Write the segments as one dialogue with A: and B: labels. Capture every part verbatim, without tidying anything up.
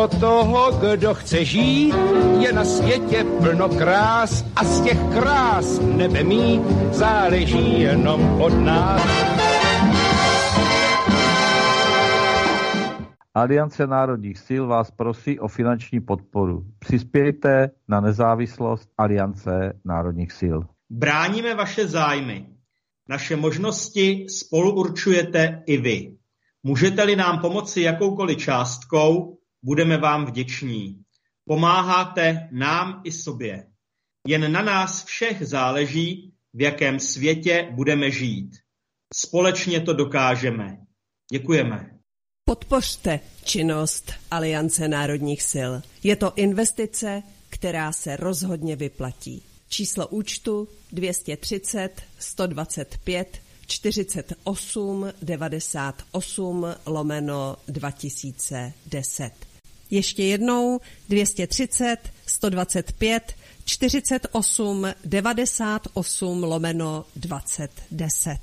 A: pro toho, kdo chce žít, je na světě plno krás a z těch krás nebe mít záleží jenom od nás.
B: Aliance národních sil vás prosí o finanční podporu. Přispějte na nezávislost Aliance národních sil.
C: Bráníme vaše zájmy. Naše možnosti spolu určujete i vy. Můžete-li nám pomoci jakoukoliv částkou, budeme vám vděční. Pomáháte nám i sobě. Jen na nás všech záleží, v jakém světě budeme žít. Společně to dokážeme. Děkujeme.
D: Podpořte činnost Aliance národních sil. Je to investice, která se rozhodně vyplatí. Číslo účtu dvě stě třicet sto dvacet pět čtyřicet osm devadesát osm lomeno dva tisíce deset. Ještě jednou dvě stě třicet sto dvacet pět čtyřicet osm devadesát osm lomeno dvacet deset.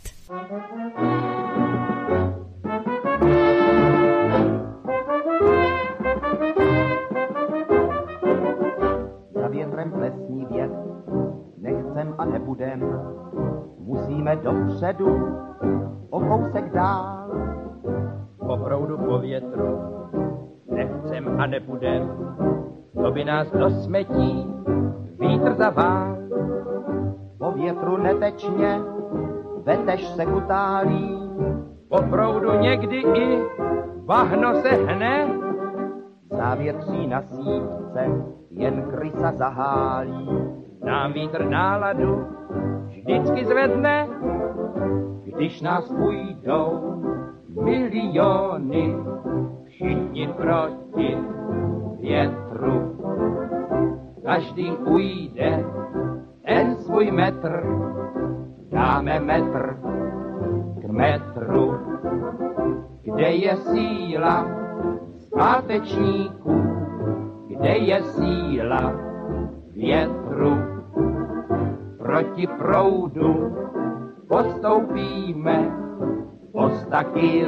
E: Za větrem plesní věc, nechcem a nebudem, musíme dopředu, o kousek dál.
F: Po proudu, po větru, nechcem a nebudem, to by nás do smetí vítr zavál.
E: Po větru netečně, vetež se kutálí,
F: po proudu někdy i bahno se hne,
E: závětří na sítce jen krysa zahálí.
F: Nám vítr náladu vždycky zvedne, když nás půjdou miliony, všichni proti větru. Každý ujde ten svůj metr, dáme metr k metru. Kde je síla zpátečníků, kde je síla větru? Proti proudu postoupíme o sta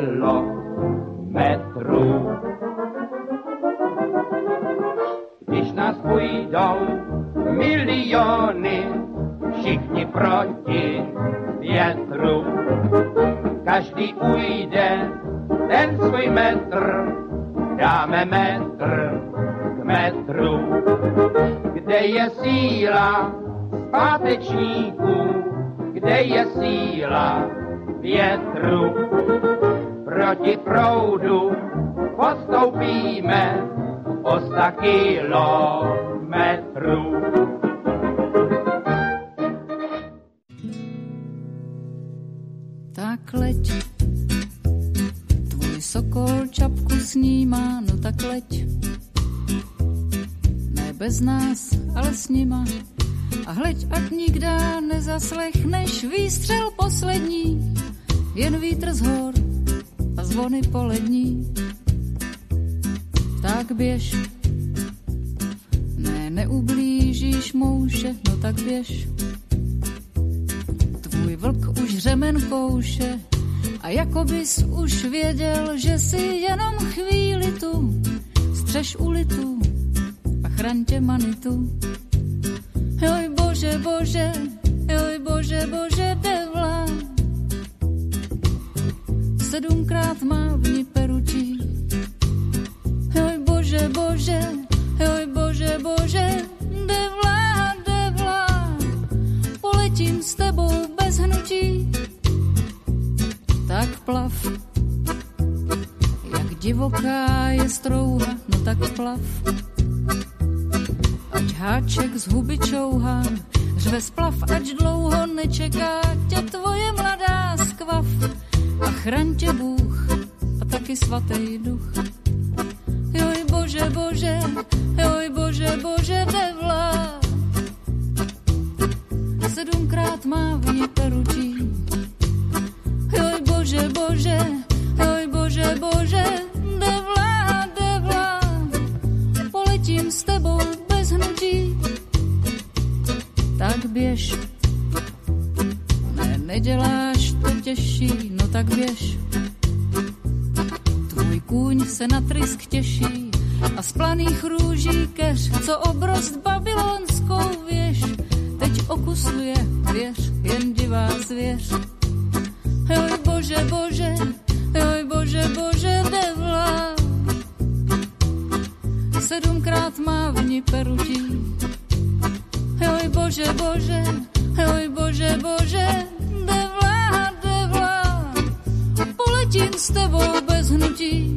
F: kilometrů. Když nás půjdou miliony, všichni proti větru. Každý ujde ten svůj metr, dáme metr k metru. Kde je síla zpátečníků, kde je síla větru? Proti proudu postoupíme o sta kilometrů.
G: Tak leď, tvůj sokol čapku snímá, no tak leď. Ne bez nás, ale s nima. A hleď, ať nikda nezaslechneš výstřel poslední, jen vítr z hor a zvony polední. Tak běž, ne, neublížíš mouše, no tak běž. Tvůj vlk už řemen kouše a jako bys už věděl, že si jenom chvíli tu střeš ulitu a chraň tě manitu. Joj bože, bože, joj bože, bože, devla. Sedmkrát mávni perutí. Joj bože, bože, joj bože, bože, devla, devla. Poletím s tebou bez hnutí. Tak plav, jak divoká je strouha, no tak plav. Ať háček z huby čouhá, řve splav, ať dlouho nečeká tě tvoje mladá skvav. A chraň tě Bůh a taky svatý duch. Joj bože, bože, joj bože, bože, devla. Sedmkrát mávni perutí. Joj bože, bože, joj bože, bože, devla, devla. Poletím s tebou bez hnutí. Tak běž, ne, neděláš to těžší, no tak běž. Tvůj kůň se na trysk těší, a z planých růží keř, co obrost babylonskou věž, teď okusuje, věř, jen divá zvěř. Joj bože, bože, joj bože, bože, devla, sedmkrát mávni perutí. Joj bože, bože, joj bože, bože, devla, devla, poletím s tebou bez hnutí.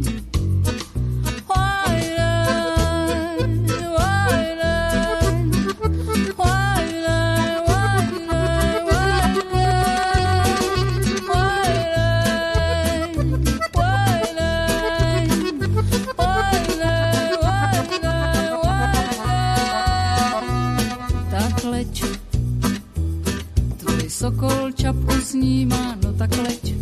G: Sokol čapku snímá, no tak leď.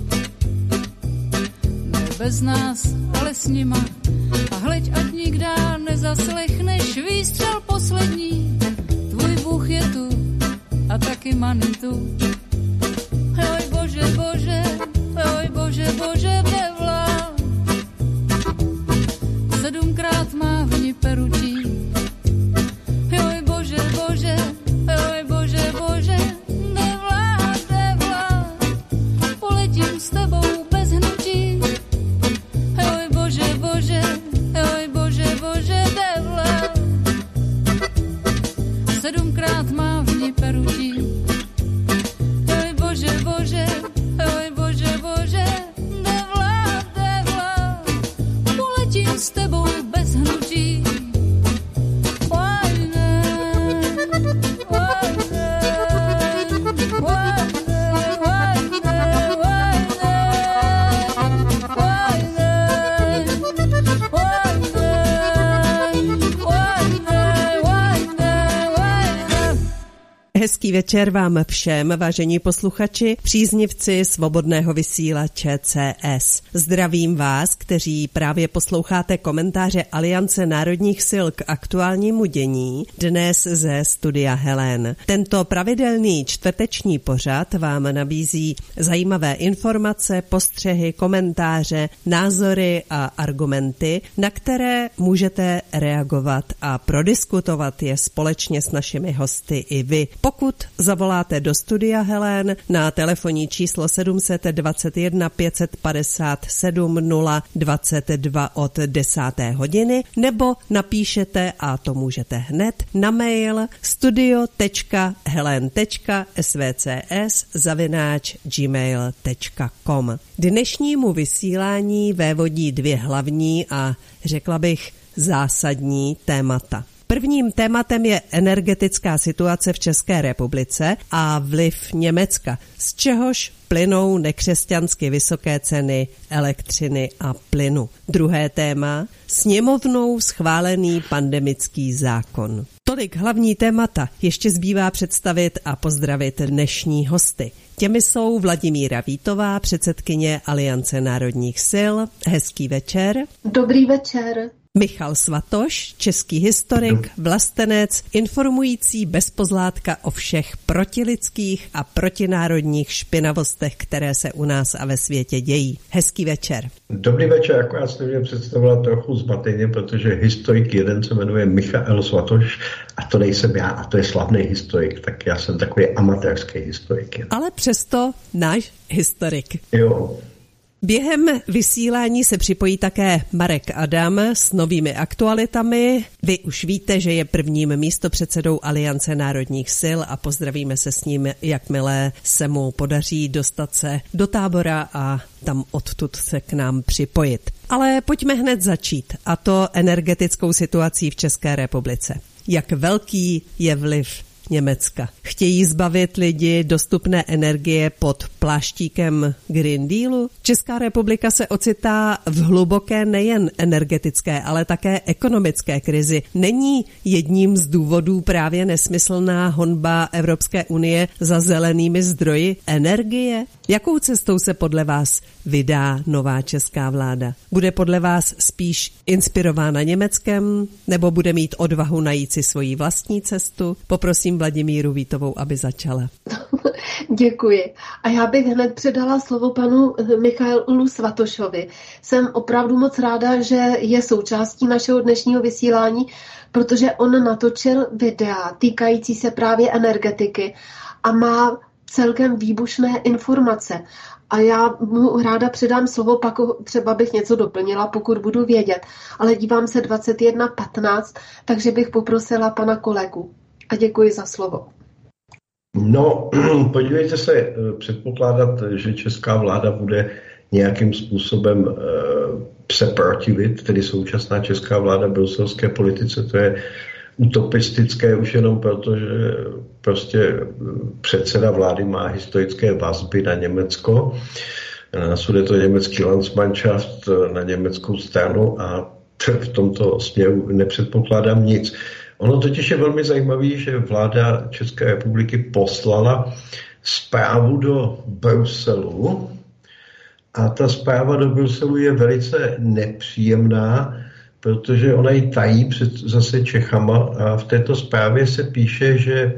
G: Ne bez nás, ale s nima. A hleď, ať nikdá nezaslechneš výstřel poslední. Tvůj Bůh je tu a taky Manitu. Joj bože, bože, joj bože, bože, devla. Sedmkrát mávni perutí. Joj bože, bože, joj bože, bože, s tebou bez hnutí. Joj bože, bože, joj bože, bože, devla. Sedmkrát mávni perutí. Joj bože, bože, joj bože, bože, devla, devla. Poletím s tebou bez hnutí.
D: Hezký večer vám všem, vážení posluchači, příznivci svobodného vysílače C S. Zdravím vás, kteří právě posloucháte komentáře Aliance národních sil k aktuálnímu dění, dnes ze studia Helen. Tento pravidelný čtvrteční pořad vám nabízí zajímavé informace, postřehy, komentáře, názory a argumenty, na které můžete reagovat a prodiskutovat je společně s našimi hosty i vy. Pokud zavoláte do studia Helen na telefonní číslo sedm dva jedna pět padesát sedm nula dvacet dva od desáté hodiny, nebo napíšete, a to můžete hned, na mail studio tečka helen tečka svcs zavináč gmail tečka com. Dnešnímu vysílání vévodí dvě hlavní a řekla bych zásadní témata. Prvním tématem je energetická situace v České republice a vliv Německa, z čehož plynou nekřesťansky vysoké ceny elektřiny a plynu. Druhé téma, sněmovnou schválený pandemický zákon. Tolik hlavní témata, ještě zbývá představit a pozdravit dnešní hosty. Těmi jsou Vladimíra Vítová, předsedkyně Aliance národních sil. Hezký večer.
H: Dobrý večer.
D: Michal Svatoš, český historik, vlastenec, informující bez pozlátka o všech protilidských a protinárodních špinavostech, které se u nás a ve světě dějí. Hezký večer.
I: Dobrý večer, jako já jsem mě představila trochu zmateně, protože historik jeden se jmenuje Michal Svatoš a to nejsem já, a to je slavný historik, tak já jsem takový amatérský historik.
D: Ale přesto náš historik.
I: Jo.
D: Během vysílání se připojí také Marek Adam s novými aktualitami. Vy už víte, že je prvním místopředsedou Aliance národních sil a pozdravíme se s ním, jakmile se mu podaří dostat se do tábora a tam odtud se k nám připojit. Ale pojďme hned začít, a to energetickou situací v České republice. Jak velký je vliv Německa? Chtějí zbavit lidi dostupné energie pod pláštíkem Green Dealu? Česká republika se ocitá v hluboké nejen energetické, ale také ekonomické krizi. Není jedním z důvodů právě nesmyslná honba Evropské unie za zelenými zdroji energie? Jakou cestou se podle vás vydá nová česká vláda? Bude podle vás spíš inspirována Německem, nebo bude mít odvahu najít si svoji vlastní cestu? Poprosím Vladimíru Vítovou, aby začala.
H: Děkuji. A já bych hned předala slovo panu Michaelu Svatošovi. Jsem opravdu moc ráda, že je součástí našeho dnešního vysílání, protože on natočil videa týkající se právě energetiky a má celkem výbušné informace. A já mu ráda předám slovo, pak třeba bych něco doplnila, pokud budu vědět. Ale dívám se dvacet jedna patnáct, takže bych poprosila pana kolegu. A děkuji za slovo.
I: No, podívejte se, předpokládat, že česká vláda bude nějakým způsobem uh, se protivit, tedy současná česká vláda bruselské politice, to je utopistické už jenom proto, že prostě předseda vlády má historické vazby na Německo. Následuje to německý Landsmannschaft na německou stranu a v tomto směru nepředpokládám nic. Ono totiž je velmi zajímavé, že vláda České republiky poslala zprávu do Bruselu a ta zpráva do Bruselu je velice nepříjemná, protože ona ji tají před zase Čechama a v této zprávě se píše, že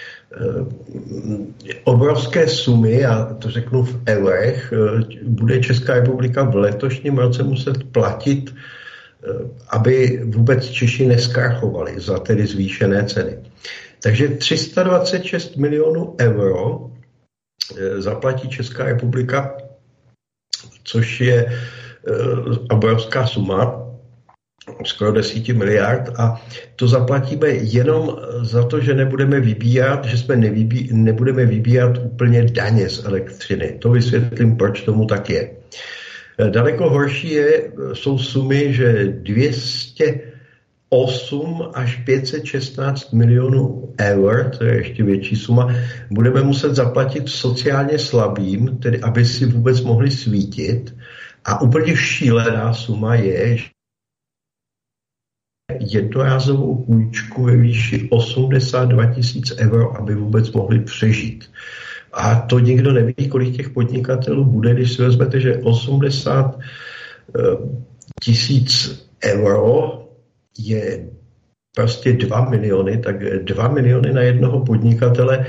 I: obrovské sumy, já to řeknu v eurech, bude Česká republika v letošním roce muset platit, aby vůbec Češi neskrachovali za tedy zvýšené ceny. Takže tři sta dvacet šest milionů euro zaplatí Česká republika, což je obrovská suma, skoro desítky miliard, a to zaplatíme jenom za to, že nebudeme vybírat, že jsme nevybí, nebudeme vybírat úplně daně z elektřiny. To vysvětlím, proč tomu tak je. Daleko horší je, jsou sumy, že dvě stě osm až pět set šestnáct milionů eur, to je ještě větší suma, budeme muset zaplatit sociálně slabým, tedy aby si vůbec mohli svítit. A úplně šílená suma je, že jednorázovou půjčku ve výši osmdesát dva tisíc euro, aby vůbec mohli přežít. A to nikdo neví, kolik těch podnikatelů bude, když si vezmete, že osmdesát tisíc euro je prostě dva miliony, tak dva miliony na jednoho podnikatele,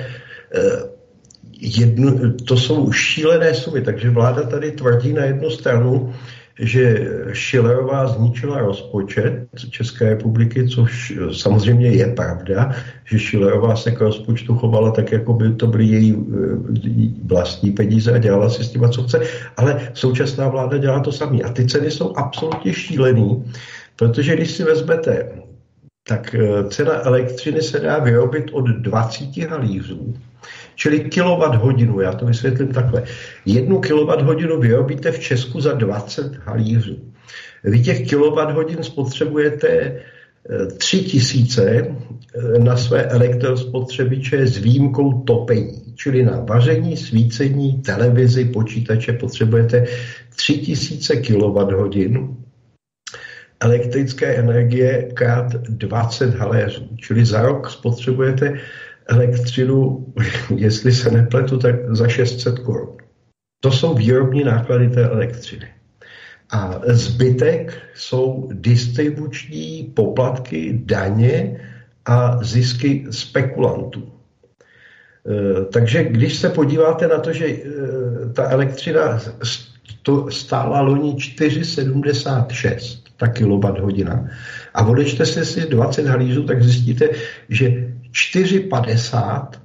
I: jednu, to jsou šílené sumy, takže vláda tady tvrdí na jednu stranu, že Schillerová zničila rozpočet České republiky, což samozřejmě je pravda, že Schillerová se k rozpočtu chovala tak, jako by to byly její vlastní peníze a dělala si s tím, co chce, ale současná vláda dělá to samé. A ty ceny jsou absolutně šílený, protože když si vezmete, tak cena elektřiny se dá vyrobit od dvacet halířů, čili kilowatt hodinu, já to vysvětlím takhle. Jednu kilowatt hodinu vyrobíte v Česku za dvacet halířů. Vy těch kilowatt hodin spotřebujete tři tisíce na své elektrospotřebiče s výjimkou topení, čili na vaření, svícení, televizi, počítače potřebujete tři tisíce kilowatt hodin elektrické energie krát dvacet haléřů, čili za rok spotřebujete elektřinu, jestli se nepletu, tak za šest set korun. To jsou výrobní náklady té elektřiny. A zbytek jsou distribuční poplatky, daně a zisky spekulantů. Takže když se podíváte na to, že ta elektřina stála loni čtyři sedmdesát šest, ta kilowatt hodina, a odečte si si dvacet halířů, tak zjistíte, že čtyři padesát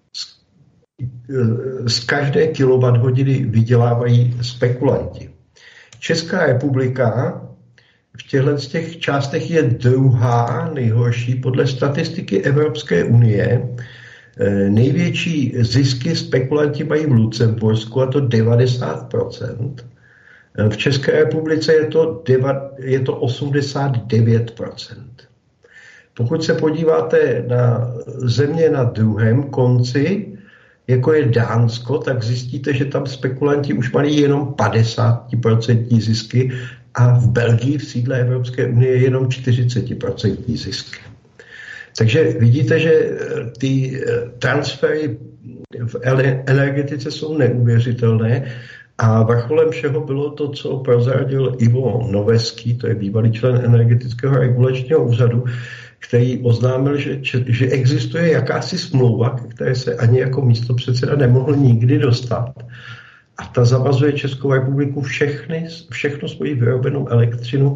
I: z každé kilowatt hodiny vydělávají spekulanti. Česká republika v těchto těch částech je druhá nejhorší podle statistiky Evropské unie. Největší zisky spekulanti mají v Lucembursku, a to devadesát procent. V České republice je to, deva, je to osmdesát devět procent. Pokud se podíváte na země na druhém konci, jako je Dánsko, tak zjistíte, že tam spekulanti už mají jenom padesát procent zisky a v Belgii v sídle Evropské unie jenom čtyřicet procent zisky. Takže vidíte, že ty transfery v energetice jsou neuvěřitelné. A vrcholem všeho bylo to, co prozradil Ivo Noveský, to je bývalý člen energetického regulačního úřadu, který oznámil, že, že existuje jakási smlouva, které se ani jako místopředseda nemohl nikdy dostat. A ta zavazuje Českou republiku všechny, všechno svoji vyrobenou elektřinu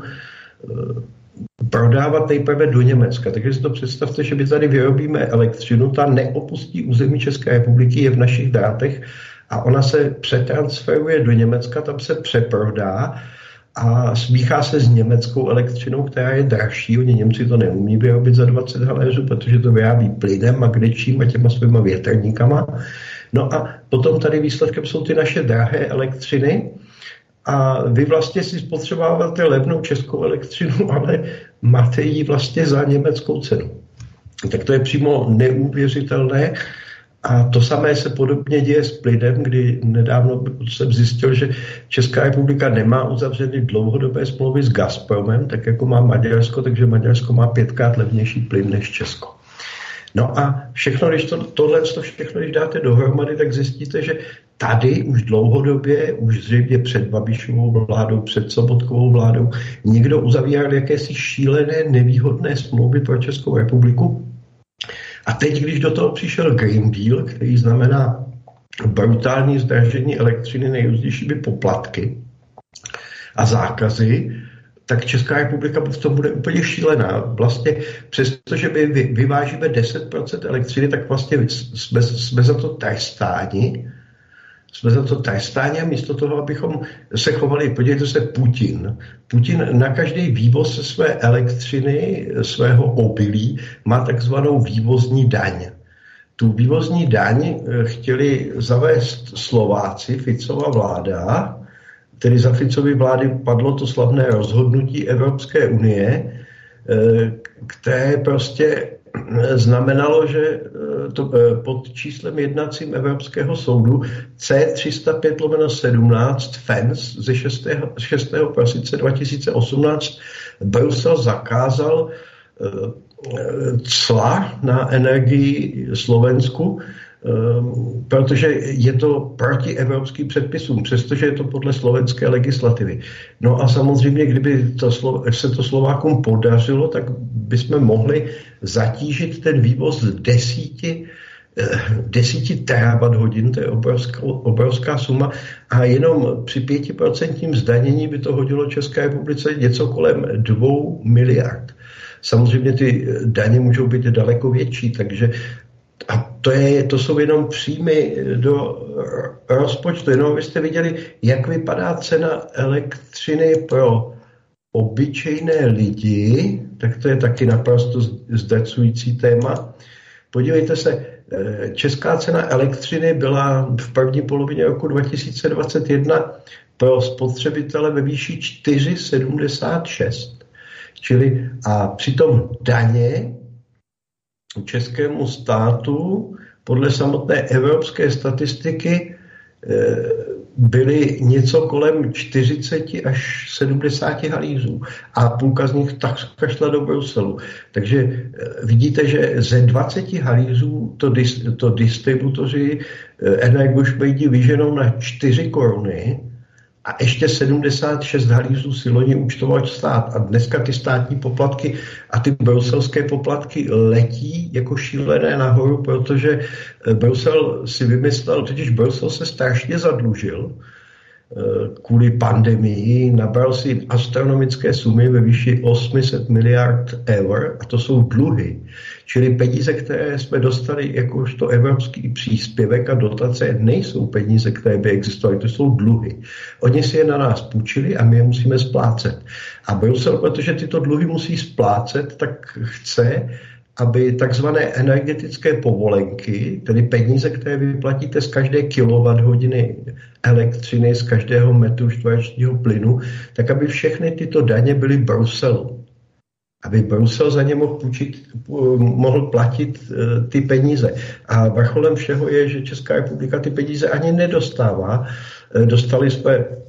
I: prodávat nejprve do Německa. Takže si to představte, že my tady vyrobíme elektřinu, ta neopustí území České republiky, je v našich drátech a ona se přetransferuje do Německa, tam se přeprodá a smíchá se s německou elektřinou, která je dražší. Oni Němci to neumí vyrobit za dvacet haléřů, protože to vyrábí plynem, magnečím a těma svýma větrníkama. No a potom tady výsledkem jsou ty naše drahé elektřiny a vy vlastně si spotřebováváte levnou českou elektřinu, ale máte ji vlastně za německou cenu. Tak to je přímo neuvěřitelné. A to samé se podobně děje s plynem, kdy nedávno jsem zjistil, že Česká republika nemá uzavřeny dlouhodobé smlouvy s Gazpromem, tak jako má Maďarsko, takže Maďarsko má pětkrát levnější plyn než Česko. No a všechno, když to, tohle to všechno, když dáte dohromady, tak zjistíte, že tady už dlouhodobě, už zřejmě před Babišovou vládou, před Sobotkovou vládou, někdo uzavíral jakési šílené, nevýhodné smlouvy pro Českou republiku. A teď, když do toho přišel Green Deal, který znamená brutální zdražení elektřiny nejrůznějšími poplatky a zákazy, tak Česká republika v tom bude úplně šílená. Vlastně přestože my vyvážíme deset procent elektřiny, tak vlastně jsme, jsme za to trestáni. Jsme za to trestáni a místo toho, abychom se chovali, podívejte se, Putin. Putin na každý vývoz své elektřiny, svého obilí, má takzvanou vývozní daň. Tu vývozní daň chtěli zavést Slováci, Ficova vláda, tedy za Ficovy vlády padlo to slavné rozhodnutí Evropské unie, které prostě znamenalo, že to pod číslem jednacím Evropského soudu C tři sta pět lomeno sedmnáct F E N S ze šestého prosince dva tisíce osmnáct Brusel zakázal cla na energii Slovensku, protože je to proti evropským předpisům, přestože je to podle slovenské legislativy. No a samozřejmě, kdyby to, se to Slovákům podařilo, tak bychom mohli zatížit ten vývoz desíti, desíti terawatt hodin, to je obrovská, obrovská suma, a jenom při pětiprocentním zdanění by to hodilo České republice něco kolem dvou miliard. Samozřejmě ty daně můžou být daleko větší, takže a to, je, to jsou jenom příjmy do rozpočtu. Jenom byste viděli, jak vypadá cena elektřiny pro obyčejné lidi, tak to je taky naprosto zdrcující téma. Podívejte se, česká cena elektřiny byla v první polovině roku dva tisíce dvacet jedna pro spotřebitele ve výši čtyři celá sedmdesát šest. Čili a přitom daně českému státu podle samotné evropské statistiky byly něco kolem čtyřicet až sedmdesát halířů a půlka z nich takřka šla do Bruselu. Takže vidíte, že ze dvacet halířů to, dis, to distributoři energošmejdi vyženou na čtyři koruny a ještě sedmdesát šest halířů si loni účtoval stát. A dneska ty státní poplatky a ty bruselské poplatky letí jako šílené nahoru, protože Brusel si vymyslel, totiž Brusel se strašně zadlužil kvůli pandemii, nabral si astronomické sumy ve výši osm set miliard eur a to jsou dluhy. Čili peníze, které jsme dostali jakožto evropský příspěvek a dotace, nejsou peníze, které by existovaly, to jsou dluhy. Oni si je na nás půjčili a my je musíme splácet. A Brusel, protože tyto dluhy musí splácet, tak chce, aby takzvané energetické povolenky, tedy peníze, které vyplatíte z každé kilowatthodiny elektřiny, z každého metru čtverečního plynu, tak aby všechny tyto daně byly Bruselu. Aby Brusel za ně mohl, půjčit, mohl platit ty peníze. A vrcholem všeho je, že Česká republika ty peníze ani nedostává. Dostali jsme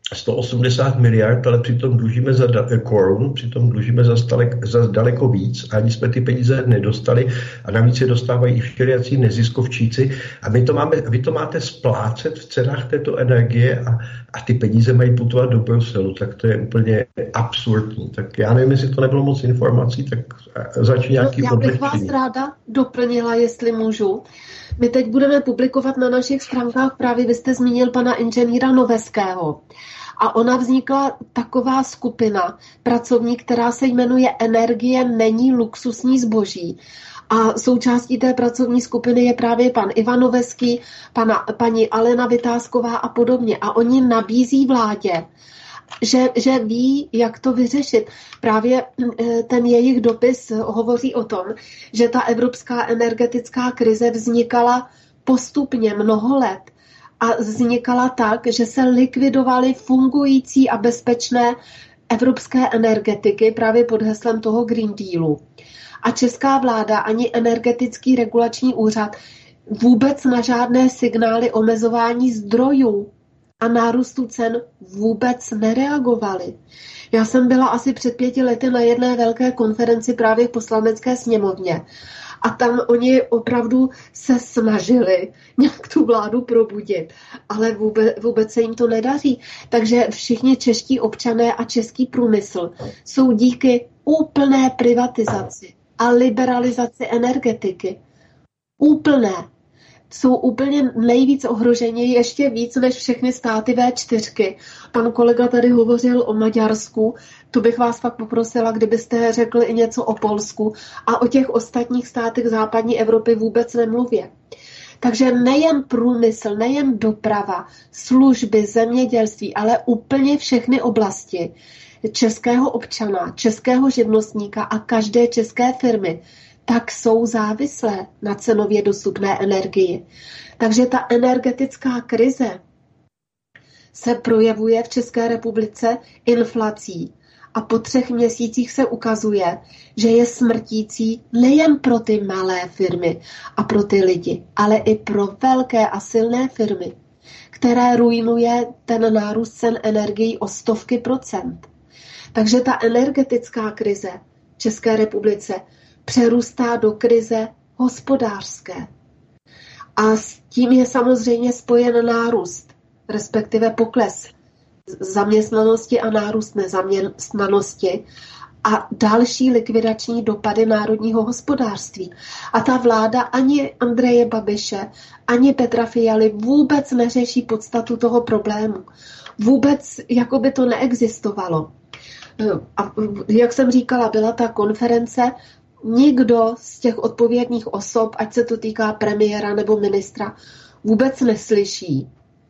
I: sto osmdesát miliard, ale přitom dlužíme za da- korun, přitom dlužíme za, stalek, za daleko víc, ani jsme ty peníze nedostali a navíc je dostávají i všelijací neziskovčíci a my to máme, vy to máte splácet v cenách této energie a, a ty peníze mají putovat do Bruselu, tak to je úplně absurdní. Tak já nevím, jestli to nebylo moc informací, tak začni nějaký
H: no, já bych vás ráda doplnila, jestli můžu. My teď budeme publikovat na našich stránkách, právě vy jste zmínil pana inženýra Noveského. A ona vznikla taková skupina pracovní, která se jmenuje Energie není luxusní zboží. A součástí té pracovní skupiny je právě pan Ivan Noveský, pana, paní Alena Vytázková a podobně. A oni nabízí vládě, že, že ví, jak to vyřešit. Právě ten jejich dopis hovoří o tom, že ta evropská energetická krize vznikala postupně mnoho let a vznikala tak, že se likvidovaly fungující a bezpečné evropské energetiky právě pod heslem toho Green Dealu. A česká vláda ani energetický regulační úřad vůbec na žádné signály omezování zdrojů a nárůstu cen vůbec nereagovali. Já jsem byla asi před pěti lety na jedné velké konferenci právě v Poslanecké sněmovně a tam oni opravdu se snažili nějak tu vládu probudit, ale vůbec, vůbec se jim to nedaří. Takže všichni čeští občané a český průmysl jsou díky úplné privatizaci a liberalizaci energetiky úplné. Jsou úplně nejvíc ohroženi, ještě víc než všechny státy vé čtyřky. Pan kolega tady hovořil o Maďarsku, to bych vás fakt poprosila, kdybyste řekli i něco o Polsku a o těch ostatních státech západní Evropy vůbec nemluvě. Takže nejen průmysl, nejen doprava, služby, zemědělství, ale úplně všechny oblasti českého občana, českého živnostníka a každé české firmy tak jsou závislé na cenově dostupné energii. Takže ta energetická krize se projevuje v České republice inflací a po třech měsících se ukazuje, že je smrtící nejen pro ty malé firmy a pro ty lidi, ale i pro velké a silné firmy, které ruinuje ten nárůst cen energií o stovky procent. Takže ta energetická krize v České republice přerůstá do krize hospodářské. A s tím je samozřejmě spojen nárůst, respektive pokles zaměstnanosti a nárůst nezaměstnanosti a další likvidační dopady národního hospodářství. A ta vláda ani Andreje Babiše, ani Petra Fialy vůbec neřeší podstatu toho problému. Vůbec jako by to neexistovalo. A jak jsem říkala, byla ta konference, nikdo z těch odpovědných osob, ať se to týká premiéra nebo ministra, vůbec neslyší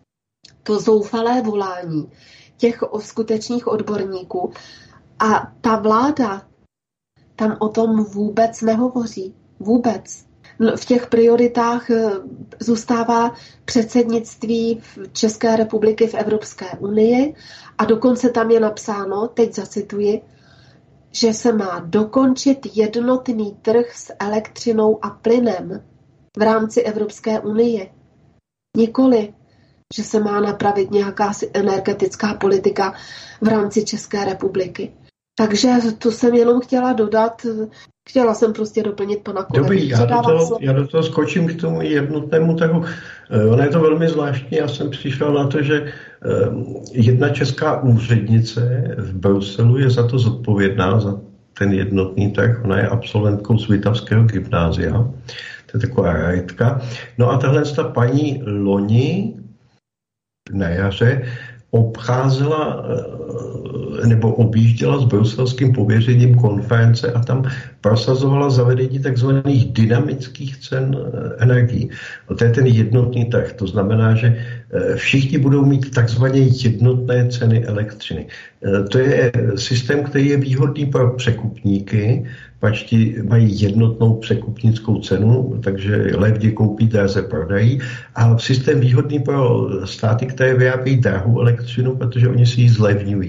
H: to zoufalé volání těch skutečných odborníků. A ta vláda tam o tom vůbec nehovoří. Vůbec. V těch prioritách zůstává předsednictví České republiky v Evropské unii a dokonce tam je napsáno, teď zacituji, že se má dokončit jednotný trh s elektřinou a plynem v rámci Evropské unie. Nikoli, že se má napravit nějaká energetická politika v rámci České republiky. Takže to jsem jenom chtěla dodat, chtěla jsem prostě doplnit pana kolegu.
I: Dobrý, já do, toho, já do toho skočím k tomu jednotnému trhu. Ono je to velmi zvláštní, já jsem přišel na to, že jedna česká úřednice v Bruselu je za to zodpovědná, za ten jednotný trh. Ona je absolventkou Svitavského gymnázia, to je taková rajtka. No a tahle ta paní loni na jaře obcházela nebo objížděla s bruselským pověřením konference a tam prosazovala zavedení takzvaných dynamických cen energií. To je ten jednotný trh. To znamená, že všichni budou mít takzvaně jednotné ceny elektřiny. To je systém, který je výhodný pro překupníky, pač ti mají jednotnou překupnickou cenu, takže levně koupí, draze prodají. A systém výhodný pro státy, které vyrábějí drahou elektřinu, protože oni si ji zlevňují.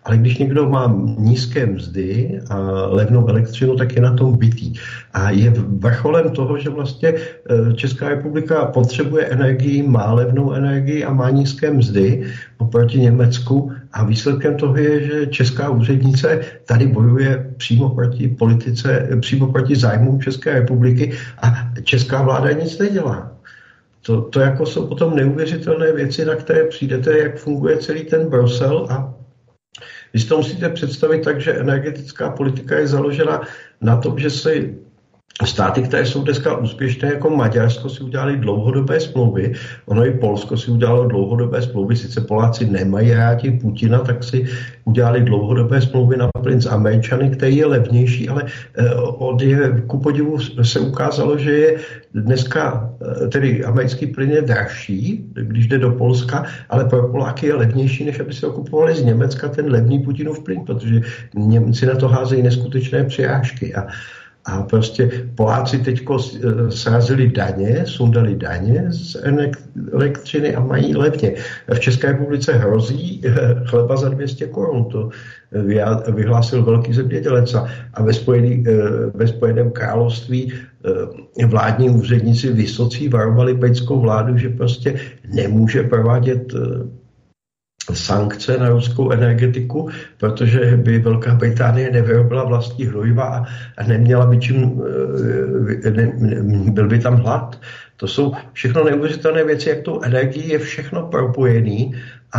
I: ale když někdo má nízké mzdy a levnou elektřinu, tak je na tom bitý. A je vrcholem toho, že vlastně Česká republika potřebuje energii, má levnou energii a má nízké mzdy oproti Německu a výsledkem toho je, že česká úřednice tady bojuje přímo proti politice, přímo proti zájmům České republiky a česká vláda nic nedělá. To, to jako jsou potom neuvěřitelné věci, na které přijdete, jak funguje celý ten Brusel a vy si to musíte představit tak, že energetická politika je založena na tom, že se státy, které jsou dneska úspěšné, jako Maďarsko, si udělali dlouhodobé smlouvy. Ono i Polsko si udělalo dlouhodobé smlouvy. Sice Poláci nemají rádi Putina, tak si udělali dlouhodobé smlouvy na plyn s Američany, který je levnější, ale od je, ku podivu se ukázalo, že je dneska, tedy americký plyn je dražší, když jde do Polska, ale pro Poláky je levnější, než aby se okupovali z Německa ten levný Putinův plyn, protože Němci na to házejí neskutečné přirážky. A A prostě Poláci teďko srazili daně, sundali daně z elektřiny a mají levně. V České republice hrozí chleba za dvě stě korun. To vyhlásil velký zemědělec. A ve, spojený, ve Spojeném království vládní úředníci vysocí varovali britskou vládu, že prostě nemůže provádět sankce na ruskou energetiku, protože by Velká Británie nevyrobila vlastní hnojiva a neměla by čím, ne, byl by tam hlad. To jsou všechno neuvěřitelné věci, jak tou energií je všechno propojený a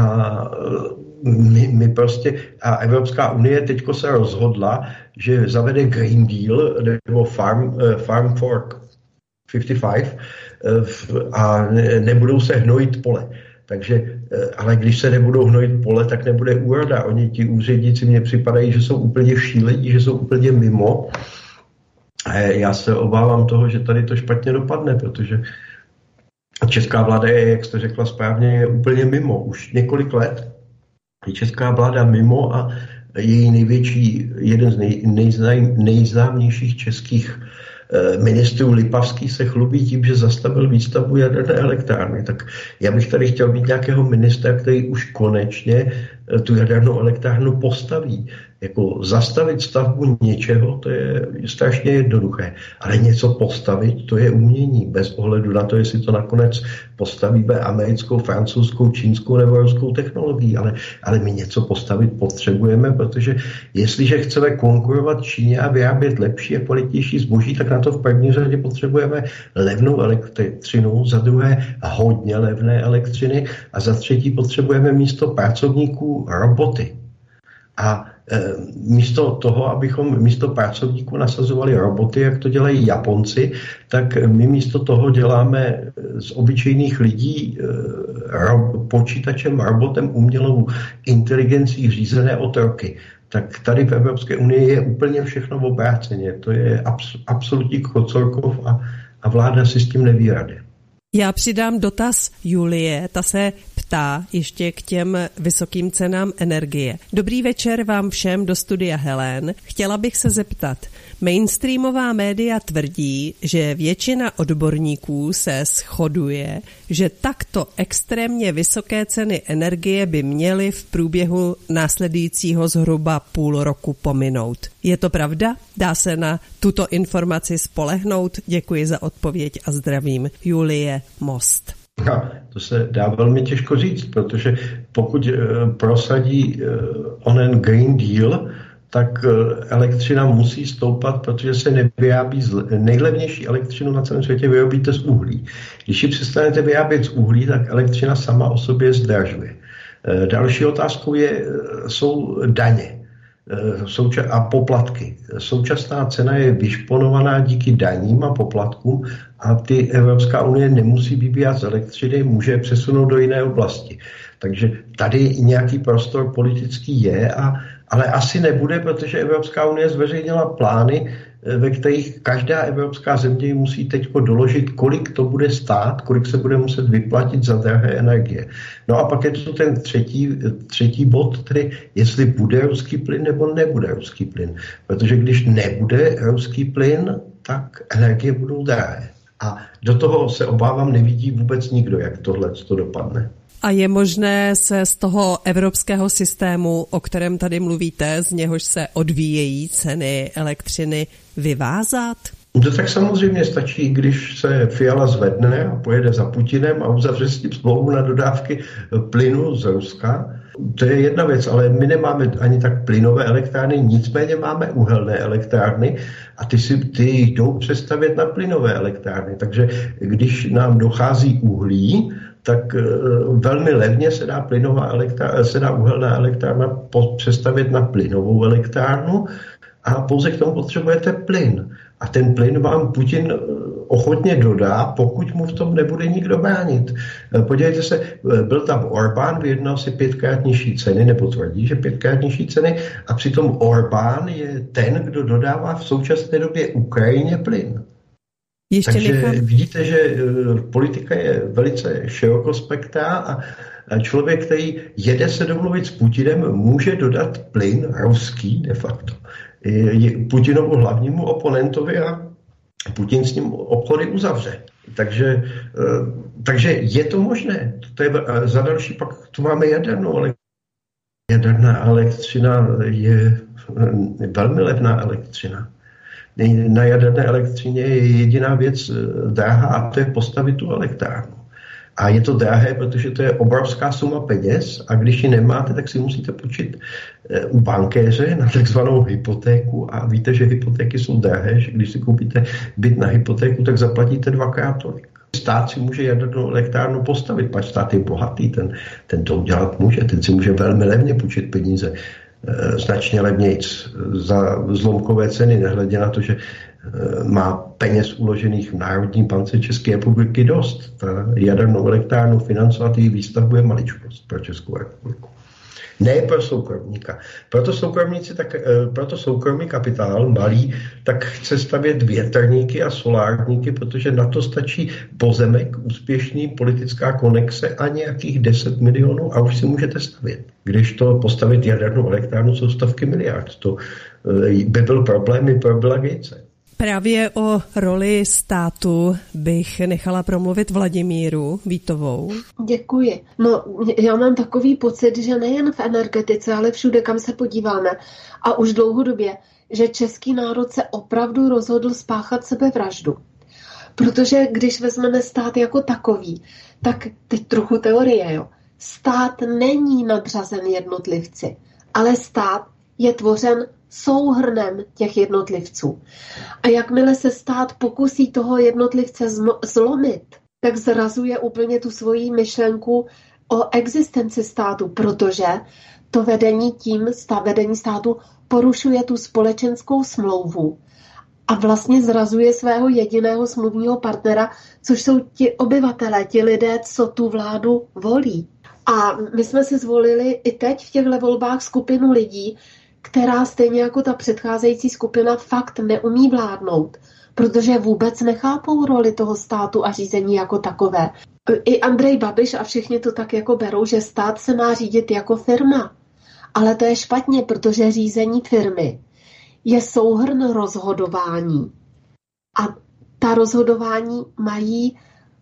I: my, my prostě, a Evropská unie teďko se rozhodla, že zavede Green Deal nebo Farm, Farm for padesát pět a nebudou se hnojit pole. Takže, ale když se nebudou hnojit pole, tak nebude úroda. Oni, ti úředníci, mně připadají, že jsou úplně šílení, že jsou úplně mimo. A já se obávám toho, že tady to špatně dopadne, protože česká vláda je, jak jste řekla správně, je úplně mimo. Už několik let je česká vláda mimo a její největší, jeden z nej, nejznám, nejznámějších českých ministrů Lipavský se chlubí tím, že zastavil výstavbu jaderné elektrárny. Tak já bych tady chtěl mít nějakého ministra, který už konečně tu jadernou elektrárnu postaví. Jako zastavit stavbu něčeho, to je strašně jednoduché. Ale něco postavit, to je umění. Bez ohledu na to, jestli to nakonec postavíme americkou, francouzskou, čínskou nebo ruskou technologií. Ale, ale my něco postavit potřebujeme, protože jestliže chceme konkurovat Číně a vyrábět lepší a kvalitnější zboží, tak na to v první řadě potřebujeme levnou elektřinu, za druhé hodně levné elektřiny a za třetí potřebujeme místo pracovníků roboty. A e, místo toho, abychom místo pracovníků nasazovali roboty, jak to dělají Japonci, tak my místo toho děláme z obyčejných lidí e, ro, počítačem, robotem, umělou inteligencí řízené otroky. Tak tady v Evropské unii je úplně všechno v obráceně. To je abs, absolutní Kocorkov a, a vláda si s tím neví rady.
D: Já přidám dotaz Julie, ta se ptá ještě k těm vysokým cenám energie. Dobrý večer vám všem do studia Helen. Chtěla bych se zeptat, mainstreamová média tvrdí, že většina odborníků se shoduje, že takto extrémně vysoké ceny energie by měly v průběhu následujícího zhruba půl roku pominout. Je to pravda? Dá se na tuto informaci spolehnout? Děkuji za odpověď a zdravím. Julie Most.
I: No, to se dá velmi těžko říct, protože pokud e, prosadí e, onen Green Deal, tak elektřina musí stoupat, protože se nevyrábí z nejlevnější elektřinu na celém světě vyrobíte z uhlí. Když ji přestanete vyrábět z uhlí, tak elektřina sama o sobě zdražuje. Další otázkou je, jsou daně a poplatky. Současná cena je vyšponovaná díky daním a poplatkům a ty Evropská unie nemusí vybírat z elektřiny, může přesunout do jiné oblasti. Takže tady nějaký prostor politický je, a, ale asi nebude, protože Evropská unie zveřejnila plány, ve kterých každá evropská země musí teď doložit, kolik to bude stát, kolik se bude muset vyplatit za drahé energie. No a pak je tu ten třetí, třetí bod, tedy jestli bude ruský plyn nebo nebude ruský plyn. Protože když nebude ruský plyn, tak energie budou drahé. A do toho se obávám, nevidí vůbec nikdo, jak tohle to dopadne.
D: A je možné se z toho evropského systému, o kterém tady mluvíte, z něhož se odvíjejí ceny elektřiny, vyvázat?
I: No tak samozřejmě stačí, když se Fiala zvedne a pojede za Putinem a uzavře s tím smlouvu na dodávky plynu z Ruska. To je jedna věc, ale my nemáme ani tak plynové elektrárny, nicméně máme uhelné elektrárny a ty, si, ty jdou přestavět na plynové elektrárny. Takže když nám dochází uhlí, tak uh, velmi levně se dá, plynová elektrárna, se dá uhelná elektrárna přestavět na plynovou elektrárnu a pouze k tomu potřebujete plyn. A ten plyn vám Putin ochotně dodá, pokud mu v tom nebude nikdo bránit. Podívejte se, byl tam Orbán, vyjednal si pětkrát nižší ceny, nebo tvrdí, že pětkrát nižší ceny, a přitom Orbán je ten, kdo dodává v současné době Ukrajině plyn. Ještě Takže nechám. Vidíte, že politika je velice širokospektrá a člověk, který jede se domluvit s Putinem, může dodat plyn ruský de facto Putinovu hlavnímu oponentovi a Putin s ním obchody uzavře. Takže, takže je to možné. To je, za další pak tu máme jadernou elektřinu. Jaderná elektřina je velmi levná elektřina. Na jaderné elektřině je jediná věc drahá a to je postavit tu elektrárnu. A je to drahé, protože to je obrovská suma peněz a když ji nemáte, tak si musíte půjčit u bankéře na takzvanou hypotéku a víte, že hypotéky jsou drahé, že když si koupíte byt na hypotéku, tak zaplatíte dvakrát tolik. Stát si může jadernou elektrárnu postavit, pač stát je bohatý, ten, ten to udělat může, ten si může velmi levně půjčit peníze, značně levnějc za zlomkové ceny, nehledě na to, že má peněz uložených v Národní bance České republiky dost. Ta jadernou elektrárnu financovat její výstavbu je maličkost pro Českou republiku. Ne pro soukromníka. Proto soukromníci, tak, proto soukromý kapitál malý, tak chce stavět větrníky a solárníky, protože na to stačí pozemek, úspěšný, politická konexe a nějakých deset milionů a už si můžete stavět. Když to postavit jadernou elektrárnu, jsou stovky miliard. To by byl problém i pro Billa Gatese.
D: Právě o roli státu bych nechala promluvit Vladimíru Vítovou.
H: Děkuji. No, já mám takový pocit, že nejen v energetice, ale všude, kam se podíváme, a už dlouhodobě, že český národ se opravdu rozhodl spáchat sebevraždu. Protože když vezmeme stát jako takový, tak teď trochu teorie, jo. Stát není nadřazen jednotlivci, ale stát je tvořen souhrnem těch jednotlivců. A jakmile se stát pokusí toho jednotlivce zlomit, tak zrazuje úplně tu svoji myšlenku o existenci státu, protože to vedení tím, ta vedení státu porušuje tu společenskou smlouvu a vlastně zrazuje svého jediného smluvního partnera, což jsou ti obyvatelé, ti lidé, co tu vládu volí. A my jsme si zvolili i teď v těchto volbách skupinu lidí, která stejně jako ta předcházející skupina fakt neumí vládnout, protože vůbec nechápou roli toho státu a řízení jako takové. I Andrej Babiš a všichni to tak jako berou, že stát se má řídit jako firma. Ale to je špatně, protože řízení firmy je souhrn rozhodování. A ta rozhodování mají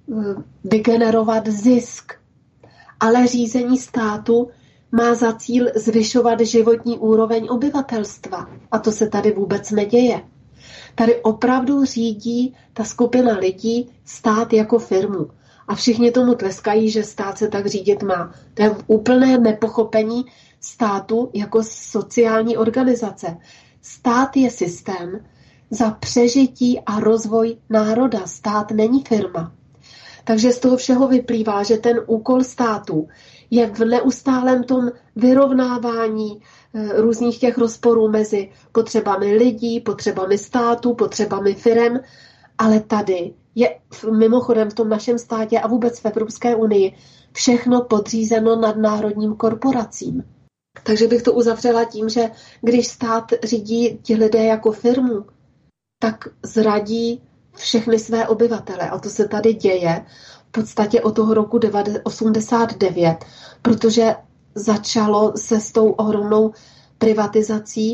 H: vygenerovat zisk. Ale řízení státu má za cíl zvyšovat životní úroveň obyvatelstva. A to se tady vůbec neděje. Tady opravdu řídí ta skupina lidí stát jako firmu. A všichni tomu tleskají, že stát se tak řídit má. To je úplné nepochopení státu jako sociální organizace. Stát je systém za přežití a rozvoj národa. Stát není firma. Takže z toho všeho vyplývá, že ten úkol státu je v neustálém tom vyrovnávání různých těch rozporů mezi potřebami lidí, potřebami státu, potřebami firem, ale tady je mimochodem v tom našem státě a vůbec v Evropské unii všechno podřízeno nadnárodním korporacím. Takže bych to uzavřela tím, že když stát řídí ti lidé jako firmu, tak zradí všechny své obyvatele. A to se tady děje v podstatě od toho roku osmdesát devět, protože začalo se s tou ohromnou privatizací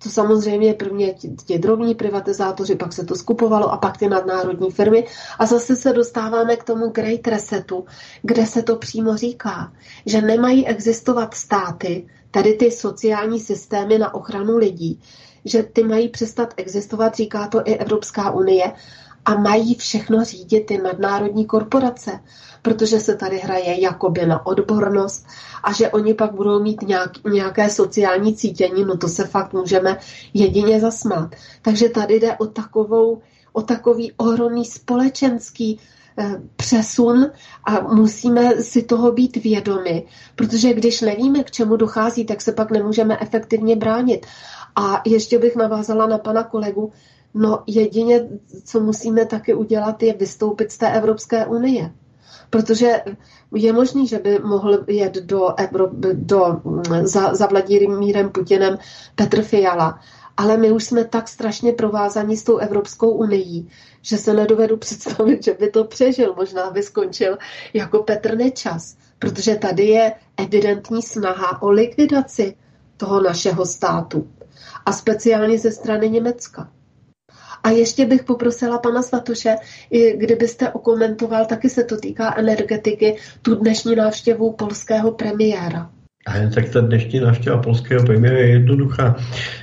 H: To samozřejmě prvně ti, ti drobní privatizátoři, pak se to skupovalo a pak ty nadnárodní firmy. A zase se dostáváme k tomu Great Resetu, kde se to přímo říká, že nemají existovat státy, tedy ty sociální systémy na ochranu lidí, že ty mají přestat existovat, říká to i Evropská unie, a mají všechno řídit ty nadnárodní korporace, protože se tady hraje jakoby na odbornost a že oni pak budou mít nějak, nějaké sociální cítění, no to se fakt můžeme jedině zasmát. Takže tady jde o, takovou, o takový ohromný společenský eh, přesun a musíme si toho být vědomi, protože když nevíme, k čemu dochází, tak se pak nemůžeme efektivně bránit. A ještě bych navázala na pana kolegu, no jedině, co musíme taky udělat, je vystoupit z té Evropské unie. Protože je možný, že by mohl jet do, Evropy, do za, za Vladimírem Putinem Petr Fiala, ale my už jsme tak strašně provázaní s tou Evropskou unií, že se nedovedu představit, že by to přežil. Možná by skončil jako Petr Nečas, protože tady je evidentní snaha o likvidaci toho našeho státu. A speciálně ze strany Německa. A ještě bych poprosila pana Svatoše, kdybyste okomentoval, taky se to týká energetiky, tu dnešní návštěvu polského premiéra.
I: A tak ta dnešní návštěva polského premiéra je jednoduchá.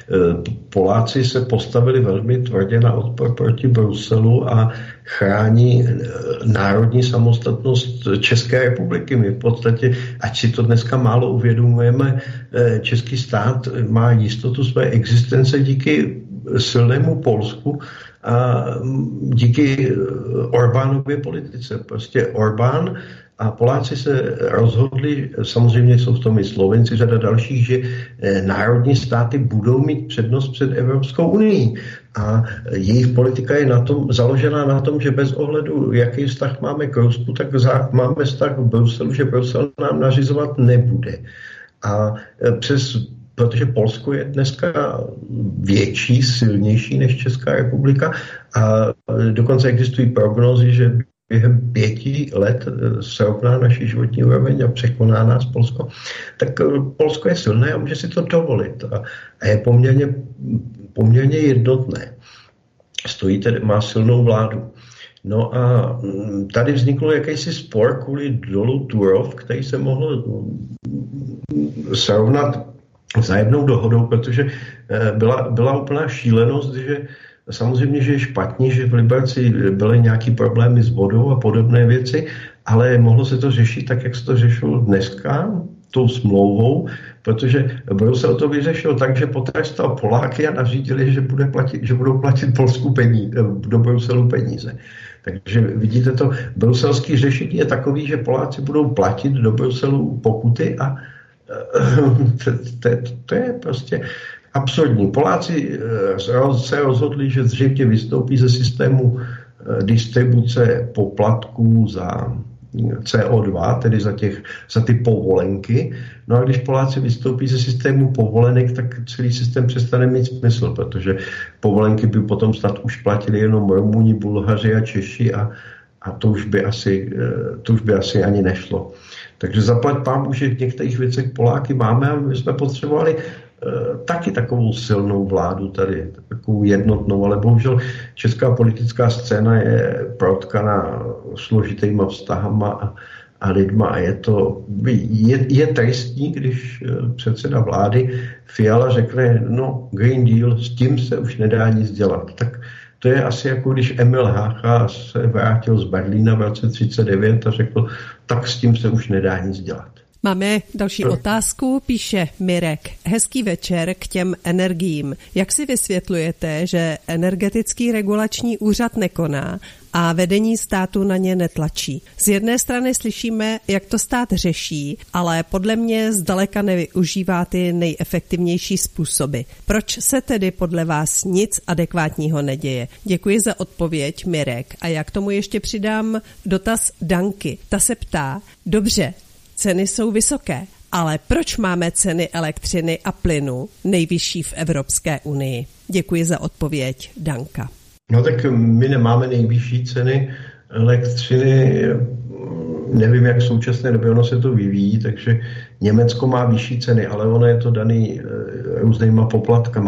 I: Poláci se postavili velmi tvrdě na odpor proti Bruselu a chrání národní samostatnost České republiky. My v podstatě, ať si to dneska málo uvědomujeme, český stát má jistotu své existence díky silnému Polsku a díky Orbánově politice. Prostě Orbán a Poláci se rozhodli, samozřejmě jsou v tom i Slovenci, řada dalších, že národní státy budou mít přednost před Evropskou unii. A jejich politika je na tom, založená na tom, že bez ohledu, jaký vztah máme k Rusku, tak máme vztah v Bruselu, že Brusel nám nařizovat nebude. A přes protože Polsko je dneska větší, silnější než Česká republika a dokonce existují prognózy, že během pěti let srovná naši životní úroveň a překoná nás Polsko, tak Polsko je silné a může si to dovolit a, a je poměrně, poměrně jednotné. Stojí tedy, má silnou vládu. No a tady vznikl jakýsi spor kvůli dolu Turów, který se mohl srovnat vzájemnou dohodou, protože byla, byla úplná šílenost, že samozřejmě, že je špatně, že v Liberci byly nějaký problémy s vodou a podobné věci, ale mohlo se to řešit tak, jak se to řešilo dneska, tou smlouvou, protože Brusel to vyřešil tak, že potrestal Poláky a nařídili, že, bude platit, že budou platit Polsku peníze, do Bruselu peníze. Takže vidíte to, bruselský řešení je takový, že Poláci budou platit do Bruselu pokuty a to, to, to je prostě absurdní. Poláci se rozhodli, že zřejmě vystoupí ze systému distribuce poplatků za C O dva, tedy za, těch, za ty povolenky. No a když Poláci vystoupí ze systému povolenek, tak celý systém přestane mít smysl, protože povolenky by potom snad už platili jenom Rumuni, Bulhaři a Češi a, a to, už by asi, to už by asi ani nešlo. Takže zaplať pánbůh, že v některých věcech Poláky máme a my jsme potřebovali uh, taky takovou silnou vládu tady, takovou jednotnou, ale bohužel česká politická scéna je protkaná složitýma vztahama a, a lidma a je to, je, je tristní, když uh, předseda vlády Fiala řekne, no Green Deal, s tím se už nedá nic dělat. Tak to je asi jako když Emil Hácha se vrátil z Berlína v roce třicet devět a řekl, tak s tím se už nedá nic dělat.
D: Máme další no. otázku, píše Mirek. Hezký večer k těm energiím. Jak si vysvětlujete, že Energetický regulační úřad nekoná a vedení státu na ně netlačí? Z jedné strany slyšíme, jak to stát řeší, ale podle mě zdaleka nevyužívá ty nejefektivnější způsoby. Proč se tedy podle vás nic adekvátního neděje? Děkuji za odpověď, Mirek. A já k tomu ještě přidám dotaz Danky. Ta se ptá, dobře, ceny jsou vysoké, ale proč máme ceny elektřiny a plynu nejvyšší v Evropské unii? Děkuji za odpověď, Danka.
I: No tak my nemáme nejvyšší ceny elektřiny, nevím, jak v současné době ono se to vyvíjí, takže Německo má vyšší ceny, ale ono je to daný různýma poplatkama.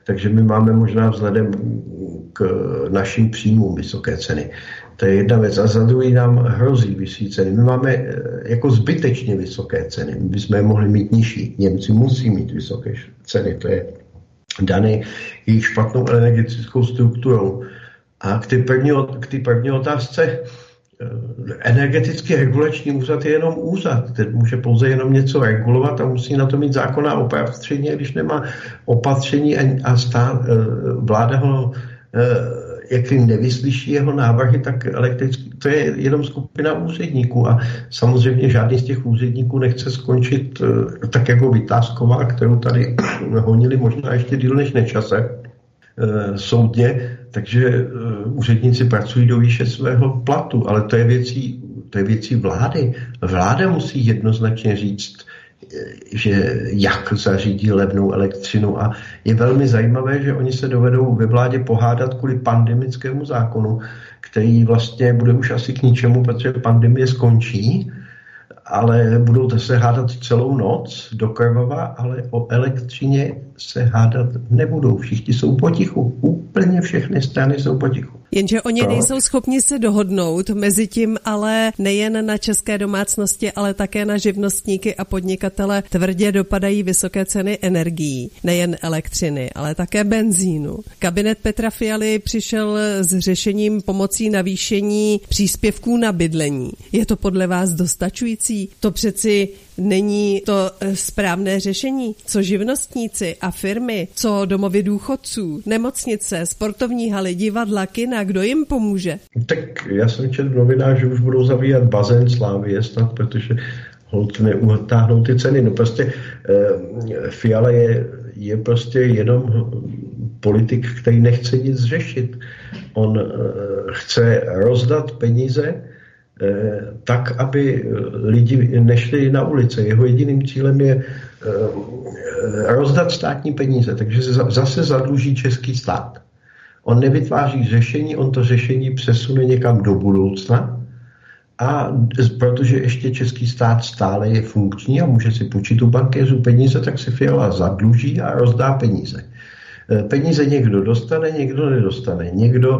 I: takže my máme možná vzhledem k našim příjmům vysoké ceny. To je jedna věc. A za druhý nám hrozí vyšší ceny. My máme jako zbytečně vysoké ceny. My bychom je mohli mít nižší. Němci musí mít vysoké ceny. To je dané jejich špatnou energetickou strukturou. A k té první, k té první otázce, energetický regulační úřad je jenom úřad, který může pouze jenom něco regulovat a musí na to mít zákonná opatření, když nemá opatření a stát, vláda ho jak nevyslyší jeho návrhy, tak elektrický, to je jenom skupina úředníků a samozřejmě žádný z těch úředníků nechce skončit tak jako Vytázková, kterou tady honili možná ještě díl než Nečase soudně, takže úředníci pracují do výše svého platu, ale to je věcí, to je věcí vlády. Vláda musí jednoznačně říct, že jak zařídí levnou elektřinu a je velmi zajímavé, že oni se dovedou ve vládě pohádat kvůli pandemickému zákonu, který vlastně bude už asi k ničemu, protože pandemie skončí, ale budou se hádat celou noc do krvava, ale o elektřině se hádat nebudou. Všichni jsou potichu. Úplně všechny strany jsou potichu.
D: Jenže oni to... nejsou schopni se dohodnout, mezitím ale nejen na české domácnosti, ale také na živnostníky a podnikatele tvrdě dopadají vysoké ceny energií, nejen elektřiny, ale také benzínu. Kabinet Petra Fialy přišel s řešením pomocí navýšení příspěvků na bydlení. Je to podle vás dostačující? To přeci není to správné řešení. Co živnostníci a firmy, co domovy důchodců, nemocnice, sportovní haly, divadla, kina, kdo jim pomůže?
I: Tak já jsem četl v novinách, že už budou zavírat bazén Slávie snad, protože holt neutáhnou ty ceny. No prostě eh, Fiala je, je prostě jenom politik, který nechce nic řešit. On eh, chce rozdat peníze tak, aby lidi nešli na ulice. Jeho jediným cílem je rozdat státní peníze, takže se zase zadluží český stát. On nevytváří řešení, on to řešení přesune někam do budoucna a protože ještě český stát stále je funkční a může si půjčit u bankéřů peníze, tak se Fiala zadluží a rozdá peníze. Peníze někdo dostane, někdo nedostane. Někdo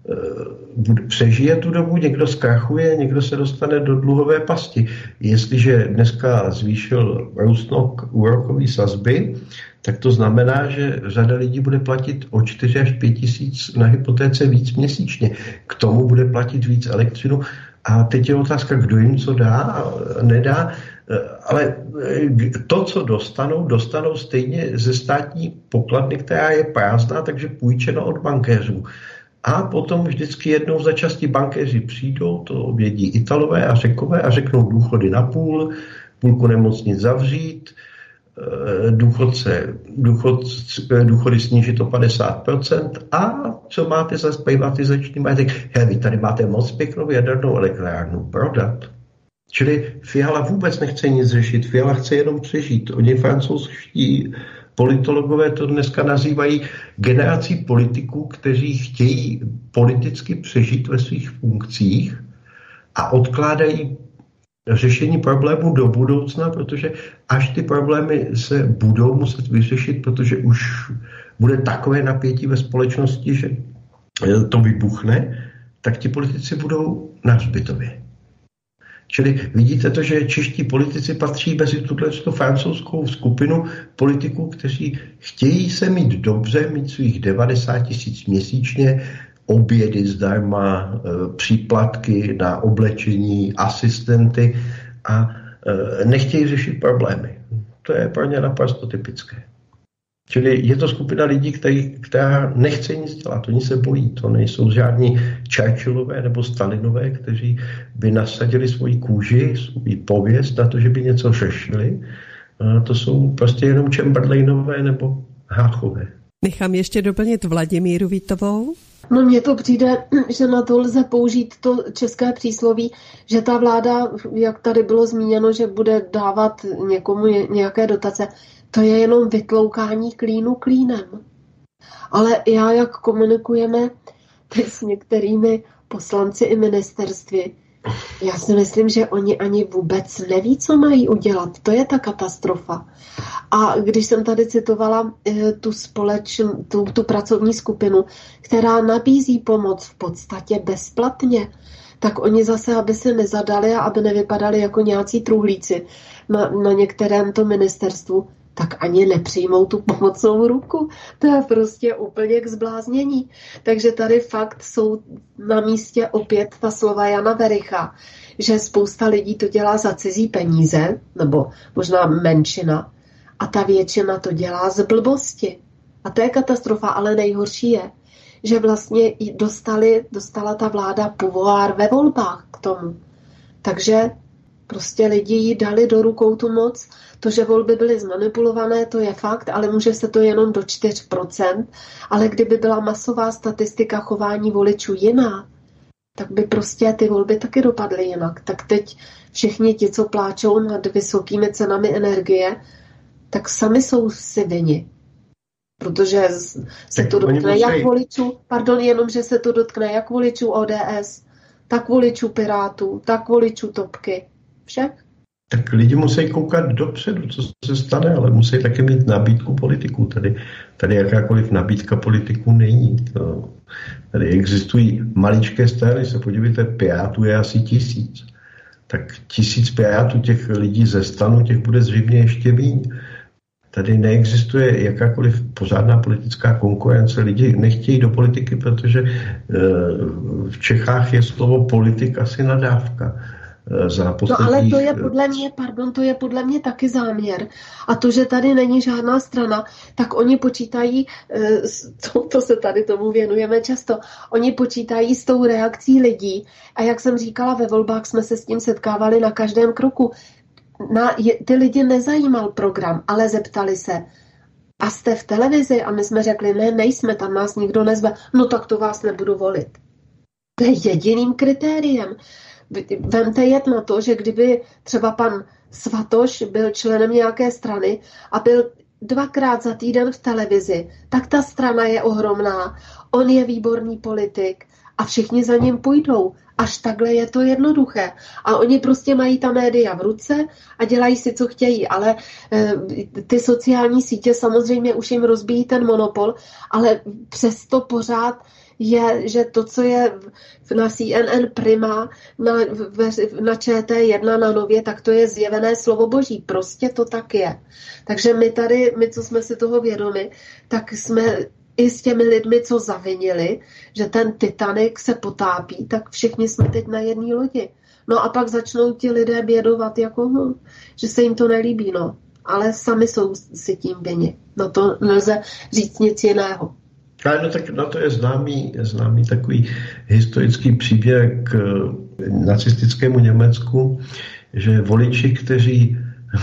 I: přežije tu dobu, někdo zkrachuje, někdo se dostane do dluhové pasti. Jestliže dneska zvýšil Rusnok úrokové sazby, tak to znamená, že řada lidí bude platit o čtyři až pět tisíc na hypotéce víc měsíčně. K tomu bude platit víc elektřinu. A teď je otázka, kdo jim co dá a nedá. Ale to, co dostanou, dostanou stejně ze státní pokladny, která je prázdná, takže půjčeno od bankéřů. A potom vždycky jednou za čas ti bankéři přijdou, to vědí Italové a Řekové a řeknou důchody na půl, půlku nemocnic zavřít, důchodce, důchod, důchody snížit o padesát procent a co máte za privatizační majetek? He, vy tady máte moc pěknou jadernou elektrárnu prodat. Čili Fiala vůbec nechce nic řešit, Fiala chce jenom přežít. Oni francouzští politologové to dneska nazývají generací politiků, kteří chtějí politicky přežít ve svých funkcích a odkládají řešení problémů do budoucna, protože až ty problémy se budou muset vyřešit, protože už bude takové napětí ve společnosti, že to vybuchne, tak ti politici budou na hřbitově. Čili vidíte to, že čeští politici patří mezi tuto francouzskou skupinu politiků, kteří chtějí se mít dobře, mít svých devadesát tisíc měsíčně, obědy zdarma, příplatky na oblečení, asistenty a nechtějí řešit problémy. To je pro ně naprosto typické. Čili je to skupina lidí, který, která nechce nic dělat, oni se bojí. To nejsou žádní Churchillové nebo Stalinové, kteří by nasadili svoji kůži, svůj pověst na to, že by něco řešili. A to jsou prostě jenom Chamberlainové nebo Háchové.
D: Nechám ještě doplnit Vladimíru Vítovou.
H: No mně to přijde, že na to lze použít to české přísloví, že ta vláda, jak tady bylo zmíněno, že bude dávat někomu nějaké dotace, to je jenom vytloukání klínu klínem. Ale já, jak komunikujeme teď s některými poslanci i ministerství, Já si myslím, že oni ani vůbec neví, co mají udělat. To je ta katastrofa. A když jsem tady citovala tu společn, tu, tu pracovní skupinu, která nabízí pomoc v podstatě bezplatně, tak oni zase, aby se nezadali a aby nevypadali jako nějací truhlíci na, na některém to ministerstvu, tak ani nepřijmou tu pomocnou ruku. To je prostě úplně k zbláznění. Takže tady fakt jsou na místě opět ta slova Jana Vericha, že spousta lidí to dělá za cizí peníze, nebo možná menšina, a ta většina to dělá z blbosti. A to je katastrofa, ale nejhorší je, že vlastně dostali, dostala ta vláda pouvoir ve volbách k tomu. Takže prostě lidi jí dali do rukou tu moc. To, že volby byly zmanipulované, to je fakt, ale může se to jenom do čtyři procenta. Ale kdyby byla masová statistika chování voličů jiná, tak by prostě ty volby taky dopadly jinak. Tak teď všichni ti, co pláčou nad vysokými cenami energie, tak sami jsou si vini. Protože se to dotkne jak voličů, pardon, jenom, že se to dotkne jak voličů O D S, tak voličů Pirátů, tak voličů Topky. Však?
I: Tak lidi musí koukat dopředu, co se stane, ale musí taky mít nabídku politiků. Tady, tady jakákoliv nabídka politiků není. To, tady existují maličké strany, se podívejte, Pirátů je asi tisíc. Tak tisíc Pirátů, těch lidí ze stanu, těch bude zřejmě ještě víc. Tady neexistuje jakákoliv pořádná politická konkurence. Lidi nechtějí do politiky, protože v Čechách je slovo politik asi nadávka. Za
H: no ale to je podle mě, pardon, to je podle mě taky záměr. A to, že tady není žádná strana, tak oni počítají, to, to se tady tomu věnujeme často, oni počítají s tou reakcí lidí. A jak jsem říkala, ve volbách jsme se s tím setkávali na každém kroku. Na, je, ty lidi nezajímal program, ale zeptali se, a jste v televizi? A my jsme řekli, ne, nejsme, tam nás nikdo nezve. No tak to vás nebudu volit. To je jediným kritériem. Vemte jet na to, že kdyby třeba pan Svatoš byl členem nějaké strany a byl dvakrát za týden v televizi, tak ta strana je ohromná, on je výborný politik a všichni za ním půjdou. Až takhle je to jednoduché. A oni prostě mají ta média v ruce a dělají si, co chtějí. Ale e, ty sociální sítě samozřejmě už jim rozbíjí ten monopol, ale přesto pořád je, že to, co je na C N N Prima, na, na Č T jedna, na Nově, tak to je zjevené slovo boží. Prostě to tak je. Takže my tady, my, co jsme si toho vědomi, tak jsme i s těmi lidmi, co zavinili, že ten Titanic se potápí, tak všichni jsme teď na jedné lodi. No a pak začnou ti lidé bědovat, jako, no, že se jim to nelíbí, no. Ale sami jsou si tím vini. No to nelze říct nic jiného.
I: Ale no tak na to je známý, známý takový historický příběh k nacistickému Německu, že voliči, kteří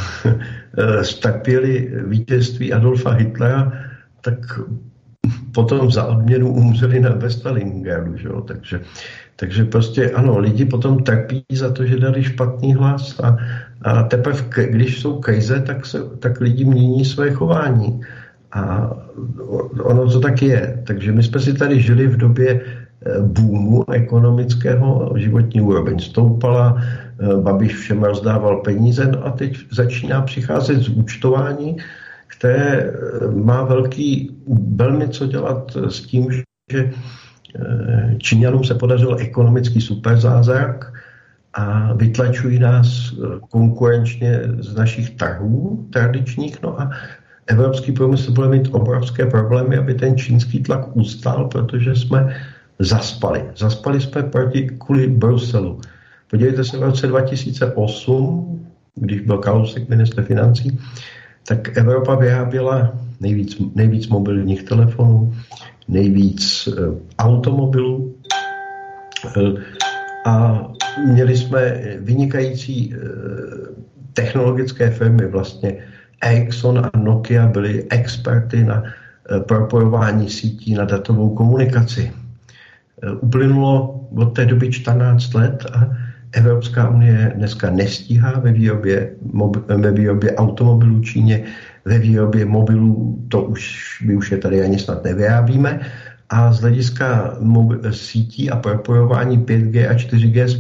I: strpěli vítězství Adolfa Hitlera, tak potom za odměnu umřeli na ve Stalingradu, že jo? Takže, takže prostě ano, lidi potom trpí za to, že dali špatný hlas a, a teprve, když jsou krize, tak, se, tak lidi mění své chování. A ono to tak je. Takže my jsme si tady žili v době boomu ekonomického, životní úroveň stoupala, Babiš všem rozdával peníze, no a teď začíná přicházet zúčtování, které má velký, velmi co dělat s tím, že Číňanům se podařilo ekonomický superzázrak a vytlačují nás konkurenčně z našich trhů tradičních, no a evropský průmysl bude mít obrovské problémy, aby ten čínský tlak ustál, protože jsme zaspali. Zaspali jsme proti kvůli Bruselu. Podívejte se, v roce dva tisíce osm, když byl Kalousek ministr financí, tak Evropa vyráběla nejvíc, nejvíc mobilních telefonů, nejvíc e, automobilů e, a měli jsme vynikající e, technologické firmy, vlastně Ericsson a Nokia byli experty na e, propojování sítí, na datovou komunikaci. E, uplynulo od té doby čtrnáct let a Evropská unie dneska nestíhá ve výrobě, ve výrobě automobilů Číně, ve výrobě mobilů, to už, my už je tady ani snad nevyrábíme. A z hlediska mobil, sítí a propojování pět G a čtyři G jsme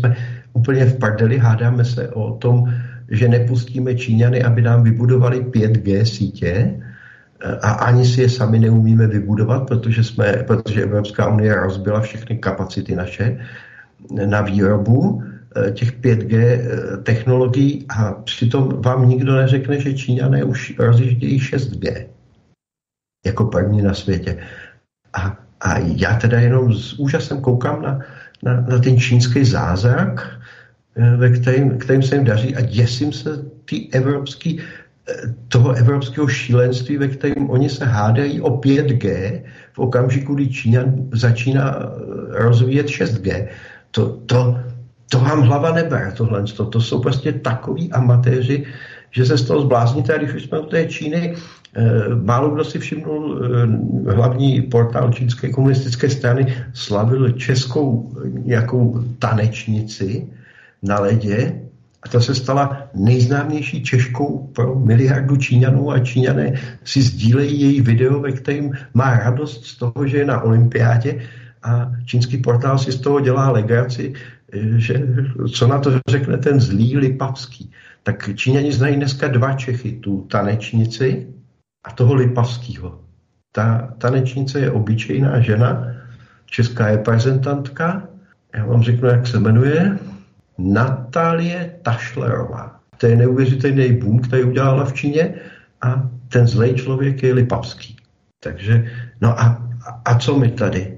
I: úplně v prdeli, hádáme se o tom, že nepustíme Číňany, aby nám vybudovali pět G sítě a ani si je sami neumíme vybudovat, protože, jsme, protože Evropská unie rozbila všechny kapacity naše na výrobu těch pět G technologií a přitom vám nikdo neřekne, že Číňané už rozjíždějí šest G jako první na světě. A, a já teda jenom s úžasem koukám na, na, na ten čínský zázrak, ve kterým, kterým se jim daří a děsím se ty evropský, toho evropského šílenství, ve kterém oni se hádají o pět G v okamžiku, kdy Číňan začíná rozvíjet šest G. To, to, to vám hlava nebere, tohle. To, to jsou prostě takový amatéři, že se z toho zblázníte. A když už jsme u té Číny, málo kdo si všimnul, hlavní portál čínské komunistické strany slavil českou nějakou tanečnici na ledě a ta se stala nejznámější Češkou pro miliardu Číňanů a Číňané si sdílejí její video, ve kterým má radost z toho, že je na olympiádě a čínský portál si z toho dělá legraci, že co na to řekne ten zlý Lipavský. Tak Číňani znají dneska dva Čechy, tu tanečnici a toho Lipavského. Ta tanečnice je obyčejná žena, česká reprezentantka, já vám řeknu, jak se jmenuje, Natalie Tašlerová. To je neuvěřitelný boom, který udělala v Číně a ten zlej člověk je Lipavský. Takže, no a, a co my tady?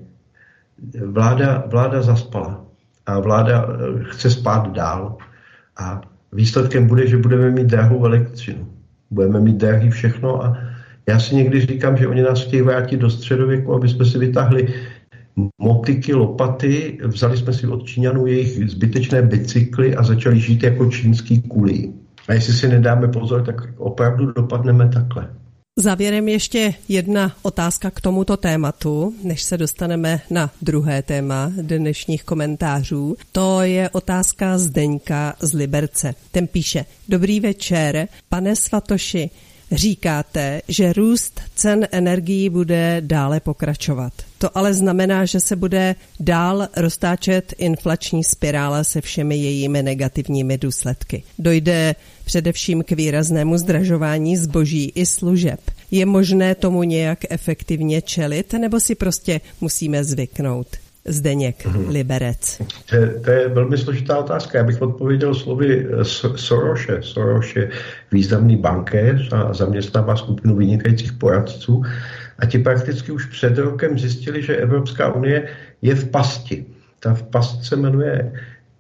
I: Vláda, vláda zaspala a vláda chce spát dál a výsledkem bude, že budeme mít drahou elektřinu. Budeme mít drahý všechno a já si někdy říkám, že oni nás chtějí vrátit do středověku, aby jsme si vytáhli motiky, lopaty, vzali jsme si od Číňanů jejich zbytečné bicykly a začali žít jako čínský kulí. A jestli si nedáme pozor, tak opravdu dopadneme takhle.
D: Závěrem ještě jedna otázka k tomuto tématu, než se dostaneme na druhé téma dnešních komentářů. To je otázka Zdeňka z Liberce. Ten píše: Dobrý večer, pane Svatoši, říkáte, že růst cen energií bude dále pokračovat. To ale znamená, že se bude dál roztáčet inflační spirála se všemi jejími negativními důsledky. Dojde především k výraznému zdražování zboží i služeb. Je možné tomu nějak efektivně čelit, nebo si prostě musíme zvyknout? Zdeněk, hmm. Liberec.
I: To, to je velmi složitá otázka. Já bych odpověděl slovy Soroše. Soros je významný bankéř a zaměstnává skupinu vynikajících poradců. A ti prakticky už před rokem zjistili, že Evropská unie je v pasti. Ta v past se jmenuje e,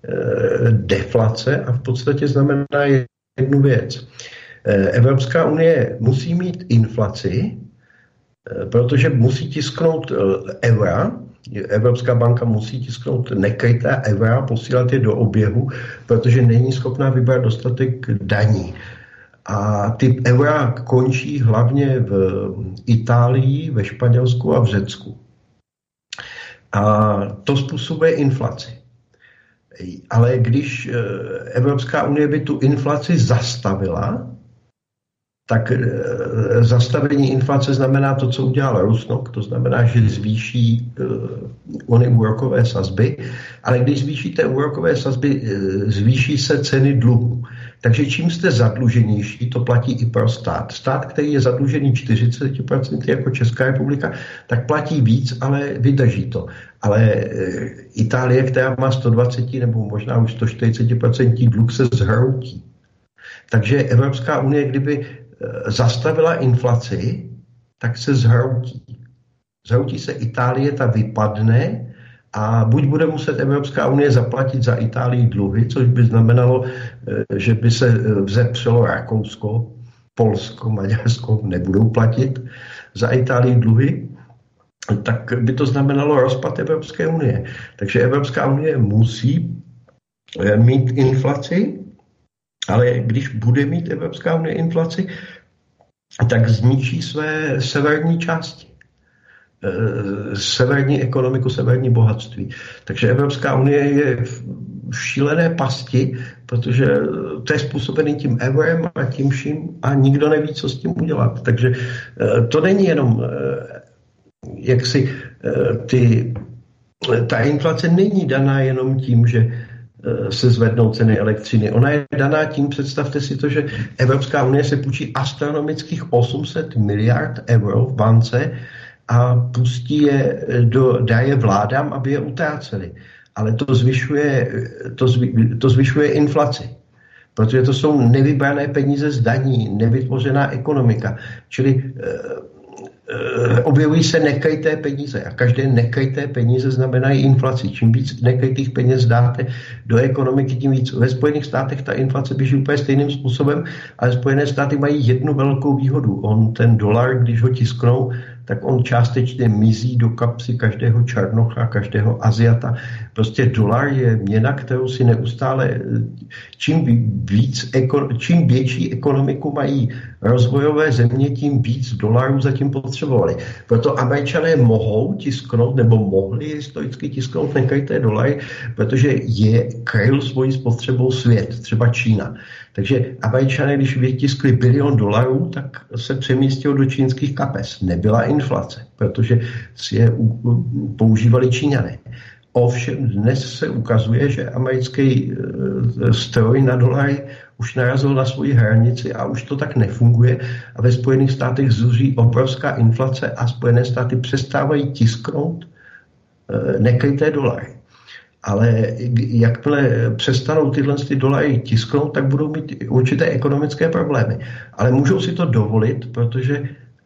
I: deflace a v podstatě znamená jednu věc. E, Evropská unie musí mít inflaci, e, protože musí tisknout e, eura. Evropská banka musí tisknout nekrytá eura, posílat je do oběhu, protože není schopná vybrat dostatek daní. A ty eura končí hlavně v Itálii, ve Španělsku a v Řecku. A to způsobuje inflaci. Ale když Evropská unie by tu inflaci zastavila, tak zastavení inflace znamená to, co udělal Rusnok, to znamená, že zvýší ony úrokové sazby, ale když zvýšíte úrokové sazby, zvýší se ceny dluhů. Takže čím jste zadluženější, to platí i pro stát. Stát, který je zadlužený čtyřicet procent jako Česká republika, tak platí víc, ale vydrží to. Ale Itálie, která má sto dvacet nebo možná už sto čtyřicet procent dluh, se zhroutí. Takže Evropská unie, kdyby zastavila inflaci, tak se zhroutí. Zhroutí se Itálie, ta vypadne a buď bude muset Evropská unie zaplatit za Itálii dluhy, což by znamenalo, že by se vzepřelo Rakousko, Polsko, Maďarsko nebudou platit za Itálii dluhy, tak by to znamenalo rozpad Evropské unie. Takže Evropská unie musí mít inflaci, ale když bude mít Evropská unie inflaci, tak zničí své severní části. Severní ekonomiku, severní bohatství. Takže Evropská unie je v šílené pasti, protože to je způsobený tím eurem a tím vším a nikdo neví, co s tím udělat. Takže to není jenom jak si ty, ta inflace není daná jenom tím, že se zvednou ceny elektřiny. Ona je daná tím, představte si to, že Evropská unie se půjčí astronomických osm set miliard euro v bance a pustí je do daje vládám, aby je utráceli. Ale to zvyšuje, to, zvy, to zvyšuje inflaci. Protože to jsou nevybrané peníze z daní, nevytvořená ekonomika. Čili objevují se nekryté peníze a každé nekryté peníze znamenají inflaci. Čím víc nekrytých peněz dáte do ekonomiky, tím víc. Ve Spojených státech ta inflace běží úplně stejným způsobem, ale Spojené státy mají jednu velkou výhodu. On ten dolar, když ho tisknou, tak on částečně mizí do kapsy každého černocha, každého Aziata. Prostě dolar je měna, kterou si neustále, čím víc, čím větší ekonomiku mají rozvojové země, tím víc dolarů zatím potřebovali. Proto Američané mohou tisknout, nebo mohli historicky tisknout nekryté dolary, protože je kryl svojí spotřebou svět, třeba Čína. Takže Američané, když vytiskli bilion dolarů, tak se přemístil do čínských kapes. Nebyla inflace, protože si je používali Číňané. Ovšem dnes se ukazuje, že americký stroj na dolary už narazil na svoji hranici a už to tak nefunguje a ve Spojených státech zuří obrovská inflace a Spojené státy přestávají tisknout nekryté dolary. Ale jakmile přestanou tyhle ty dolary tisknout, tak budou mít určité ekonomické problémy. Ale můžou si to dovolit, protože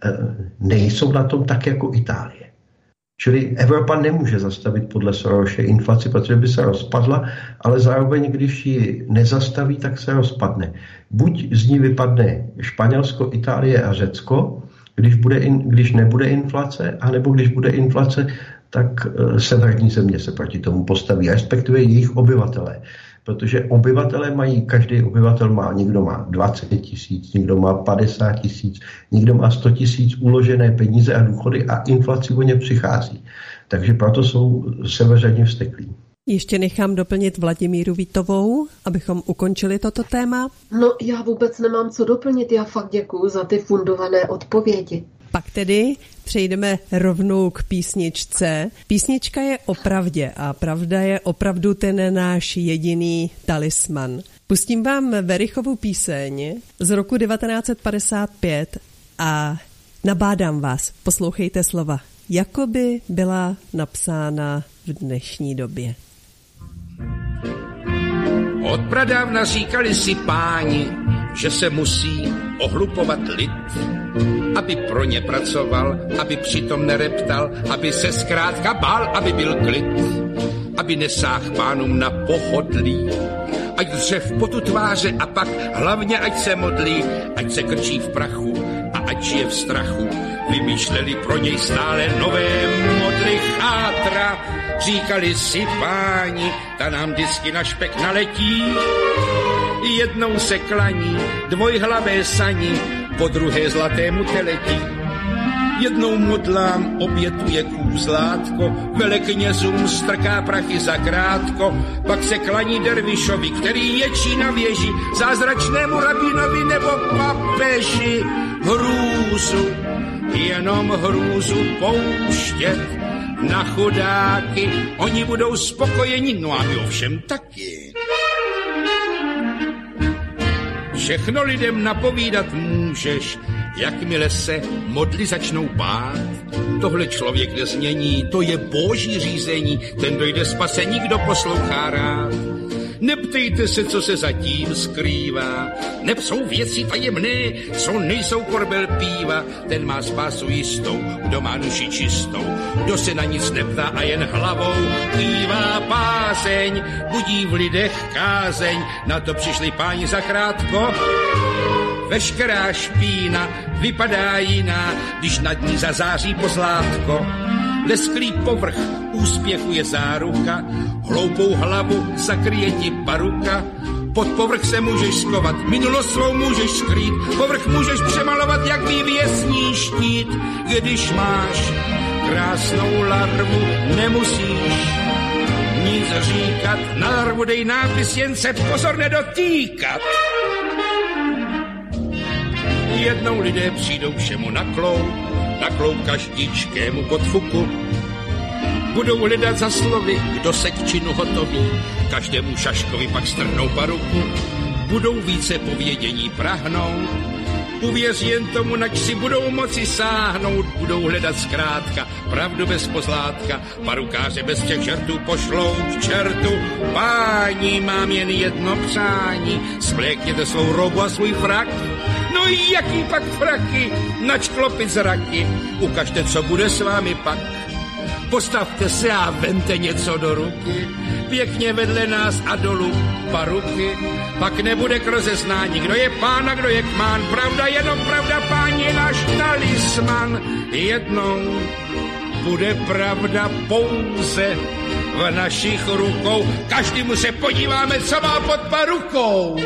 I: nejsou na tom tak jako Itálie. Čili Evropa nemůže zastavit podle Sorose inflaci, protože by se rozpadla, ale zároveň, když ji nezastaví, tak se rozpadne. Buď z ní vypadne Španělsko, Itálie a Řecko, když, bude in, když nebude inflace, anebo když bude inflace, tak severní země se proti tomu postaví, respektive jejich obyvatelé. Protože obyvatelé mají, každý obyvatel má, někdo má dvacet tisíc, někdo má padesát tisíc, někdo má sto tisíc uložené peníze a důchody a inflaci o ně přichází. Takže proto jsou severřani vzteklí.
D: Ještě nechám doplnit Vladimíru Vítovou, abychom ukončili toto téma.
H: No, já vůbec nemám co doplnit, já fakt děkuju za ty fundované odpovědi.
D: Pak tedy přejdeme rovnou k písničce. Písnička je o pravdě a pravda je opravdu ten náš jediný talisman. Pustím vám Verichovu píseň z roku devatenáct set padesát pět a nabádám vás, poslouchejte slova, jako by byla napsána v dnešní době.
A: Od pradávna říkali si páni, že se musí ohlupovat lid, aby pro ně pracoval, aby přitom nereptal, aby se zkrátka bál, aby byl klid, aby nesáhl pánům na pohodlí, ať dřev potu tváře a pak hlavně ať se modlí, ať se krčí v prachu a ať žije v strachu. Vymýšleli pro něj stále nové modly chátra, říkali si páni, ta nám vždycky na špek naletí. Jednou se klaní dvojhlavé sani, po druhé zlatému teletí. Jednou modlám obětuje kůzlátko, veleknězům strká prachy za krátko, pak se klaní dervišovi, který ječí na věži, zázračnému rabinovi nebo papeži. Hrůzu, jenom hrůzu pouštět na chudáky, oni budou spokojeni, no a my ovšem taky. Všechno lidem napovídat můžeš, jakmile se modly začnou bát. Tohle člověk nezmění, to je boží řízení, ten dojde spasení, kdo poslouchá rád. Neptejte se, co se zatím skrývá, neb jsou věci tajemné, co nejsou korbel píva. Ten má spásu jistou, kdo má duši čistou, kdo se na nic neptá a jen hlavou kývá. Páseň budí v lidech kázeň, na to přišli páni zakrátko. Veškerá špína vypadá jiná, když nad ní zazáří pozlátko. Lesklý povrch úspěchu je záruka, hloupou hlavu zakryje ti paruka. Pod povrch se můžeš skovat, minulost svou můžeš skrýt, povrch můžeš přemalovat jak vývěsní štít. Když máš krásnou larvu, nemusíš nic říkat, na larvu dej nápis, jen se pozor nedotýkat. Jednou lidé přijdou všemu na kloub, na kloub každičkému podfuku. Budou hledat za slovy, kdo se k činu hotoví, každému šaškovi pak strhnou paruku, budou více povědění prahnout, uvěř jen tomu, nač si budou moci sáhnout, budou hledat zkrátka pravdu bez pozlátka, parukáře bez těch žertů pošlou k čertu. Páni, mám jen jedno přání, svlékněte svou robu a svůj frak. No jaký pak fraky, nač klopit zraky, ukažte, co bude s vámi pak. Postavte se a vemte něco do ruky, pěkně vedle nás a dolů paruky, pak nebude k rozeznání, kdo je pán a kdo je kmán, pravda, jenom pravda, pán je náš talisman. Jednou bude pravda pouze v našich rukou, každému se podíváme, co má pod parukou.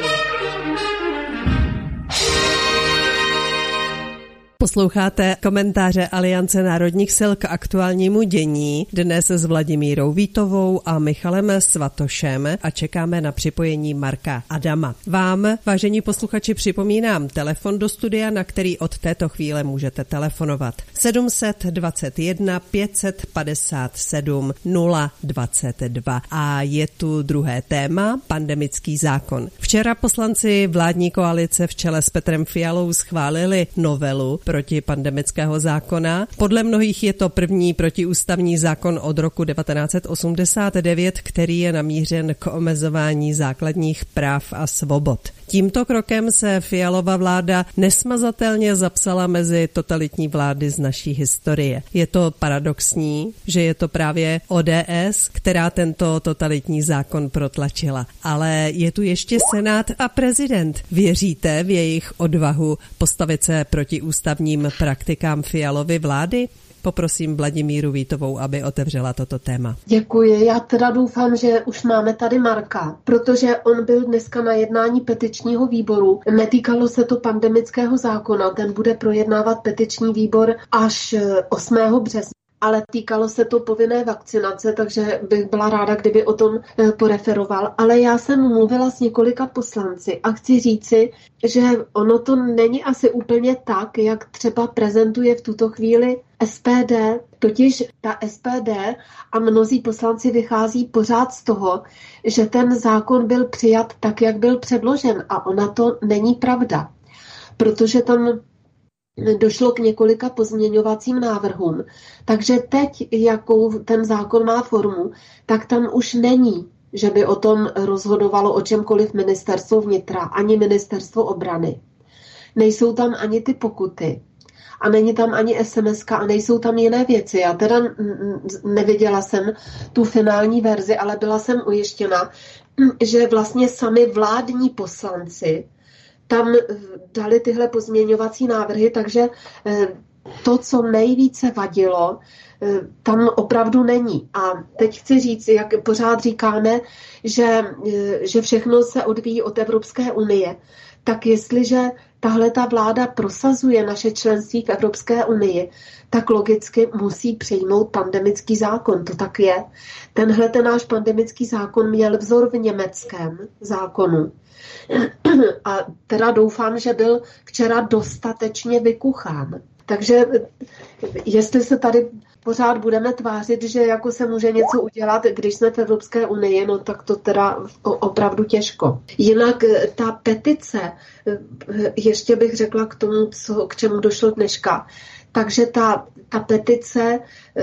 D: Posloucháte komentáře Aliance národních sil k aktuálnímu dění, dnes s Vladimírou Vítovou a Michalem Svatošem a čekáme na připojení Marka Adama. Vám, vážení posluchači, připomínám telefon do studia, na který od této chvíle můžete telefonovat. sedm dvacet jedna pět set padesát sedm nula dvacet dva. A je tu druhé téma, pandemický zákon. Včera poslanci vládní koalice v čele s Petrem Fialou schválili novelu protipandemického zákona. Podle mnohých je to první protiústavní zákon od roku devatenáct set osmdesát devět, který je namířen k omezování základních práv a svobod. Tímto krokem se Fialova vláda nesmazatelně zapsala mezi totalitní vlády z naší historie. Je to paradoxní, že je to právě O D S, která tento totalitní zákon protlačila. Ale je tu ještě Senát a prezident. Věříte v jejich odvahu postavit se proti ústavním praktikám Fialovy vlády? Poprosím Vladimíru Vítovou, aby otevřela toto téma.
H: Děkuji. Já teda doufám, že už máme tady Marka, protože on byl dneska na jednání petičního výboru. Netýkalo se to pandemického zákona, ten bude projednávat petiční výbor až osmého března. Ale týkalo se to povinné vakcinace, takže bych byla ráda, kdyby o tom poreferoval. Ale já jsem mluvila s několika poslanci a chci říci, že ono to není asi úplně tak, jak třeba prezentuje v tuto chvíli S P D. Totiž ta S P D a mnozí poslanci vychází pořád z toho, že ten zákon byl přijat tak, jak byl předložen. A ona to není pravda. Protože tam došlo k několika pozměňovacím návrhům. Takže teď, jakou ten zákon má formu, tak tam už není, že by o tom rozhodovalo o čemkoliv ministerstvo vnitra, ani ministerstvo obrany. Nejsou tam ani ty pokuty. A není tam ani es em eska a nejsou tam jiné věci. Já teda neviděla jsem tu finální verzi, ale byla jsem ujištěna, že vlastně sami vládní poslanci tam dali tyhle pozměňovací návrhy, takže to, co nejvíce vadilo, tam opravdu není. A teď chci říct, jak pořád říkáme, že, že všechno se odvíjí od Evropské unie, tak jestliže tahle ta vláda prosazuje naše členství v Evropské unii, tak logicky musí přijmout pandemický zákon. To tak je. Tenhle ten náš pandemický zákon měl vzor v německém zákonu. A teda doufám, že byl včera dostatečně vykuchán. Takže jestli se tady pořád budeme tvářit, že jako se může něco udělat, když jsme v Evropské unii, no tak to teda opravdu těžko. Jinak ta petice, ještě bych řekla k tomu, co, k čemu došlo dneška, takže ta, ta petice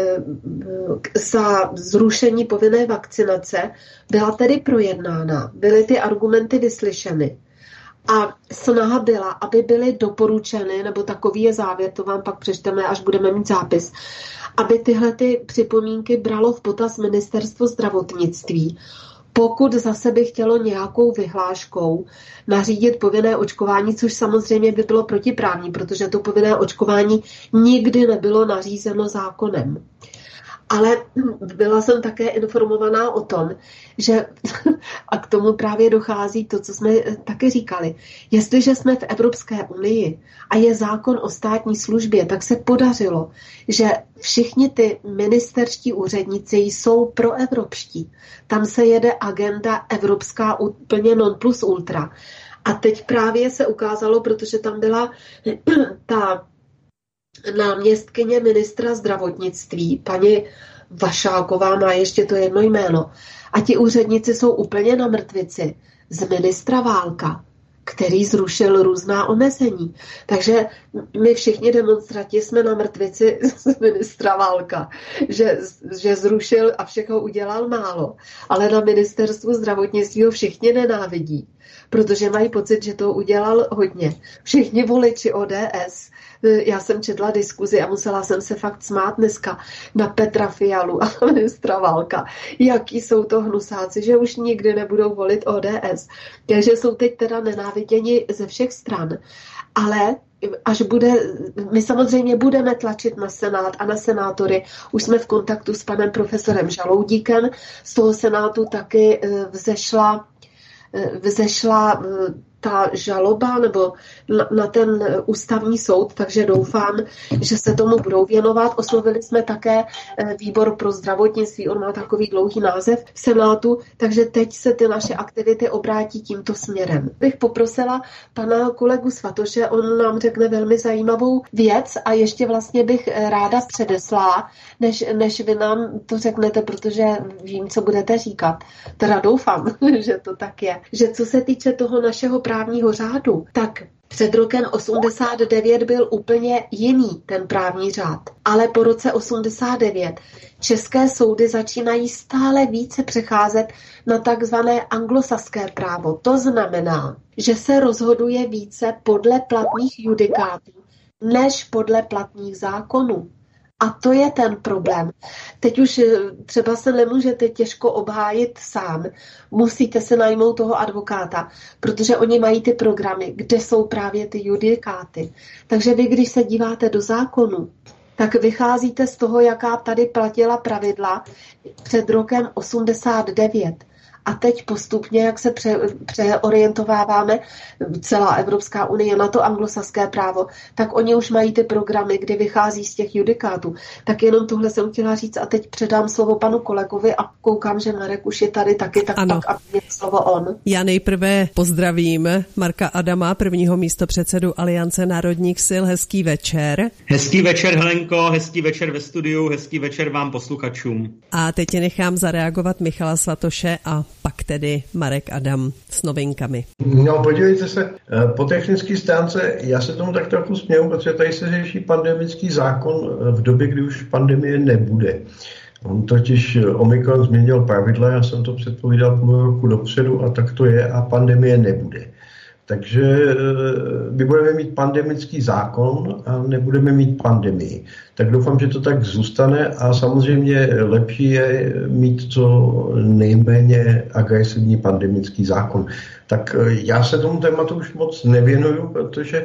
H: za zrušení povinné vakcinace byla tedy projednána, byly ty argumenty vyslyšeny. A snaha byla, aby byly doporučeny, nebo takový je závěr, to vám pak přečteme, až budeme mít zápis, aby tyhle ty připomínky bralo v potaz ministerstvo zdravotnictví. Pokud zase by chtělo nějakou vyhláškou nařídit povinné očkování, což samozřejmě by bylo protiprávní, protože to povinné očkování nikdy nebylo nařízeno zákonem. Ale byla jsem také informovaná o tom, že, a k tomu právě dochází to, co jsme taky říkali, jestliže jsme v Evropské unii a je zákon o státní službě, tak se podařilo, že všichni ty ministerští úředníci jsou proevropští. Tam se jede agenda evropská úplně non plus ultra. A teď právě se ukázalo, protože tam byla ta náměstkyně ministra zdravotnictví, paní Vašáková má ještě to jedno jméno. A ti úředníci jsou úplně na mrtvici z ministra Válka, který zrušil různá omezení. Takže my všichni demonstranti jsme na mrtvici z ministra Válka, že, že zrušil a všechno udělal málo. Ale na ministerstvu zdravotnictví ho všichni nenávidí, protože mají pocit, že to udělal hodně. Všichni voliči O D S, já jsem četla diskuzi a musela jsem se fakt smát dneska na Petra Fialu a na ministra Válka, jaký jsou to hnusáci, že už nikdy nebudou volit O D S. Takže jsou teď teda nenáviděni ze všech stran. Ale až bude, my samozřejmě budeme tlačit na Senát a na senátory. Už jsme v kontaktu s panem profesorem Žaloudíkem. Z toho Senátu taky vzešla vzešla ta žaloba nebo na, na ten ústavní soud, takže doufám, že se tomu budou věnovat. Oslovili jsme také výbor pro zdravotnictví, on má takový dlouhý název v Senátu, takže teď se ty naše aktivity obrátí tímto směrem. Bych poprosila pana kolegu Svatoše, on nám řekne velmi zajímavou věc a ještě vlastně bych ráda předeslala, než, než vy nám to řeknete, protože vím, co budete říkat. Teda doufám, že to tak je. Že co se týče toho našeho právního řádu, tak před rokem osmdesát devět byl úplně jiný ten právní řád. Ale po roce osmdesát devět české soudy začínají stále více přecházet na takzvané anglosaské právo. To znamená, že se rozhoduje více podle platných judikátů, než podle platných zákonů. A to je ten problém. Teď už třeba se nemůžete těžko obhájit sám. Musíte se najmout toho advokáta, protože oni mají ty programy, kde jsou právě ty judikáty. Takže vy, když se díváte do zákonu, tak vycházíte z toho, jaká tady platila pravidla před rokem osmdesát devět. A teď postupně, jak se pře, přeorientováváme, celá Evropská unie na to anglosaské právo, tak oni už mají ty programy, kdy vychází z těch judikátů. Tak jenom tohle jsem chtěla říct a teď předám slovo panu kolegovi a koukám, že Marek už je tady taky, tak ano. Pak a mě slovo on.
D: Já nejprve pozdravím Marka Adama, prvního místopředsedu Aliance národních sil. Hezký večer.
C: Hezký večer, Helenko, hezký večer ve studiu, hezký večer vám posluchačům.
D: A teď tě nechám zareagovat Michala Svatoše a pak tedy Marek Adam s novinkami.
I: No, podívejte se, po technické stránce, já se tomu tak trochu směju, protože tady se řeší pandemický zákon v době, kdy už pandemie nebude. On totiž Omikron změnil pravidla, já jsem to předpovídal půl roku dopředu a tak to je a pandemie nebude. Takže my budeme mít pandemický zákon a nebudeme mít pandemii. Tak doufám, že to tak zůstane a samozřejmě lepší je mít co nejméně agresivní pandemický zákon. Tak já se tomu tématu už moc nevěnuju, protože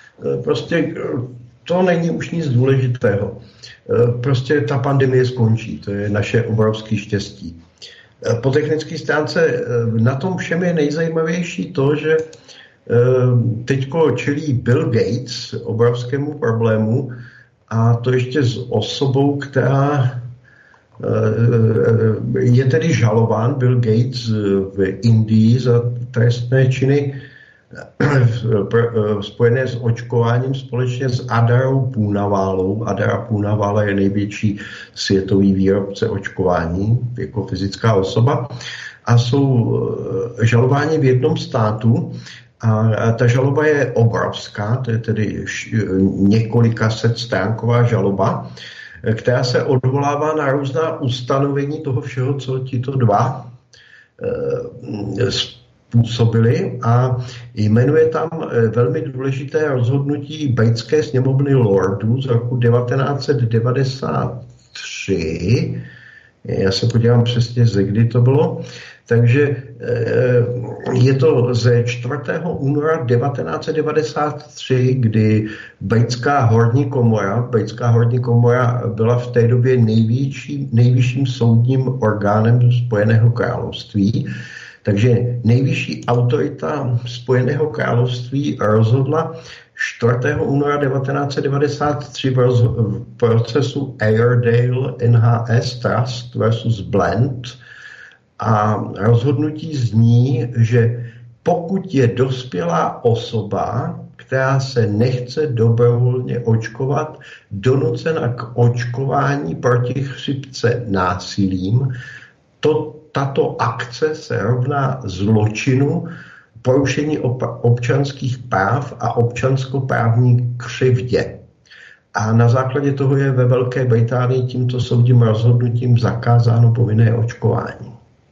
I: prostě to není už nic důležitého. Prostě ta pandemie skončí, to je naše obrovské štěstí. Po technické stránce na tom všem je nejzajímavější to, že teďko čelí Bill Gates obrovskému problému a to ještě s osobou, která je tedy žalován Bill Gates v Indii za trestné činy spojené s očkováním společně s Adarou Poonawallou. Adara Poonawalla je největší světový výrobce očkování jako fyzická osoba a jsou žalováni v jednom státu. A ta žaloba je obrovská, to je tedy několika set stránková žaloba, která se odvolává na různá ustanovení toho všeho, co tito dva e, způsobili a jmenuje tam velmi důležité rozhodnutí britské sněmovny lordů z roku devatenáct set devadesát tři. Já se podívám přesně, ze kdy to bylo. Takže je to ze čtvrtého února devatenáct set devadesát tři, kdy britská horní komora, britská horní komora byla v té době nejvyšší, nejvyšším soudním orgánem Spojeného království. Takže nejvyšší autorita Spojeného království rozhodla čtvrtého února devatenáct set devadesát tři v, roz, v procesu Airedale N H S Trust versus Blend a rozhodnutí zní, že pokud je dospělá osoba která se nechce dobrovolně očkovat, donucena k očkování proti chřipce násilím. To, tato akce se rovná zločinu, porušení op- občanských práv a občanskoprávní křivdě. A na základě toho je ve Velké Británii tímto soudním rozhodnutím zakázáno povinné očkování.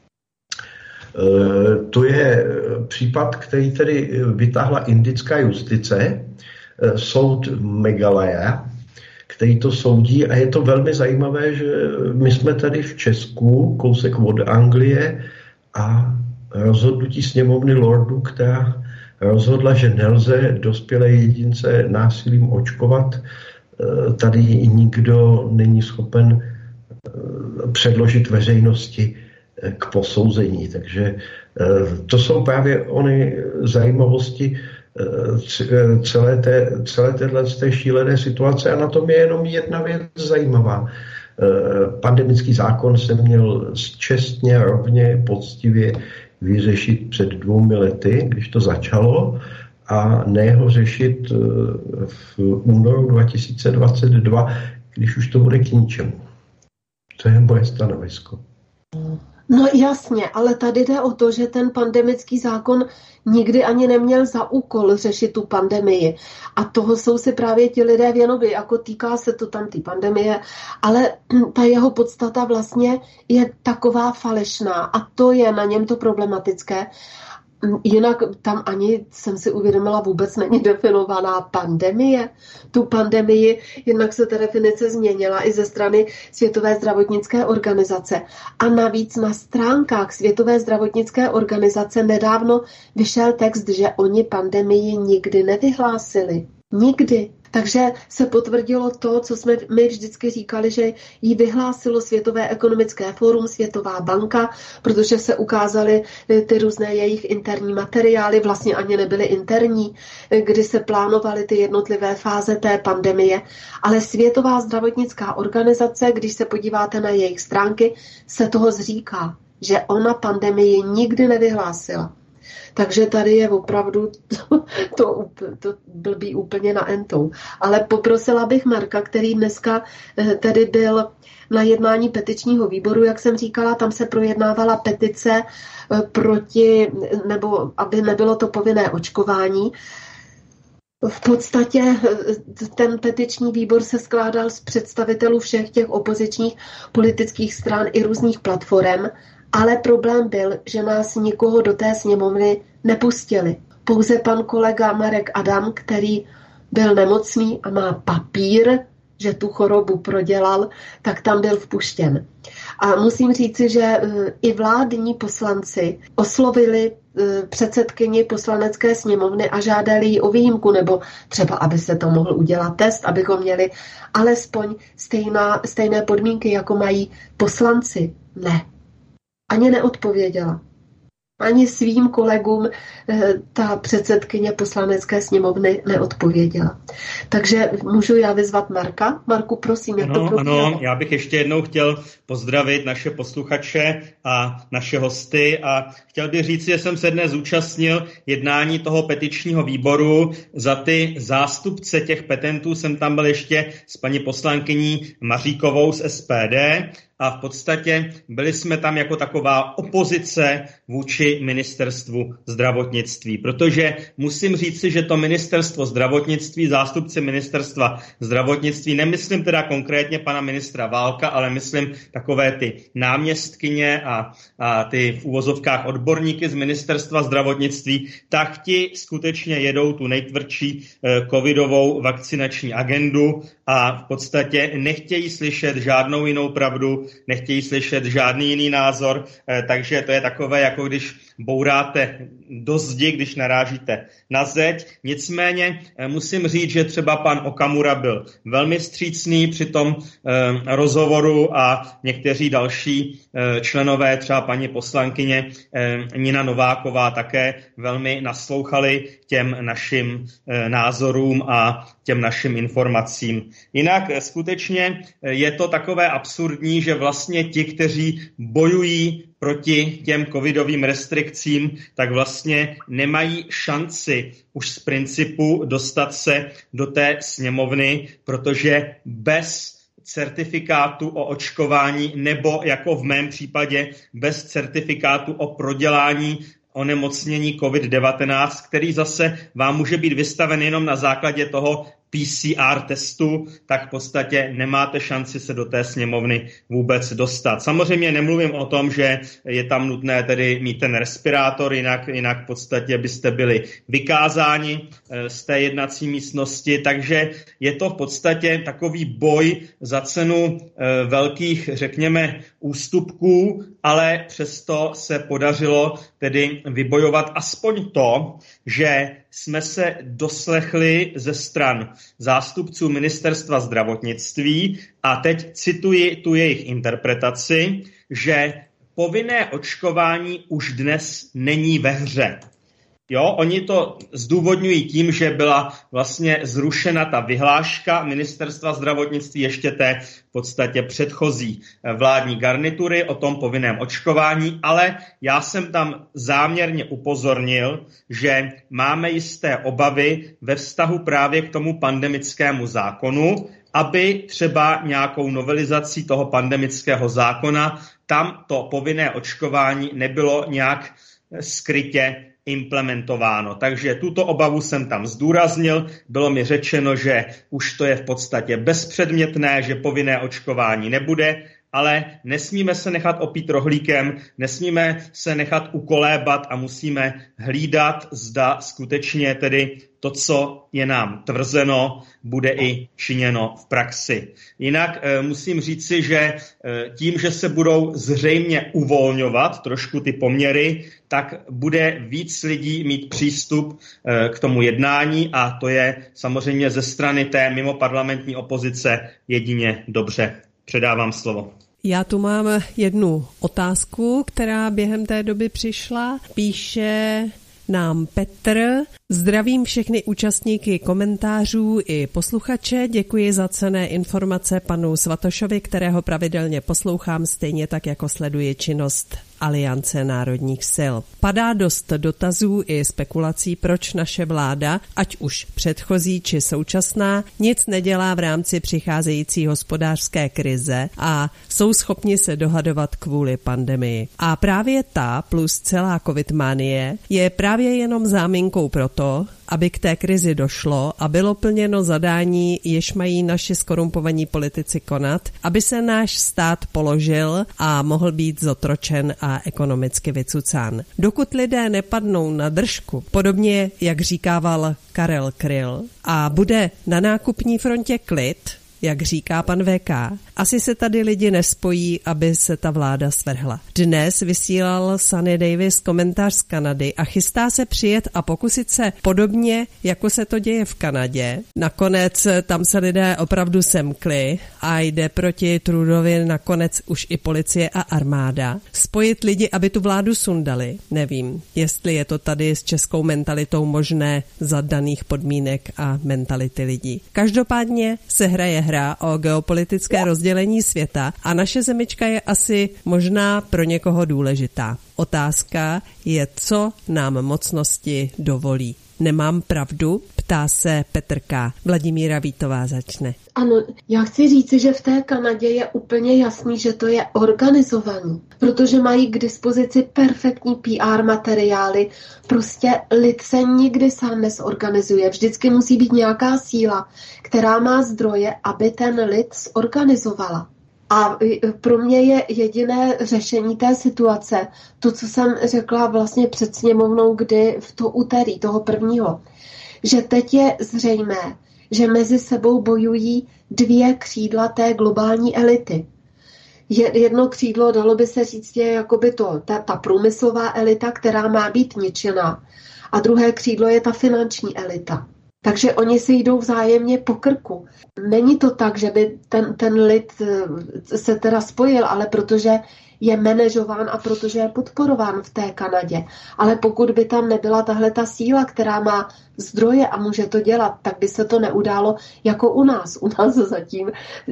I: E, to je případ, který tedy vytáhla indická justice, e, soud Meghalaya, který to soudí, a je to velmi zajímavé, že my jsme tady v Česku, kousek od Anglie, a rozhodnutí sněmovny lordů, která rozhodla, že nelze dospělé jedince násilím očkovat, tady nikdo není schopen předložit veřejnosti k posouzení. Takže to jsou právě ony zajímavosti celé, té, celé téhle té šílené situace, a na tom je jenom jedna věc zajímavá. Pandemický zákon se měl čestně, rovně, poctivě vyřešit před dvoumi lety, když to začalo, a ne ho řešit v únoru dva tisíce dvacet dva, když už to bude k ničemu. To je moje stanovisko.
H: No jasně, ale tady jde o to, že ten pandemický zákon nikdy ani neměl za úkol řešit tu pandemii. A toho jsou si právě ti lidé věnovi, jako týká se to tam té pandemie, ale ta jeho podstata vlastně je taková falešná a to je na něm to problematické. Jinak tam ani, jsem si uvědomila, vůbec není definovaná pandemie. Tu pandemii, jednak se ta definice změnila i ze strany Světové zdravotnické organizace. A navíc na stránkách Světové zdravotnické organizace nedávno vyšel text, že oni pandemii nikdy nevyhlásili. Nikdy. Takže se potvrdilo to, co jsme my vždycky říkali, že ji vyhlásilo Světové ekonomické fórum, Světová banka, protože se ukázaly ty různé jejich interní materiály, vlastně ani nebyly interní, kdy se plánovaly ty jednotlivé fáze té pandemie. Ale Světová zdravotnická organizace, když se podíváte na jejich stránky, se toho zříká, že ona pandemii nikdy nevyhlásila. Takže tady je opravdu to, to, to blbý úplně na entou. Ale poprosila bych Marka, který dneska tedy byl na jednání petičního výboru, jak jsem říkala, tam se projednávala petice proti, nebo aby nebylo to povinné očkování. V podstatě ten petiční výbor se skládal z představitelů všech těch opozičních politických stran i různých platform, ale problém byl, že nás nikoho do té sněmovny nepustili. Pouze pan kolega Marek Adam, který byl nemocný a má papír, že tu chorobu prodělal, tak tam byl vpuštěn. A musím říci, že i vládní poslanci oslovili předsedkyni poslanecké sněmovny a žádali ji o výjimku, nebo třeba, aby se to mohl udělat test, abychom měli alespoň stejná, stejné podmínky, jako mají poslanci. Ne. Ani neodpověděla. Ani svým kolegům ta předsedkyně poslanecké sněmovny neodpověděla. Takže můžu já vyzvat Marka? Marku, prosím, jak
C: ano,
H: to probíhalo?
C: Ano, já bych ještě jednou chtěl pozdravit naše posluchače a naše hosty a chtěl bych říct, že jsem se dnes zúčastnil jednání toho petičního výboru. Za ty zástupce těch petentů jsem tam byl ještě s paní poslankyní Maříkovou z S P D a v podstatě byli jsme tam jako taková opozice vůči ministerstvu zdravotnictví, protože musím říci, že to ministerstvo zdravotnictví, zástupci ministerstva zdravotnictví, nemyslím teda konkrétně pana ministra Válka, ale myslím takové ty náměstkyně a, a ty v uvozovkách odborníky z ministerstva zdravotnictví, tak ti skutečně jedou tu nejtvrdší eh, covidovou vakcinační agendu a v podstatě nechtějí slyšet žádnou jinou pravdu, nechtějí slyšet žádný jiný názor, eh, takže to je takové, jako když bouráte do zdi, když narážíte na zeď. Nicméně eh, musím říct, že třeba pan Okamura byl velmi vstřícný při tom eh, rozhovoru a někteří další eh, členové, třeba paní poslankyně eh, Nina Nováková také velmi naslouchali těm našim eh, názorům a těm našim informacím. Jinak skutečně je to takové absurdní, že vlastně ti, kteří bojují proti těm covidovým restrikcím, tak vlastně nemají šanci už z principu dostat se do té sněmovny, protože bez certifikátu o očkování nebo jako v mém případě bez certifikátu o prodělání onemocnění covid devatenáct, který zase vám může být vystaven jenom na základě toho P C R testu, tak v podstatě nemáte šanci se do té sněmovny vůbec dostat. Samozřejmě nemluvím o tom, že je tam nutné tedy mít ten respirátor, jinak, jinak v podstatě byste byli vykázáni z té jednací místnosti, takže je to v podstatě takový boj za cenu velkých, řekněme, ústupků, ale přesto se podařilo tedy vybojovat aspoň to, že jsme se doslechli ze stran zástupců ministerstva zdravotnictví a teď cituji tu jejich interpretaci, že povinné očkování už dnes není ve hře. Jo, oni to zdůvodňují tím, že byla vlastně zrušena ta vyhláška ministerstva zdravotnictví ještě té v podstatě předchozí vládní garnitury o tom povinném očkování, ale já jsem tam záměrně upozornil, že máme jisté obavy ve vztahu právě k tomu pandemickému zákonu, aby třeba nějakou novelizací toho pandemického zákona tam to povinné očkování nebylo nějak skrytě implementováno. Takže tuto obavu jsem tam zdůraznil. Bylo mi řečeno, že už to je v podstatě bezpředmětné, že povinné očkování nebude, ale nesmíme se nechat opít rohlíkem, nesmíme se nechat ukolébat a musíme hlídat, zda skutečně tedy to, co je nám tvrzeno, bude i činěno v praxi. Jinak e, musím říci, že e, tím, že se budou zřejmě uvolňovat trošku ty poměry, tak bude víc lidí mít přístup e, k tomu jednání a to je samozřejmě ze strany té mimoparlamentní opozice jedině dobře. Předávám slovo.
D: Já tu mám jednu otázku, která během té doby přišla. Píše nám Petr. Zdravím všechny účastníky komentářů i posluchače. Děkuji za cenné informace panu Svatošovi, kterého pravidelně poslouchám, stejně tak jako sleduji činnost Aliance národních sil. Padá dost dotazů i spekulací, proč naše vláda, ať už předchozí či současná, nic nedělá v rámci přicházející hospodářské krize a jsou schopni se dohadovat kvůli pandemii. A právě ta plus celá covidmanie je právě jenom záminkou pro to, aby k té krizi došlo a bylo plněno zadání, jež mají naši skorumpovaní politici konat, aby se náš stát položil a mohl být zotročen a ekonomicky vycucán. Dokud lidé nepadnou na držku, podobně jak říkával Karel Kryl, a bude na nákupní frontě klid, jak říká pan V K, asi se tady lidi nespojí, aby se ta vláda svrhla. Dnes vysílal Sunny Davis komentář z Kanady a chystá se přijet a pokusit se podobně, jako se to děje v Kanadě. Nakonec tam se lidé opravdu semkli a jde proti Trudeauovi nakonec už i policie a armáda. Spojit lidi, aby tu vládu sundali. Nevím, jestli je to tady s českou mentalitou možné za daných podmínek a mentality lidí. Každopádně se hraje hra o geopolitické rozdělení světa a naše zemička je asi možná pro někoho důležitá. Otázka je, co nám mocnosti dovolí. Nemám pravdu? Ptá se Petrka. Vladimíra Vítová začne.
H: Ano, já chci říci, že v té Kanadě je úplně jasný, že to je organizovaný, protože mají k dispozici perfektní P R materiály. Prostě lid se nikdy sám nezorganizuje. Vždycky musí být nějaká síla, která má zdroje, aby ten lid zorganizovala. A pro mě je jediné řešení té situace, to, co jsem řekla vlastně před sněmovnou, kdy v to úterý, toho prvního, že teď je zřejmé, že mezi sebou bojují dvě křídla té globální elity. Jedno křídlo, dalo by se říct, je jakoby to, ta, ta průmyslová elita, která má být ničena, a druhé křídlo je ta finanční elita. Takže oni si jdou vzájemně po krku. Není to tak, že by ten, ten lid se teda spojil, ale protože je manažován a protože je podporován v té Kanadě. Ale pokud by tam nebyla tahle ta síla, která má zdroje a může to dělat, tak by se to neudálo jako u nás. U nás zatím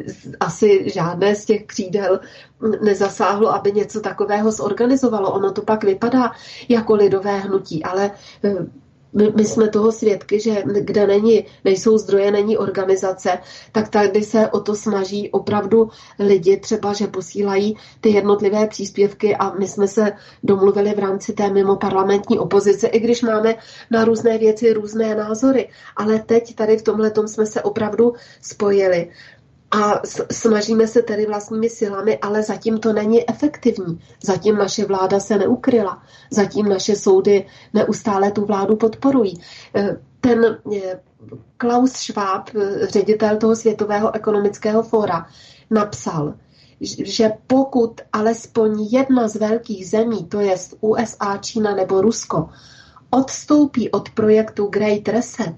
H: asi žádné z těch křídel nezasáhlo, aby něco takového zorganizovalo. Ono to pak vypadá jako lidové hnutí, ale My, my jsme toho svědky, že kde není, nejsou zdroje, není organizace, tak tady se o to snaží opravdu lidi, třeba, že posílají ty jednotlivé příspěvky a my jsme se domluvili v rámci té mimoparlamentní opozice, i když máme na různé věci různé názory. Ale teď tady v tomhletom jsme se opravdu spojili. A snažíme se tedy vlastními silami, ale zatím to není efektivní. Zatím naše vláda se neukryla. Zatím naše soudy neustále tu vládu podporují. Ten Klaus Schwab, ředitel toho Světového ekonomického fóra, napsal, že pokud alespoň jedna z velkých zemí, to je U S A, Čína nebo Rusko, odstoupí od projektu Great Reset,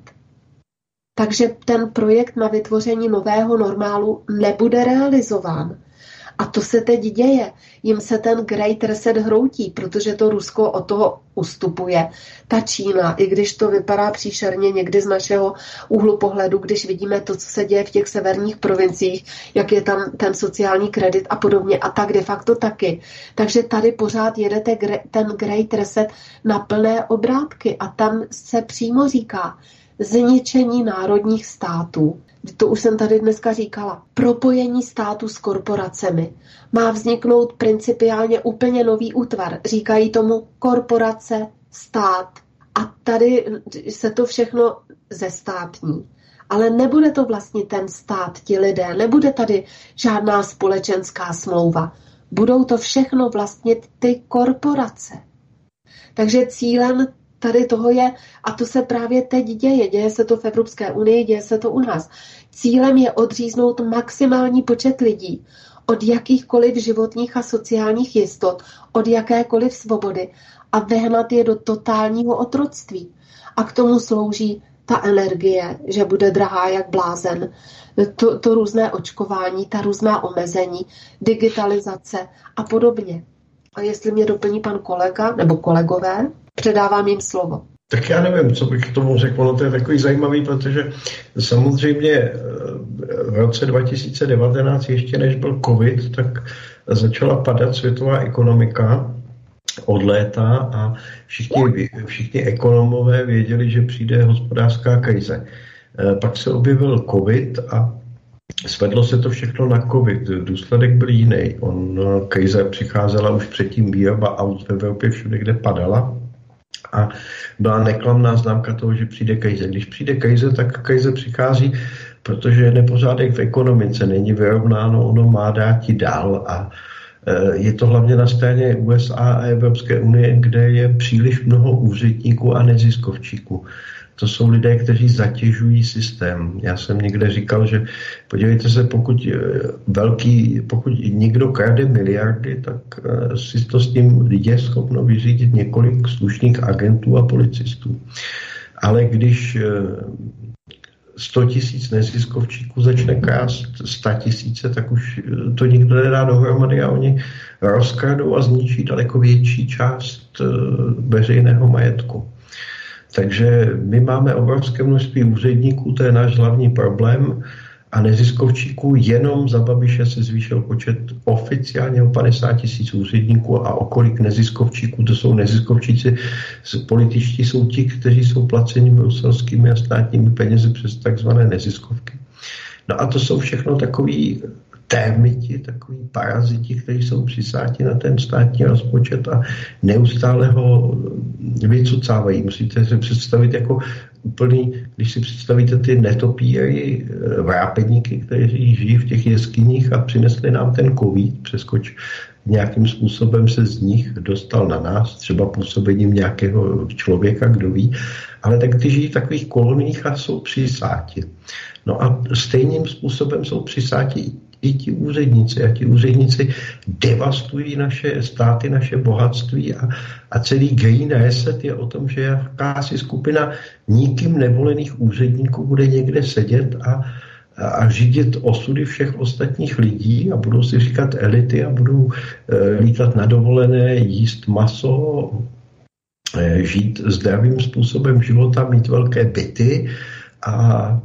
H: takže ten projekt na vytvoření nového normálu nebude realizován. A to se teď děje. Jim se ten Great Reset hroutí, protože to Rusko od toho ustupuje. Ta Čína, i když to vypadá příšerně někdy z našeho úhlu pohledu, když vidíme to, co se děje v těch severních provinciích, jak je tam ten sociální kredit a podobně, a tak de facto taky. Takže tady pořád jedete ten Great Reset na plné obrátky a tam se přímo říká, zničení národních států. To už jsem tady dneska říkala. Propojení státu s korporacemi. Má vzniknout principiálně úplně nový útvar. Říkají tomu korporace, stát. A tady se to všechno zestátní. Ale nebude to vlastně ten stát, ti lidé. Nebude tady žádná společenská smlouva. Budou to všechno vlastně ty korporace. Takže cílem tady toho je, a to se právě teď děje, děje se to v Evropské unii, děje se to u nás. Cílem je odříznout maximální počet lidí od jakýchkoliv životních a sociálních jistot, od jakékoliv svobody a vehnat je do totálního otroctví. A k tomu slouží ta energie, že bude drahá jak blázen, to, to různé očkování, ta různá omezení, digitalizace a podobně. A jestli mě doplní pan kolega nebo kolegové, předávám jim slovo.
I: Tak já nevím, co bych k tomu řekl, no to je takový zajímavý, protože samozřejmě v roce dva tisíce devatenáct, ještě než byl covid, tak začala padat světová ekonomika od léta a všichni, všichni ekonomové věděli, že přijde hospodářská krize. Pak se objevil covid a svedlo se to všechno na covid. Důsledek byl jiný. On, krize přicházela už předtím, výroba aut v Evropě všude, kde padala. A byla neklamná známka toho, že přijde krize. Když přijde krize, tak krize přichází, protože je nepořádek v ekonomice, není vyrovnáno, ono má dáti dál. A je to hlavně na straně U S A a Evropské unie, kde je příliš mnoho úředníků a neziskovčíků. To jsou lidé, kteří zatěžují systém. Já jsem někde říkal, že podívejte se, pokud velký, pokud někdo krade miliardy, tak si to s tím je schopno vyřídit několik slušných agentů a policistů. Ale když sto tisíc neziskovčíků začne krást sto tisíce, tak už to nikdo nedá dohromady a oni rozkradou a zničí daleko větší část veřejného majetku. Takže my máme obrovské množství úředníků, to je náš hlavní problém, a neziskovčíků. Jenom za Babiše se zvýšil počet oficiálně o padesát tisíc úředníků a o kolik neziskovčíků, to jsou neziskovčíci, političtí jsou ti, kteří jsou placeni bruselskými a státními penězi přes takzvané neziskovky. No a to jsou všechno takový termiti, takový paraziti, kteří jsou přisáti na ten státní rozpočet a neustále ho vycucávají. Musíte si představit jako úplný, když si představíte ty netopíry, vrápedníky, kteří žijí v těch jeskyních a přinesli nám ten covid, přeskoč nějakým způsobem se z nich dostal na nás, třeba působením nějakého člověka, kdo ví, ale tak ty žijí v takových koloniích a jsou přisáti. No a stejným způsobem jsou přisáti i ti úředníci. A ti úředníci devastují naše státy, naše bohatství a, a celý Green Reset je o tom, že jakási skupina nikým nevolených úředníků bude někde sedět a a řídit osudy všech ostatních lidí a budou si říkat elity a budou lítat na dovolené, jíst maso, žít zdravým způsobem života, mít velké byty a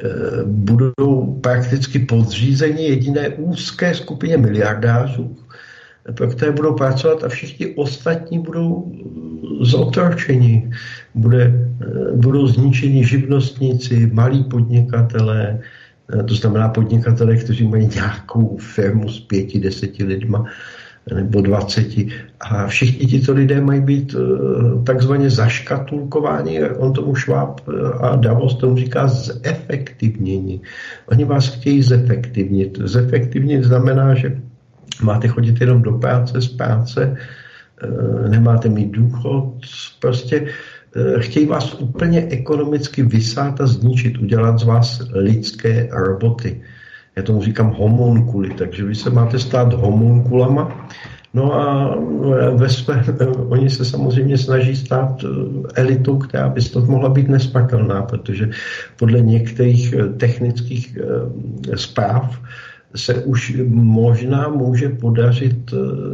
I: budou prakticky podřízeni jediné úzké skupině miliardářů, pro které budou pracovat a všichni ostatní budou zotročeni. Bude, budou zničeni živnostníci, malí podnikatelé, to znamená podnikatelé, kteří mají nějakou firmu s pěti, deseti lidma nebo dvaceti. A všichni tito lidé mají být takzvaně zaškatulkováni, on tomu Schwab a Davos tomu říká zefektivnění. Oni vás chtějí zefektivnit. Zefektivnit znamená, že máte chodit jenom do práce, z práce, nemáte mít důchod, prostě chtějí vás úplně ekonomicky vysát a zničit, udělat z vás lidské roboty. Já tomu říkám homunkuly, takže vy se máte stát homunkulama. No a ve své, oni se samozřejmě snaží stát elitou, která by to mohla být nesmrtelná, protože podle některých technických zpráv se už možná může podařit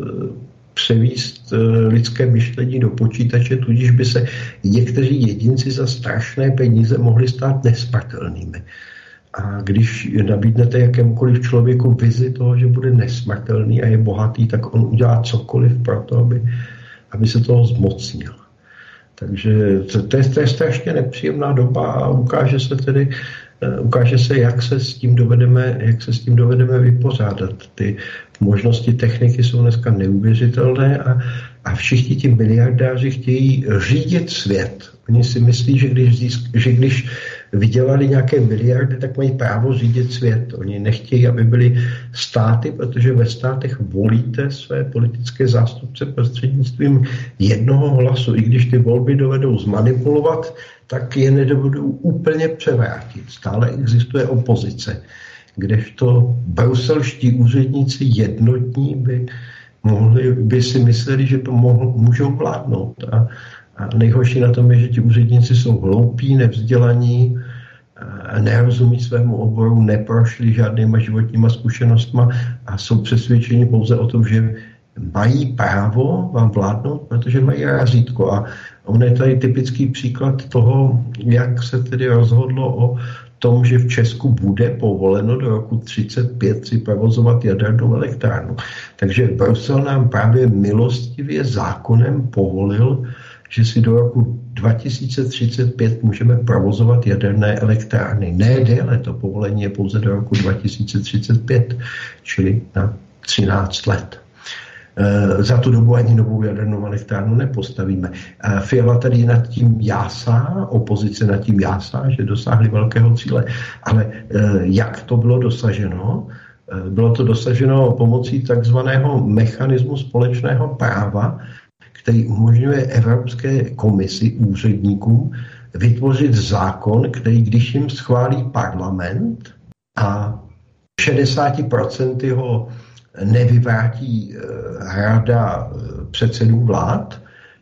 I: převíst lidské myšlení do počítače, tudíž by se někteří jedinci za strašné peníze mohli stát nesmrtelnými. A když nabídnete jakémukoliv člověku vizi toho, že bude nesmrtelný a je bohatý, tak on udělá cokoliv pro to, aby, aby se toho zmocnil. Takže to, to, je, to je strašně nepříjemná doba a ukáže se tedy, ukáže se, jak se s tím dovedeme, jak se s tím dovedeme vypořádat. Ty možnosti techniky jsou dneska neuvěřitelné a, a všichni ti miliardáři chtějí řídit svět. Oni si myslí, že když, získ, že když vydělali nějaké miliardy, tak mají právo řídit svět. Oni nechtějí, aby byly státy, protože ve státech volíte své politické zástupce prostřednictvím jednoho hlasu. I když ty volby dovedou zmanipulovat, tak je nedovedou úplně převrátit. Stále existuje opozice, kdežto bruselští úředníci jednotní by, mohli, by si mysleli, že to mohl, můžou vládnout. A, a nejhorší na tom je, že ti úředníci jsou hloupí, nevzdělaní, nerozumí svému oboru, neprošli žádnýma životníma zkušenostma a jsou přesvědčeni pouze o tom, že mají právo vám vládnout, protože mají razítko. A on je tady typický příklad toho, jak se tedy rozhodlo o tom, že v Česku bude povoleno do roku třicet pět si provozovat jadernou elektrárnu. Takže Brusel nám právě milostivě zákonem povolil, že si do roku dva tisíce třicet pět můžeme provozovat jaderné elektrárny. Ne déle, to povolení je pouze do roku dva tisíce třicet pět, čili na třináct let. E, za tu dobu ani novou jadernou elektrárnu nepostavíme. E, Fiala tady nad tím jásá, opozice nad tím jásá, že dosáhli velkého cíle. Ale e, jak to bylo dosaženo? E, bylo to dosaženo pomocí takzvaného mechanismu společného práva, který umožňuje Evropské komisi úředníkům vytvořit zákon, který když jim schválí parlament a šedesát procent ho nevyvrátí rada předsedů vlád,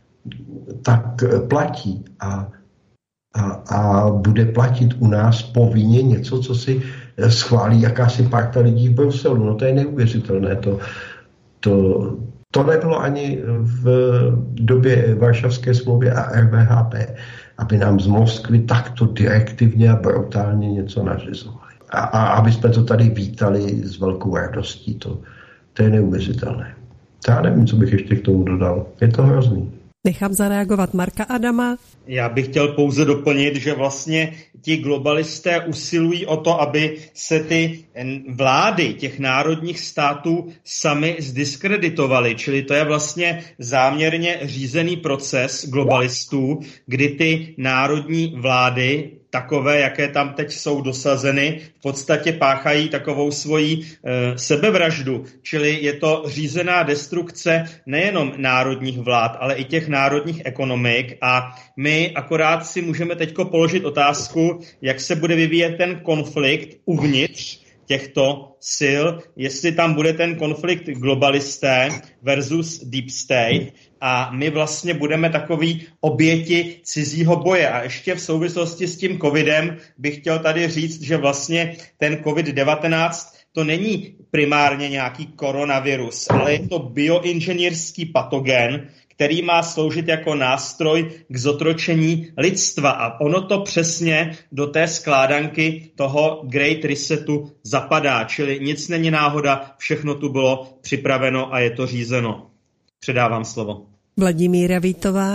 I: tak platí a, a, a bude platit u nás povinně něco, co si schválí jakási parta lidí v Bruselu. No to je neuvěřitelné. To, to, to nebylo ani v době Varšavské smlouvy a R V H P, aby nám z Moskvy takto direktivně a brutálně něco nařizovali. A, a aby jsme to tady vítali s velkou radostí. To, to je neuvěřitelné. Já nevím, co bych ještě k tomu dodal. Je to hrozný.
D: Nechám zareagovat Marka Adama.
C: Já bych chtěl pouze doplnit, že vlastně ti globalisté usilují o to, aby se ty vlády těch národních států sami zdiskreditovaly. Čili to je vlastně záměrně řízený proces globalistů, kdy ty národní vlády, takové, jaké tam teď jsou dosazeny, v podstatě páchají takovou svoji e, sebevraždu. Čili je to řízená destrukce nejenom národních vlád, ale i těch národních ekonomik. A my akorát si můžeme teďko položit otázku, jak se bude vyvíjet ten konflikt uvnitř těchto sil, jestli tam bude ten konflikt globalisté versus deep state a my vlastně budeme takový oběti cizího boje. A ještě v souvislosti s tím covidem bych chtěl tady říct, že vlastně ten covid devatenáct to není primárně nějaký koronavirus, ale je to bioinženýrský patogen, který má sloužit jako nástroj k zotročení lidstva. A ono to přesně do té skládanky toho Great Resetu zapadá. Čili nic není náhoda, všechno tu bylo připraveno a je to řízeno. Předávám slovo.
D: Vladimíra Vítová.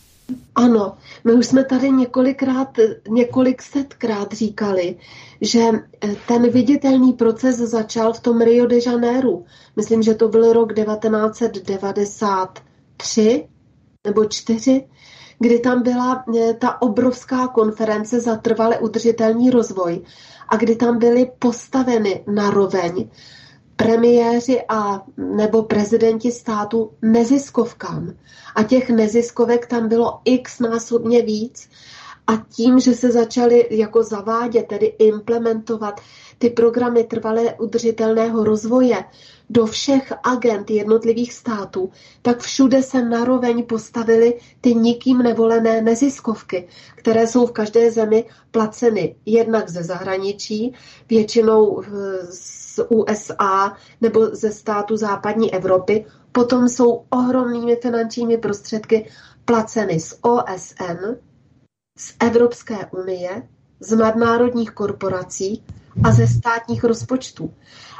H: Ano, my už jsme tady několikrát, několik setkrát říkali, že ten viditelný proces začal v tom Rio de Janeiro. Myslím, že to byl rok devatenáct set devadesát tři nebo čtyři, kdy tam byla ta obrovská konference za trvale udržitelný rozvoj a kdy tam byly postaveny na roveň premiéři a nebo prezidenti státu neziskovkám. A těch neziskovek tam bylo x násobně víc. A tím, že se začaly jako zavádět, tedy implementovat ty programy trvale udržitelného rozvoje do všech agend jednotlivých států, tak všude se naroveň postavily ty nikým nevolené neziskovky, které jsou v každé zemi placeny jednak ze zahraničí, většinou z U S A nebo ze států západní Evropy, potom jsou ohromnými finančními prostředky placeny z O S N, z Evropské unie, z nadnárodních korporací a ze státních rozpočtů.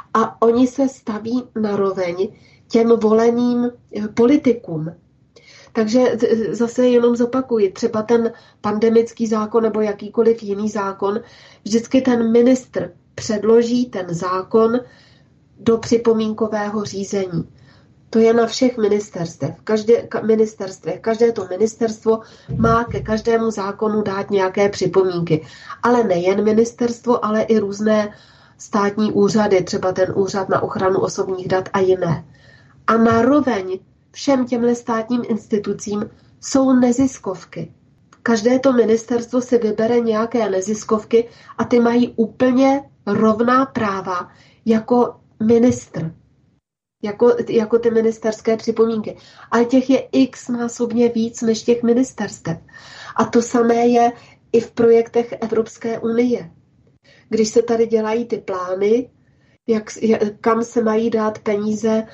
H: A oni se staví naroveň těm voleným politikům. Takže zase jenom zopakuji, třeba ten pandemický zákon nebo jakýkoliv jiný zákon, vždycky ten ministr předloží ten zákon do připomínkového řízení. To je na všech ministerstvech. Každé ministerstvech, každé to ministerstvo má ke každému zákonu dát nějaké připomínky. Ale nejen ministerstvo, ale i různé státní úřady, třeba ten úřad na ochranu osobních dat a jiné. A naroveň všem těmhle státním institucím jsou neziskovky. Každé to ministerstvo si vybere nějaké neziskovky a ty mají úplně rovná práva jako ministr. Jako, jako ty ministerské připomínky. Ale těch je x násobně víc než těch ministerstev. A to samé je i v projektech Evropské unie. Když se tady dělají ty plány, jak, kam se mají dát peníze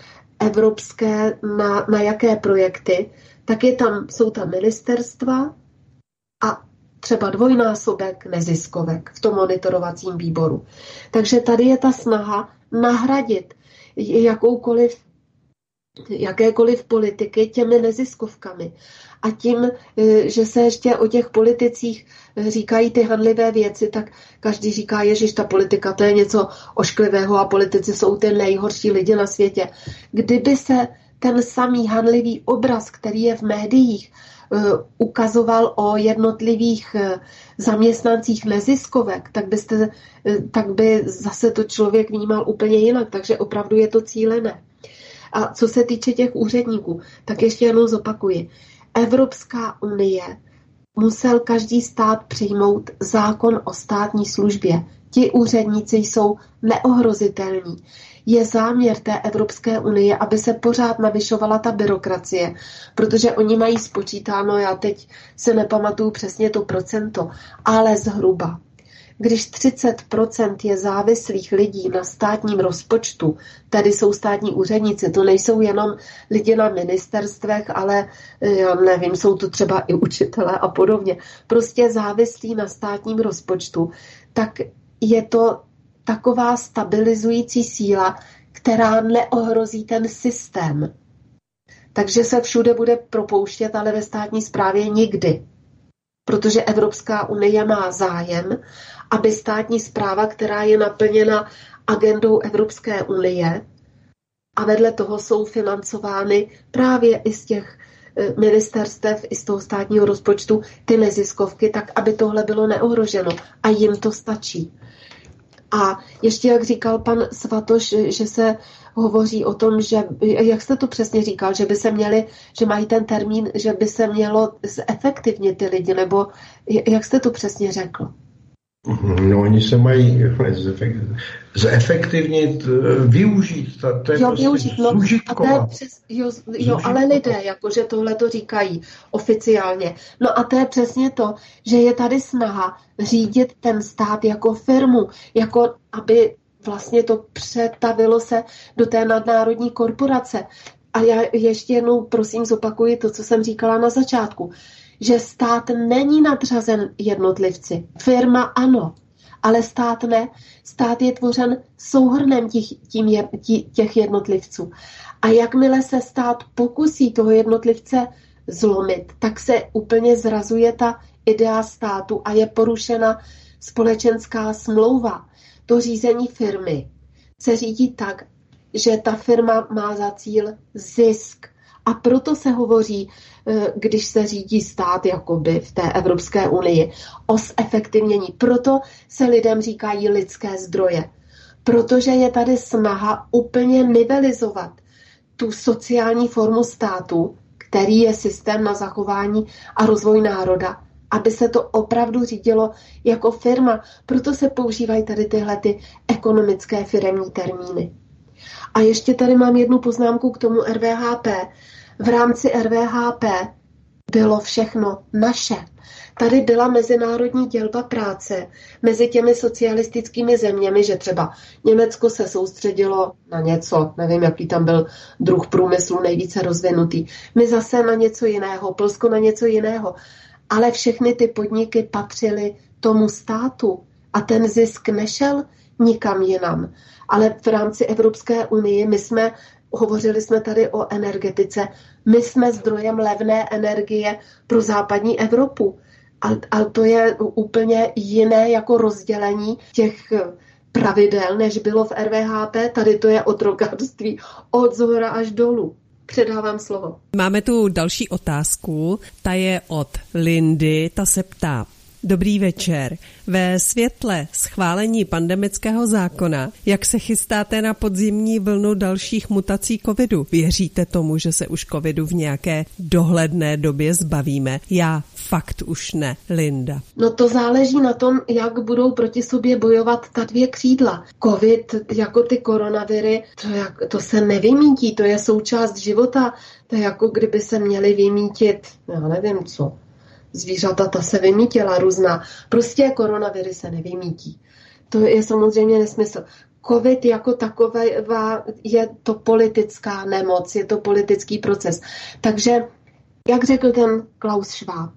H: evropské na, na jaké projekty, tak je tam, jsou tam ministerstva a třeba dvojnásobek neziskovek v tom monitorovacím výboru. Takže tady je ta snaha nahradit jakoukoliv, jakékoliv politiky těmi neziskovkami. A tím, že se ještě o těch politicích říkají ty hanlivé věci, tak každý říká, ježiš, ta politika, to je něco ošklivého a politici jsou ty nejhorší lidi na světě. Kdyby se ten samý hanlivý obraz, který je v médiích, ukazoval o jednotlivých zaměstnancích neziskovek, tak, byste, tak by zase to člověk vnímal úplně jinak. Takže opravdu je to cílené. A co se týče těch úředníků, tak ještě jednou zopakuji. Evropská unie musel každý stát přijmout zákon o státní službě. Ti úředníci jsou neohrozitelní. Je záměr té Evropské unie, aby se pořád navyšovala ta byrokracie, protože oni mají spočítáno, já teď se nepamatuju přesně to procento, ale zhruba. Když třicet procent je závislých lidí na státním rozpočtu, tady jsou státní úředníci, to nejsou jenom lidi na ministerstvech, ale já nevím, jsou to třeba i učitelé a podobně, prostě závislí na státním rozpočtu, tak je to taková stabilizující síla, která neohrozí ten systém. Takže se všude bude propouštět, ale ve státní správě nikdy. Protože Evropská unie má zájem, aby státní správa, která je naplněna agendou Evropské unie, a vedle toho jsou financovány právě i z těch ministerstev, i z toho státního rozpočtu ty neziskovky, tak aby tohle bylo neohroženo. A jim to stačí. A ještě, jak říkal pan Svatoš, že se hovoří o tom, že, jak jste to přesně říkal, že by se měli, že mají ten termín, že by se mělo zefektivnit ty lidi, nebo jak jste to přesně řekl?
I: No, oni se mají zefektivnit, využít. To, to je
H: jo,
I: prostě
H: využít, no, a to je přes, jo, jo, ale lidé, jakože tohle to říkají oficiálně. No a to je přesně to, že je tady snaha řídit ten stát jako firmu, jako aby vlastně to přetavilo se do té nadnárodní korporace. A já ještě jednou prosím zopakuji to, co jsem říkala na začátku, že stát není nadřazen jednotlivci. Firma ano, ale stát ne. Stát je tvořen souhrnem těch, tím je, těch jednotlivců. A jakmile se stát pokusí toho jednotlivce zlomit, tak se úplně zrazuje ta idea státu a je porušena společenská smlouva. To řízení firmy se řídí tak, že ta firma má za cíl zisk. A proto se hovoří, když se řídí stát jakoby v té Evropské unii, o zefektivnění. Proto se lidem říkají lidské zdroje. Protože je tady snaha úplně nivelizovat tu sociální formu státu, který je systém na zachování a rozvoj národa, aby se to opravdu řídilo jako firma. Proto se používají tady tyhle ty ekonomické firemní termíny. A ještě tady mám jednu poznámku k tomu R V H P. V rámci R V H P bylo všechno naše. Tady byla mezinárodní dělba práce mezi těmi socialistickými zeměmi, že třeba Německo se soustředilo na něco, nevím, jaký tam byl druh průmyslu nejvíce rozvinutý. My zase na něco jiného, Polsko na něco jiného. Ale všechny ty podniky patřily tomu státu a ten zisk nešel nikam jinam. Ale v rámci Evropské unie my jsme, hovořili jsme tady o energetice, my jsme zdrojem levné energie pro západní Evropu. Ale to je úplně jiné jako rozdělení těch pravidel, než bylo v R V H P. Tady to je otrokářství od zhora až dolů. Předávám slovo.
D: Máme tu další otázku, ta je od Lindy, ta se ptá. Dobrý večer. Ve světle schválení pandemického zákona, jak se chystáte na podzimní vlnu dalších mutací covidu? Věříte tomu, že se už covidu v nějaké dohledné době zbavíme? Já fakt už ne, Linda.
H: No to záleží na tom, jak budou proti sobě bojovat ta dvě křídla. Covid, jako ty koronaviry, to, jak, to se nevymítí, to je součást života. To je jako kdyby se měli vymítit, já nevím co. Zvířata, ta se vymítila různá. Prostě koronaviry se nevymítí. To je samozřejmě nesmysl. Covid jako taková je to politická nemoc, je to politický proces. Takže, jak řekl ten Klaus Schwab,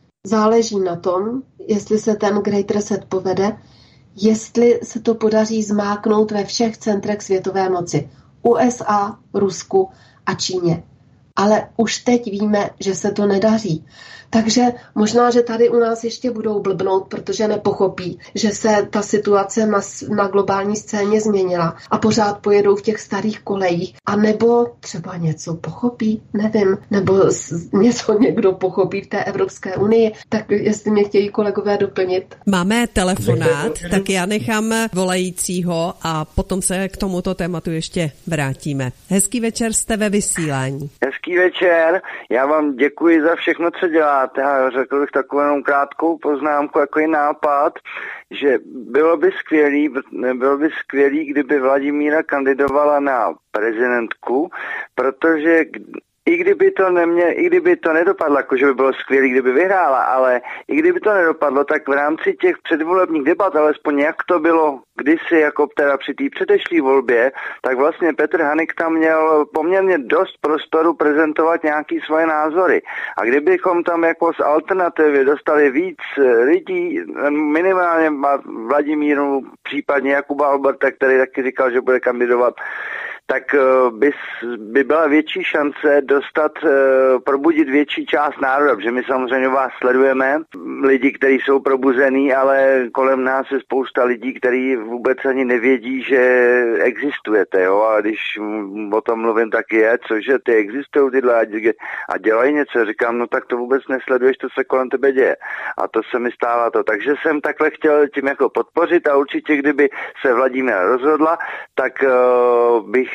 H: záleží na tom, jestli se ten Great Reset povede, jestli se to podaří zmáknout ve všech centrech světové moci. U S A, Rusku a Číně. Ale už teď víme, že se to nedaří. Takže možná, že tady u nás ještě budou blbnout, protože nepochopí, že se ta situace na, na globální scéně změnila a pořád pojedou v těch starých kolejích. A nebo třeba něco pochopí, nevím, nebo něco někdo pochopí v té Evropské unii. Tak jestli mě chtějí kolegové doplnit.
D: Máme telefonát, tak já nechám volajícího a potom se k tomuto tématu ještě vrátíme. Hezký večer, jste ve vysílání.
J: Hezký večer, já vám děkuji za všechno, co děláte. Já řekl bych takovou krátkou poznámku, jako je nápad, že bylo by skvělý, bylo by skvělý, kdyby Vladimíra kandidovala na prezidentku, protože i kdyby to nemě, i kdyby to nedopadlo, jako že by bylo skvělé, kdyby vyhrála, ale i kdyby to nedopadlo, tak v rámci těch předvolebních debat, alespoň jak to bylo kdysi, jako teda při té předešlé volbě, tak vlastně Petr Hanik tam měl poměrně dost prostoru prezentovat nějaký svoje názory. A kdybychom tam jako z alternativy dostali víc lidí, minimálně Vladimíru, případně Jakuba Alberta, který taky říkal, že bude kandidovat, tak by, by byla větší šance dostat, probudit větší část národa, protože my samozřejmě vás sledujeme, lidi, kteří jsou probuzení, ale kolem nás je spousta lidí, kteří vůbec ani nevědí, že existujete, jo, a když o tom mluvím, tak je, cože ty existují tyhle a dělají něco, říkám, no tak to vůbec nesleduješ, to se kolem tebe děje. A to se mi stává to. Takže jsem takhle chtěl tím jako podpořit a určitě, kdyby se Vladimíra rozhodla, tak uh, bych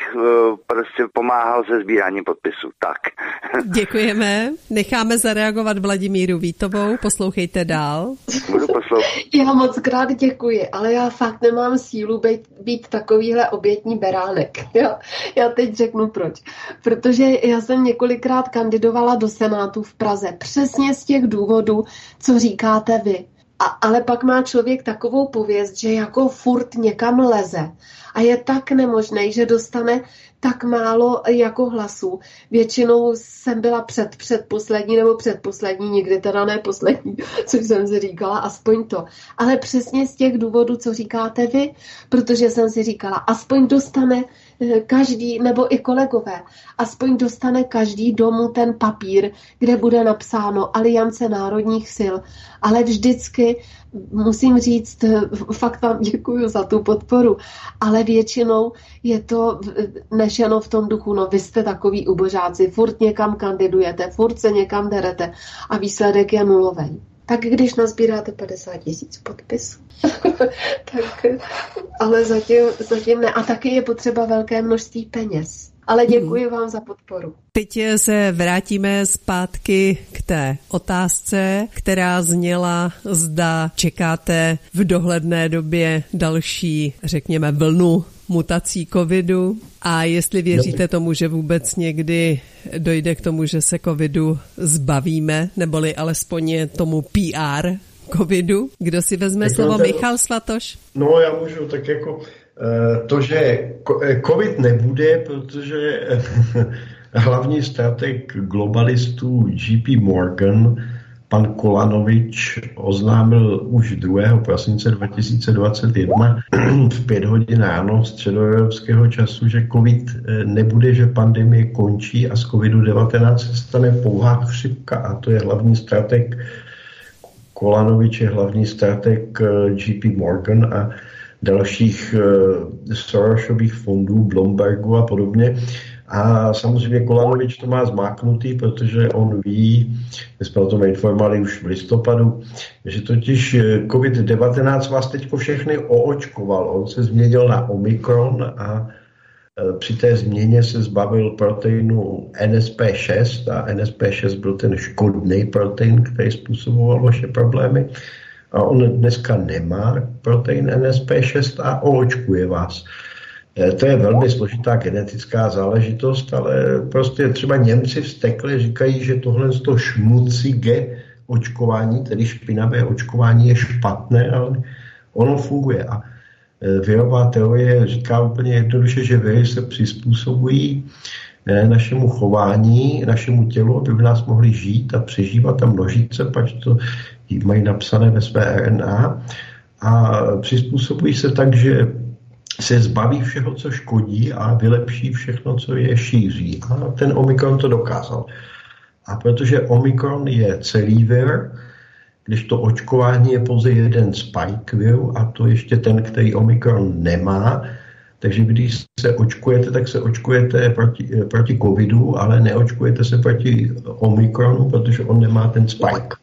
J: prostě pomáhal se sbíráním podpisů. Tak.
D: Děkujeme. Necháme zareagovat Vladimíru Vítovou. Poslouchejte dál.
J: Budu poslouchat.
H: Já moc krát děkuji, ale já fakt nemám sílu být, být takovýhle obětní beránek. Já, já teď řeknu proč. Protože já jsem několikrát kandidovala do Senátu v Praze. Přesně z těch důvodů, co říkáte vy. A, ale pak má člověk takovou pověst, že jako furt někam leze a je tak nemožný, že dostane tak málo jako hlasů. Většinou jsem byla před, předposlední nebo předposlední, nikdy teda ne poslední, což jsem si říkala, aspoň to. Ale přesně z těch důvodů, co říkáte vy, protože jsem si říkala, aspoň dostane každý, nebo i kolegové, aspoň dostane každý domů ten papír, kde bude napsáno Aliance národních sil. Ale vždycky musím říct, fakt vám děkuju za tu podporu, ale většinou je to nešeno v tom duchu, no vy jste takový ubožáci, furt někam kandidujete, furt se někam derete a výsledek je nulový. Tak když nazbíráte padesát tisíc podpisů, tak, ale zatím, zatím ne. A taky je potřeba velké množství peněz. Ale děkuji vám za podporu.
D: Teď se vrátíme zpátky k té otázce, která zněla, zda čekáte v dohledné době další, řekněme, vlnu mutací covidu a jestli věříte tomu, že vůbec někdy dojde k tomu, že se covidu zbavíme, neboli alespoň tomu P R covidu. Kdo si vezme tak slovo? To... Michal Svatoš?
I: No, já můžu tak jako to, že covid nebude, protože hlavní strateg globalistů J P Morgan, pan Kolanovič, oznámil už druhého prosince dva tisíce dvacet jedna v pět hodin ráno středoevropského času, že covid nebude, že pandemie končí a z covidu devatenáct se stane pouhá chřipka, a to je hlavní strateg Kolanovič, je hlavní strateg J P Morgan a dalších uh, Sorosových fondů, Bloombergu a podobně. A samozřejmě Kolanovič to má zmáknutý, protože on ví, my jsme o tom informovali už v listopadu, že totiž covid devatenáct vás teď všechny oočkoval. On se změnil na Omikron a uh, při té změně se zbavil proteinu N S P šest a N S P šest byl ten škodný protein, který způsoboval vaše problémy. A on dneska nemá protein N S P šest a oočkuje vás. To je velmi složitá genetická záležitost, ale prostě třeba Němci vztekle říkají, že tohle z toho šmucige očkování, tedy špinavé očkování, je špatné, ale ono funguje. A virová teorie říká úplně jednoduše, že viry se přizpůsobují našemu chování, našemu tělu, aby v nás mohli žít a přežívat a množit se, pač to mají napsané ve své R N A a přizpůsobují se tak, že se zbaví všeho, co škodí a vylepší všechno, co je šíří. A ten Omikron to dokázal. A protože Omikron je celý vir, když to očkování je pouze jeden spike viru a to ještě ten, který Omikron nemá, takže když se očkujete, tak se očkujete proti, proti covidu, ale neočkujete se proti Omikronu, protože on nemá ten spike.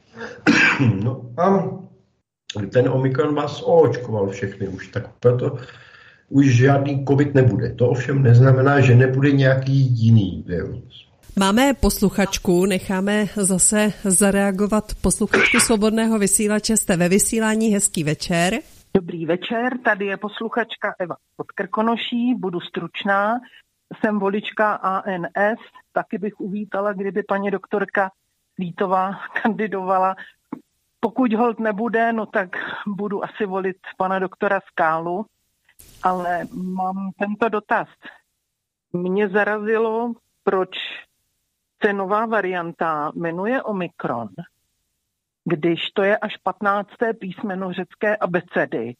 I: No a ten Omikron vás oočkoval všechny už, tak proto už žádný covid nebude. To ovšem neznamená, že nebude nějaký jiný virus.
D: Máme posluchačku, necháme zase zareagovat posluchačku Svobodného vysílače. Jste ve vysílání, hezký večer.
K: Dobrý večer, tady je posluchačka Eva od Krkonoší, budu stručná. Jsem volička A N S, taky bych uvítala, kdyby paní doktorka Vítová kandidovala. Pokud holt nebude, no tak budu asi volit pana doktora Skálu, ale mám tento dotaz. Mě zarazilo, proč se nová varianta jmenuje Omikron, když to je až patnácté písmeno řecké abecedy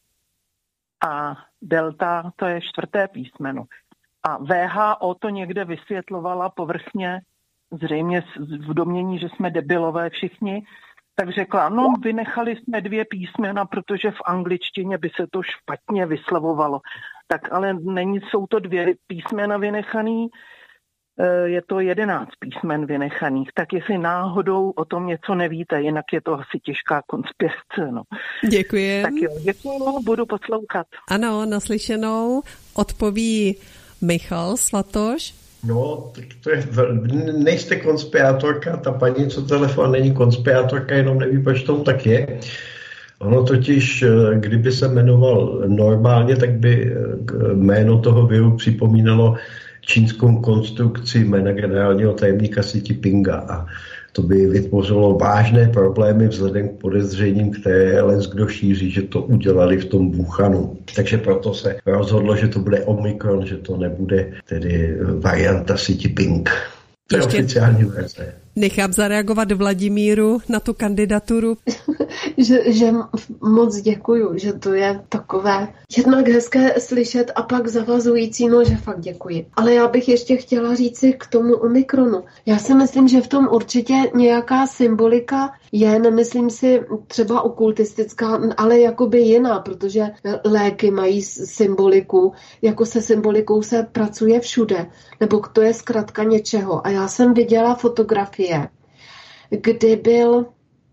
K: a delta to je čtvrté písmeno. A V H O to někde vysvětlovala povrchně, zřejmě v domnění, že jsme debilové všichni, tak řekla, no vynechali jsme dvě písmena, protože v angličtině by se to špatně vyslovovalo. Tak ale není, jsou to dvě písmena vynechaný, je to jedenáct písmen vynechaných, tak jestli náhodou o tom něco nevíte, jinak je to asi těžká konspirace. No.
D: Děkuji.
K: Tak jo, děkuji, budu poslouchat.
D: Ano, naslyšenou odpoví Michal Svatoš?
I: No, tak to je, nejste konspirátorka, ta paní, co telefon, není konspirátorka, jenom neví, proč tomu tak je. Ono totiž, kdyby se jmenoval normálně, tak by jméno toho viru připomínalo čínskou konstrukci jména generálního tajemníka Xi Jinpinga a to by vytvořilo vážné problémy vzhledem k podezřením, které leckdo šíří, že to udělali v tom Wuhanu. Takže proto se rozhodlo, že to bude Omikron, že to nebude tedy varianta Xi Jinping. To je oficiální verze.
D: Nechám zareagovat Vladimíru na tu kandidaturu.
H: že, že moc děkuju, že to je takové jednak hezké slyšet a pak zavazující, no že fakt děkuji. Ale já bych ještě chtěla říci k tomu Omikronu. Já si myslím, že v tom určitě nějaká symbolika je, nemyslím si třeba okultistická, ale jakoby jiná, protože léky mají symboliku, jako se symbolikou se pracuje všude, nebo to je zkratka něčeho. A já jsem viděla fotografii, kdy byl,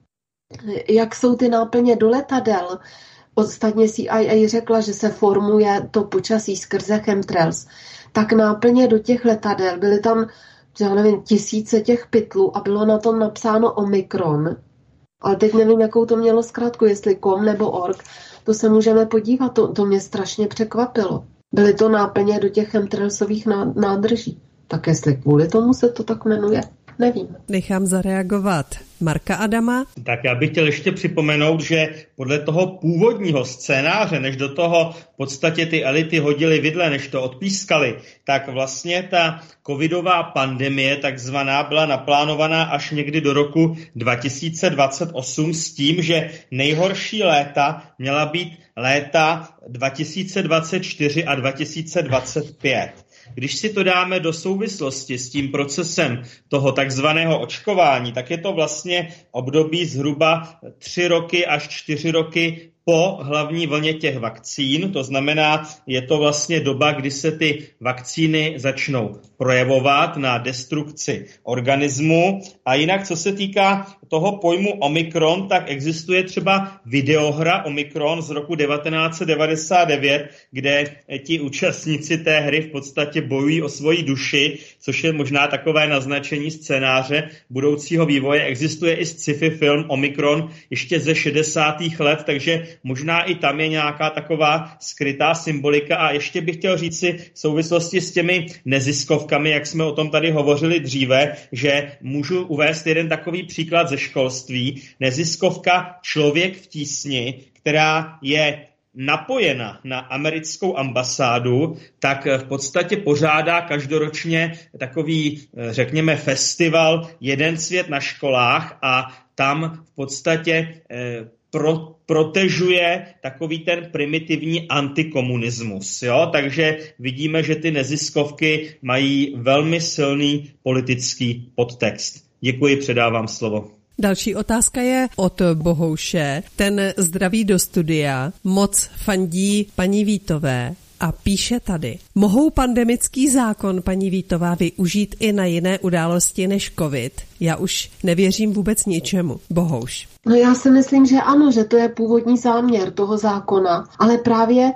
H: jak jsou ty náplně do letadel. Ostatně C I A řekla, že se formuje to počasí skrze chemtrails. Tak náplně do těch letadel byly tam, já nevím, tisíce těch pytlů a bylo na tom napsáno Omikron. Ale teď nevím, jakou to mělo zkrátku, jestli kom nebo org. To se můžeme podívat, to, to mě strašně překvapilo. Byly to náplně do těch chemtrailsových nádrží. Tak jestli kvůli tomu se to tak jmenuje, nevím.
D: Nechám zareagovat Marka Adama.
C: Tak já bych chtěl ještě připomenout, že podle toho původního scénáře, než do toho v podstatě ty elity hodily vidle, než to odpískali, tak vlastně ta covidová pandemie takzvaná byla naplánovaná až někdy do roku dva tisíce dvacet osm s tím, že nejhorší léta měla být léta dva tisíce dvacet čtyři a dva tisíce dvacet pět. Když si to dáme do souvislosti s tím procesem toho takzvaného očkování, tak je to vlastně období zhruba tři roky až čtyři roky po hlavní vlně těch vakcín, to znamená, je to vlastně doba, kdy se ty vakcíny začnou projevovat na destrukci organismu. A jinak, co se týká toho pojmu Omikron, tak existuje třeba videohra Omikron z roku devatenáct set devadesát devět, kde ti účastníci té hry v podstatě bojují o svoji duši, což je možná takové naznačení scénáře budoucího vývoje. Existuje i sci-fi film Omikron ještě ze šedesátých let, takže možná i tam je nějaká taková skrytá symbolika. A ještě bych chtěl říci v souvislosti s těmi neziskovkami, jak jsme o tom tady hovořili dříve, že můžu uvést jeden takový příklad ze školství. Neziskovka Člověk v tísni, která je napojena na americkou ambasádu, tak v podstatě pořádá každoročně takový, řekněme, festival Jeden svět na školách a tam v podstatě eh, pro, protežuje takový ten primitivní antikomunismus. Jo? Takže vidíme, že ty neziskovky mají velmi silný politický podtext. Děkuji, předávám slovo.
D: Další otázka je od Bohouše. Ten zdraví do studia moc fandí paní Vítové a píše tady. Mohou pandemický zákon, paní Vítová, využít i na jiné události než covid? Já už nevěřím vůbec ničemu. Bohouš.
H: No já si myslím, že ano, že to je původní záměr toho zákona, ale právě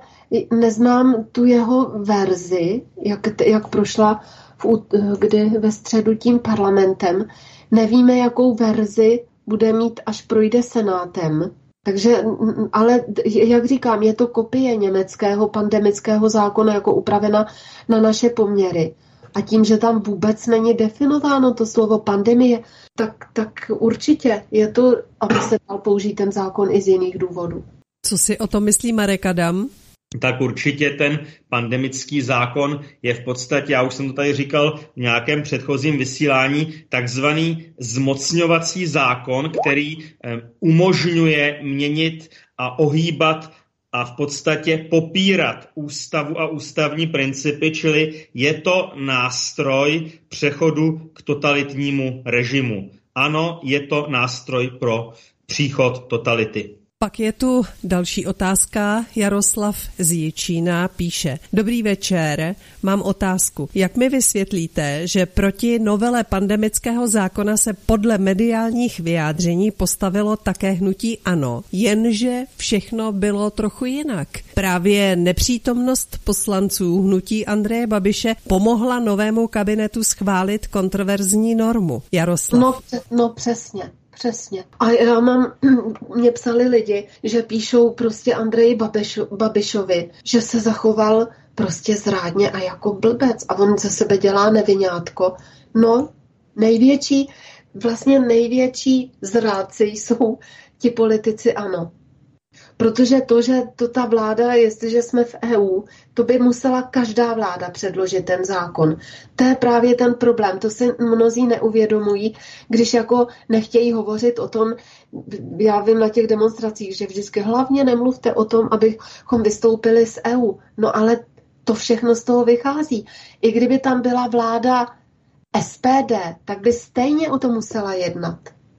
H: neznám tu jeho verzi, jak, jak prošla v, kdy ve středu tím parlamentem. Nevíme, jakou verzi bude mít, až projde senátem. Takže, ale jak říkám, je to kopie německého pandemického zákona jako upravena na naše poměry. A tím, že tam vůbec není definováno to slovo pandemie, tak, tak určitě je to, aby se dal použít ten zákon i z jiných důvodů.
D: Co si o tom myslí Marek Adam?
C: Tak určitě ten pandemický zákon je v podstatě, já už jsem to tady říkal v nějakém předchozím vysílání, takzvaný zmocňovací zákon, který umožňuje měnit a ohýbat a v podstatě popírat ústavu a ústavní principy, čili je to nástroj přechodu k totalitnímu režimu. Ano, je to nástroj pro příchod totality.
D: Pak je tu další otázka. Jaroslav z Jičína píše. Dobrý večer, mám otázku. Jak mi vysvětlíte, že proti novele pandemického zákona se podle mediálních vyjádření postavilo také hnutí ANO, jenže všechno bylo trochu jinak? Právě nepřítomnost poslanců hnutí Andreje Babiše pomohla novému kabinetu schválit kontroverzní normu. Jaroslav.
H: No, no přesně. Přesně. A já mám, mě psali lidi, že píšou prostě Andreji Babišo, Babišovi, že se zachoval prostě zrádně a jako blbec a on ze sebe dělá nevinátko. No, největší, vlastně největší zrádci jsou ti politici ANO. Protože to, že to ta vláda, jestliže jsme v E U, to by musela každá vláda předložit ten zákon. To je právě ten problém, to si mnozí neuvědomují, když jako nechtějí hovořit o tom, já vím na těch demonstracích, že vždycky hlavně nemluvte o tom, abychom vystoupili z E U. No ale to všechno z toho vychází. I kdyby tam byla vláda S P D, tak by stejně o tom musela jednat.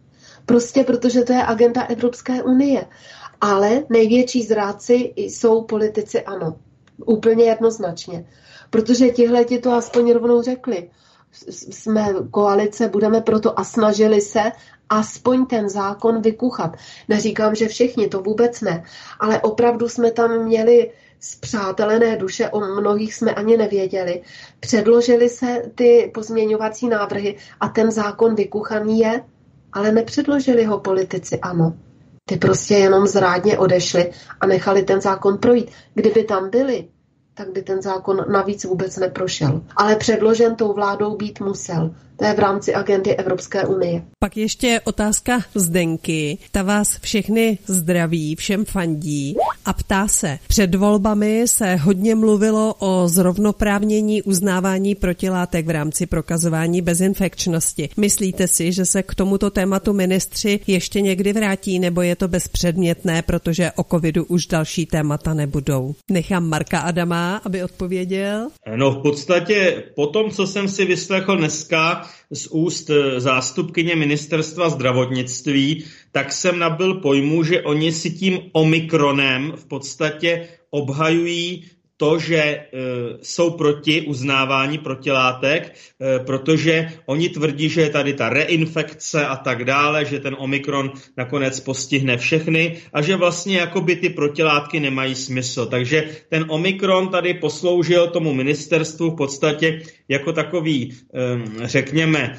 H: Prostě protože to je agenda Evropské unie. Ale největší zrádci jsou politici ANO. Úplně jednoznačně. Protože tihleti to aspoň rovnou řekli. Jsme koalice, budeme proto a snažili se aspoň ten zákon vykuchat. Neříkám, že všichni, to vůbec ne. Ale opravdu jsme tam měli spřátelené duše, o mnohých jsme ani nevěděli. Předložili se ty pozměňovací návrhy a ten zákon vykuchaný je, ale nepředložili ho politici ANO. Ty prostě jenom zrádně odešli a nechali ten zákon projít. Kdyby tam byli, tak by ten zákon navíc vůbec neprošel. Ale předložen tou vládou být musel. To je v rámci agendy Evropské unie.
D: Pak ještě otázka Zdenky. Ta vás všechny zdraví, všem fandí a ptá se. Před volbami se hodně mluvilo o zrovnoprávnění uznávání protilátek v rámci prokazování bezinfekčnosti. Myslíte si, že se k tomuto tématu ministři ještě někdy vrátí, nebo je to bezpředmětné, protože o covidu už další témata nebudou? Nechám Marka Adama, aby odpověděl.
C: No v podstatě po tom, co jsem si vyslechl dneska z úst zástupkyně ministerstva zdravotnictví, tak jsem nabyl pojmu, že oni si tím omikronem v podstatě obhajují to, že e, jsou proti uznávání protilátek, e, protože oni tvrdí, že je tady ta reinfekce a tak dále, že ten omikron nakonec postihne všechny a že vlastně jakoby ty protilátky nemají smysl. Takže ten omikron tady posloužil tomu ministerstvu v podstatě jako takový, e, řekněme, e,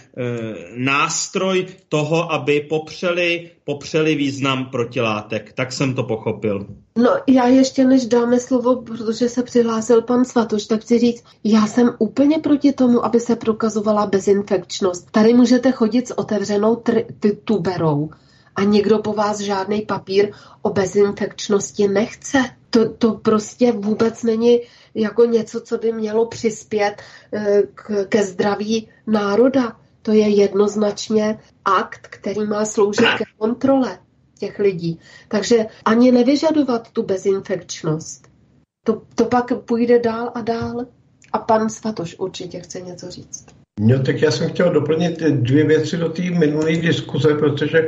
C: nástroj toho, aby popřeli, popřeli význam protilátek. Tak jsem to pochopil.
H: No já ještě než dáme slovo, protože se přihlásil pan Svatoš, tak chci říct, já jsem úplně proti tomu, aby se prokazovala bezinfekčnost. Tady můžete chodit s otevřenou tr- t- tuberou a nikdo po vás žádný papír o bezinfekčnosti nechce. To, to prostě vůbec není jako něco, co by mělo přispět e, k, ke zdraví národa. To je jednoznačně akt, který má sloužit ke kontrole těch lidí. Takže ani nevyžadovat tu bezinfekčnost. To, to pak půjde dál a dál. A pan Svatoš určitě chce něco říct.
I: No tak já jsem chtěl doplnit dvě věci do té minulé diskuze, protože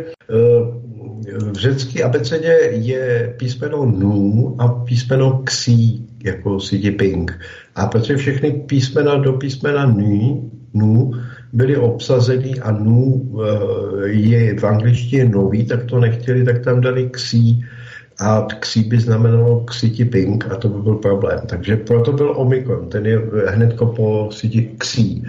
I: uh, v řecké abecedě je písmeno nu a písmeno ksí, jako Xi Jinping. A protože všechny písmena do písmena nu, nu byly obsazený a nu uh, je v angličtině nový, tak to nechtěli, tak tam dali ksí. A ksí by znamenalo Xi Jinping a to by byl problém. Takže proto byl Omikron, ten je hnedko po ksí.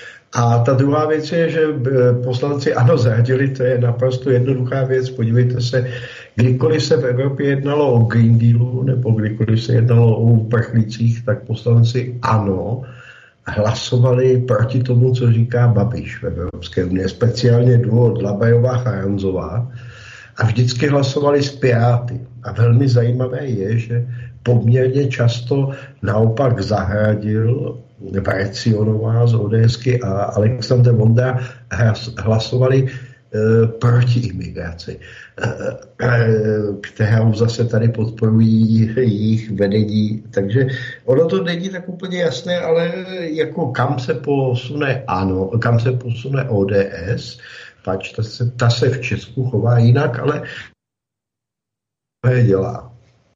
I: A ta druhá věc je, že poslanci ano zradili, to je naprosto jednoduchá věc. Podívejte se, kdykoliv se v Evropě jednalo o Green Dealu nebo kdykoliv se jednalo o uprchlících, tak poslanci ano hlasovali proti tomu, co říká Babiš v Evropské unii, speciálně duo Dlabajová Charanzová. A vždycky hlasovali s Piráty. A velmi zajímavé je, že poměrně často naopak Zahradil, Vrecionová z ODSky a Alexander Vondra hlasovali e, proti imigraci, e, e, kterou zase tady podporují jejich vedení. Takže ono to není tak úplně jasné, ale jako kam se posune ANO, kam se posune O D S, pač ta se, ta se v Česku chová jinak, ale je dělá.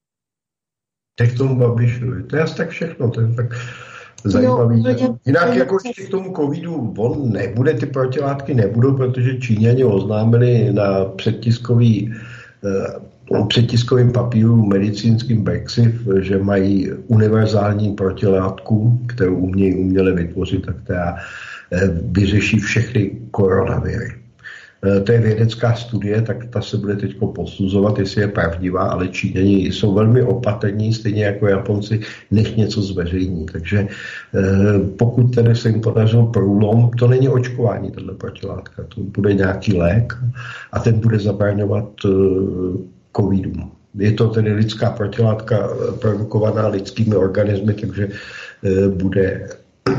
I: Tak k tomu Babišovi. To je asi tak všechno, to je tak zajímavý. No, jinak jako ještě k tomu covidu, on nebude, ty protilátky nebudou, protože Číňani oznámili na předtiskový předtiskovým papíru medicínským Brexit, že mají univerzální protilátku, kterou umějí uměle vytvořit a která vyřeší všechny koronaviry. To je vědecká studie, tak ta se bude teď posuzovat, jestli je pravdivá, ale Číňani jsou velmi opatrní, stejně jako Japonci, nech něco zveřejní. Takže pokud tedy se jim podařilo průlom, to není očkování, tato protilátka, to bude nějaký lék a ten bude zabraňovat covidům. Je to tedy lidská protilátka produkovaná lidskými organismy, takže bude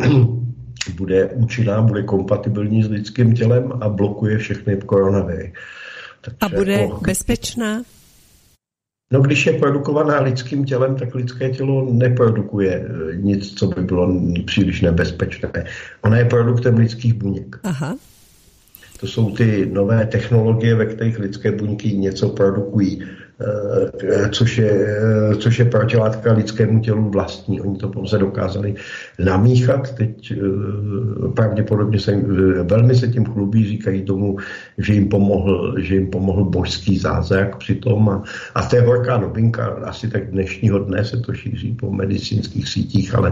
I: bude účinná, bude kompatibilní s lidským tělem a blokuje všechny koronaviry.
D: Takže a bude jako, bezpečná?
I: No, když je produkovaná lidským tělem, tak lidské tělo neprodukuje nic, co by bylo příliš nebezpečné. Ona je produktem lidských buněk.
D: Aha.
I: To jsou ty nové technologie, ve kterých lidské buňky něco produkují, což je, což je protilátka lidskému tělu vlastní. Oni to pouze dokázali namíchat. Teď pravděpodobně se velmi se tím chlubí, říkají tomu, že jim pomohl, že jim pomohl božský zázrak přitom. A, a to je horká novinka. Asi tak dnešního dne se to šíří po medicínských sítích, ale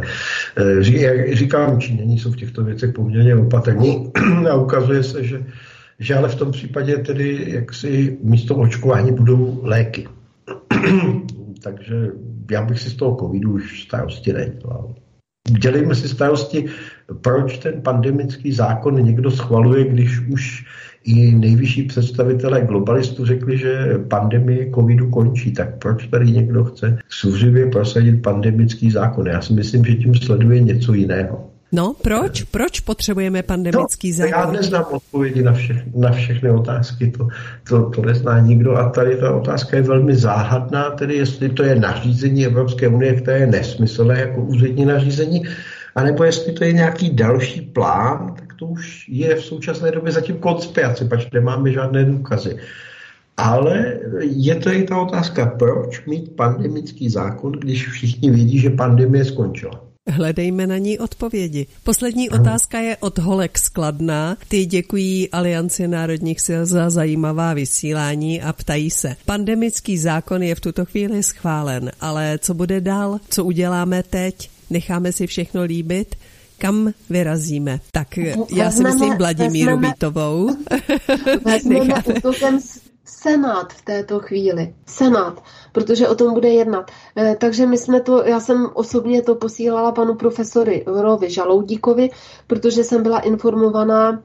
I: říkám, Číňané jsou v těchto věcech poměrně opatrní a ukazuje se, že že ale v tom případě tedy jaksi místo očkování budou léky. Takže já bych si z toho covidu už starosti nedělal. Dělejme si starosti, proč ten pandemický zákon někdo schvaluje, když už i nejvyšší představitelé globalistů řekli, že pandemie covidu končí. Tak proč tady někdo chce zuřivě prosadit pandemický zákon? Já si myslím, že tím sleduje něco jiného.
D: No, proč? Proč potřebujeme pandemický
I: no,
D: zákon?
I: Já neznám odpovědi na, vše, na všechny otázky, to, to, to nezná nikdo a tady ta otázka je velmi záhadná, tedy jestli to je nařízení Evropské unie, které je nesmyslné jako úřední nařízení, anebo jestli to je nějaký další plán, tak to už je v současné době zatím konspirace, pač nemáme žádné důkazy. Ale je to i ta otázka, proč mít pandemický zákon, když všichni vědí, že pandemie skončila.
D: Hledejme na ní odpovědi. Poslední otázka je od Holek z Kladna. Ty děkují Alianci národních sil za zajímavá vysílání a ptají se. Pandemický zákon je v tuto chvíli schválen, ale co bude dál? Co uděláme teď? Necháme si všechno líbit? Kam vyrazíme? Tak já si myslím Vladimíru Vítovou.
H: Vezmeme útokem Senát v této chvíli. Senát, protože o tom bude jednat. E, takže my jsme to, já jsem osobně to posílala panu profesory Rovi Žaloudíkovi, protože jsem byla informovaná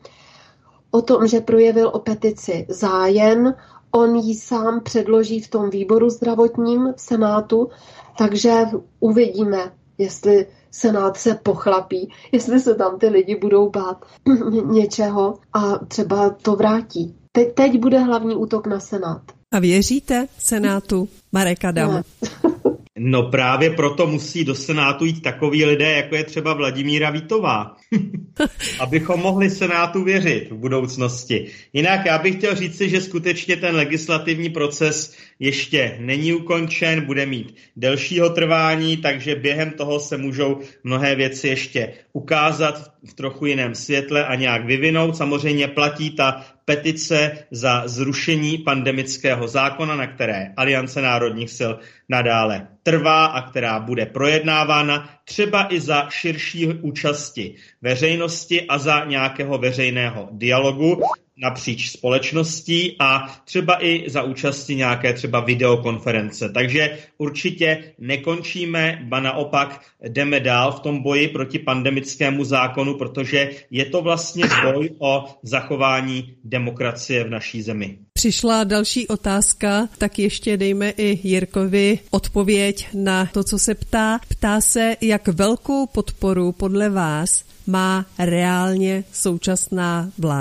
H: o tom, že projevil o petici zájem. On ji sám předloží v tom výboru zdravotním v Senátu, takže uvidíme, jestli Senát se pochlapí, jestli se tam ty lidi budou bát něčeho a třeba to vrátí. Te- teď bude hlavní útok na Senát.
D: A věříte Senátu, Marek Adam?
C: Ne. No právě proto musí do Senátu jít takoví lidé, jako je třeba Vladimíra Vítová, abychom mohli Senátu věřit v budoucnosti. Jinak já bych chtěl říci, že skutečně ten legislativní proces ještě není ukončen, bude mít delšího trvání, takže během toho se můžou mnohé věci ještě ukázat v trochu jiném světle a nějak vyvinout. Samozřejmě platí ta petice za zrušení pandemického zákona, na které Aliance národních sil nadále trvá a která bude projednávána třeba i za širší účasti veřejnosti a za nějakého veřejného dialogu napříč společností a třeba i za účasti nějaké třeba videokonference. Takže určitě nekončíme, ba naopak jdeme dál v tom boji proti pandemickému zákonu, protože je to vlastně boj o zachování demokracie v naší zemi.
D: Přišla další otázka, tak ještě dejme i Jirkovi odpověď na to, co se ptá. Ptá se, jak velkou podporu podle vás má reálně současná vláda.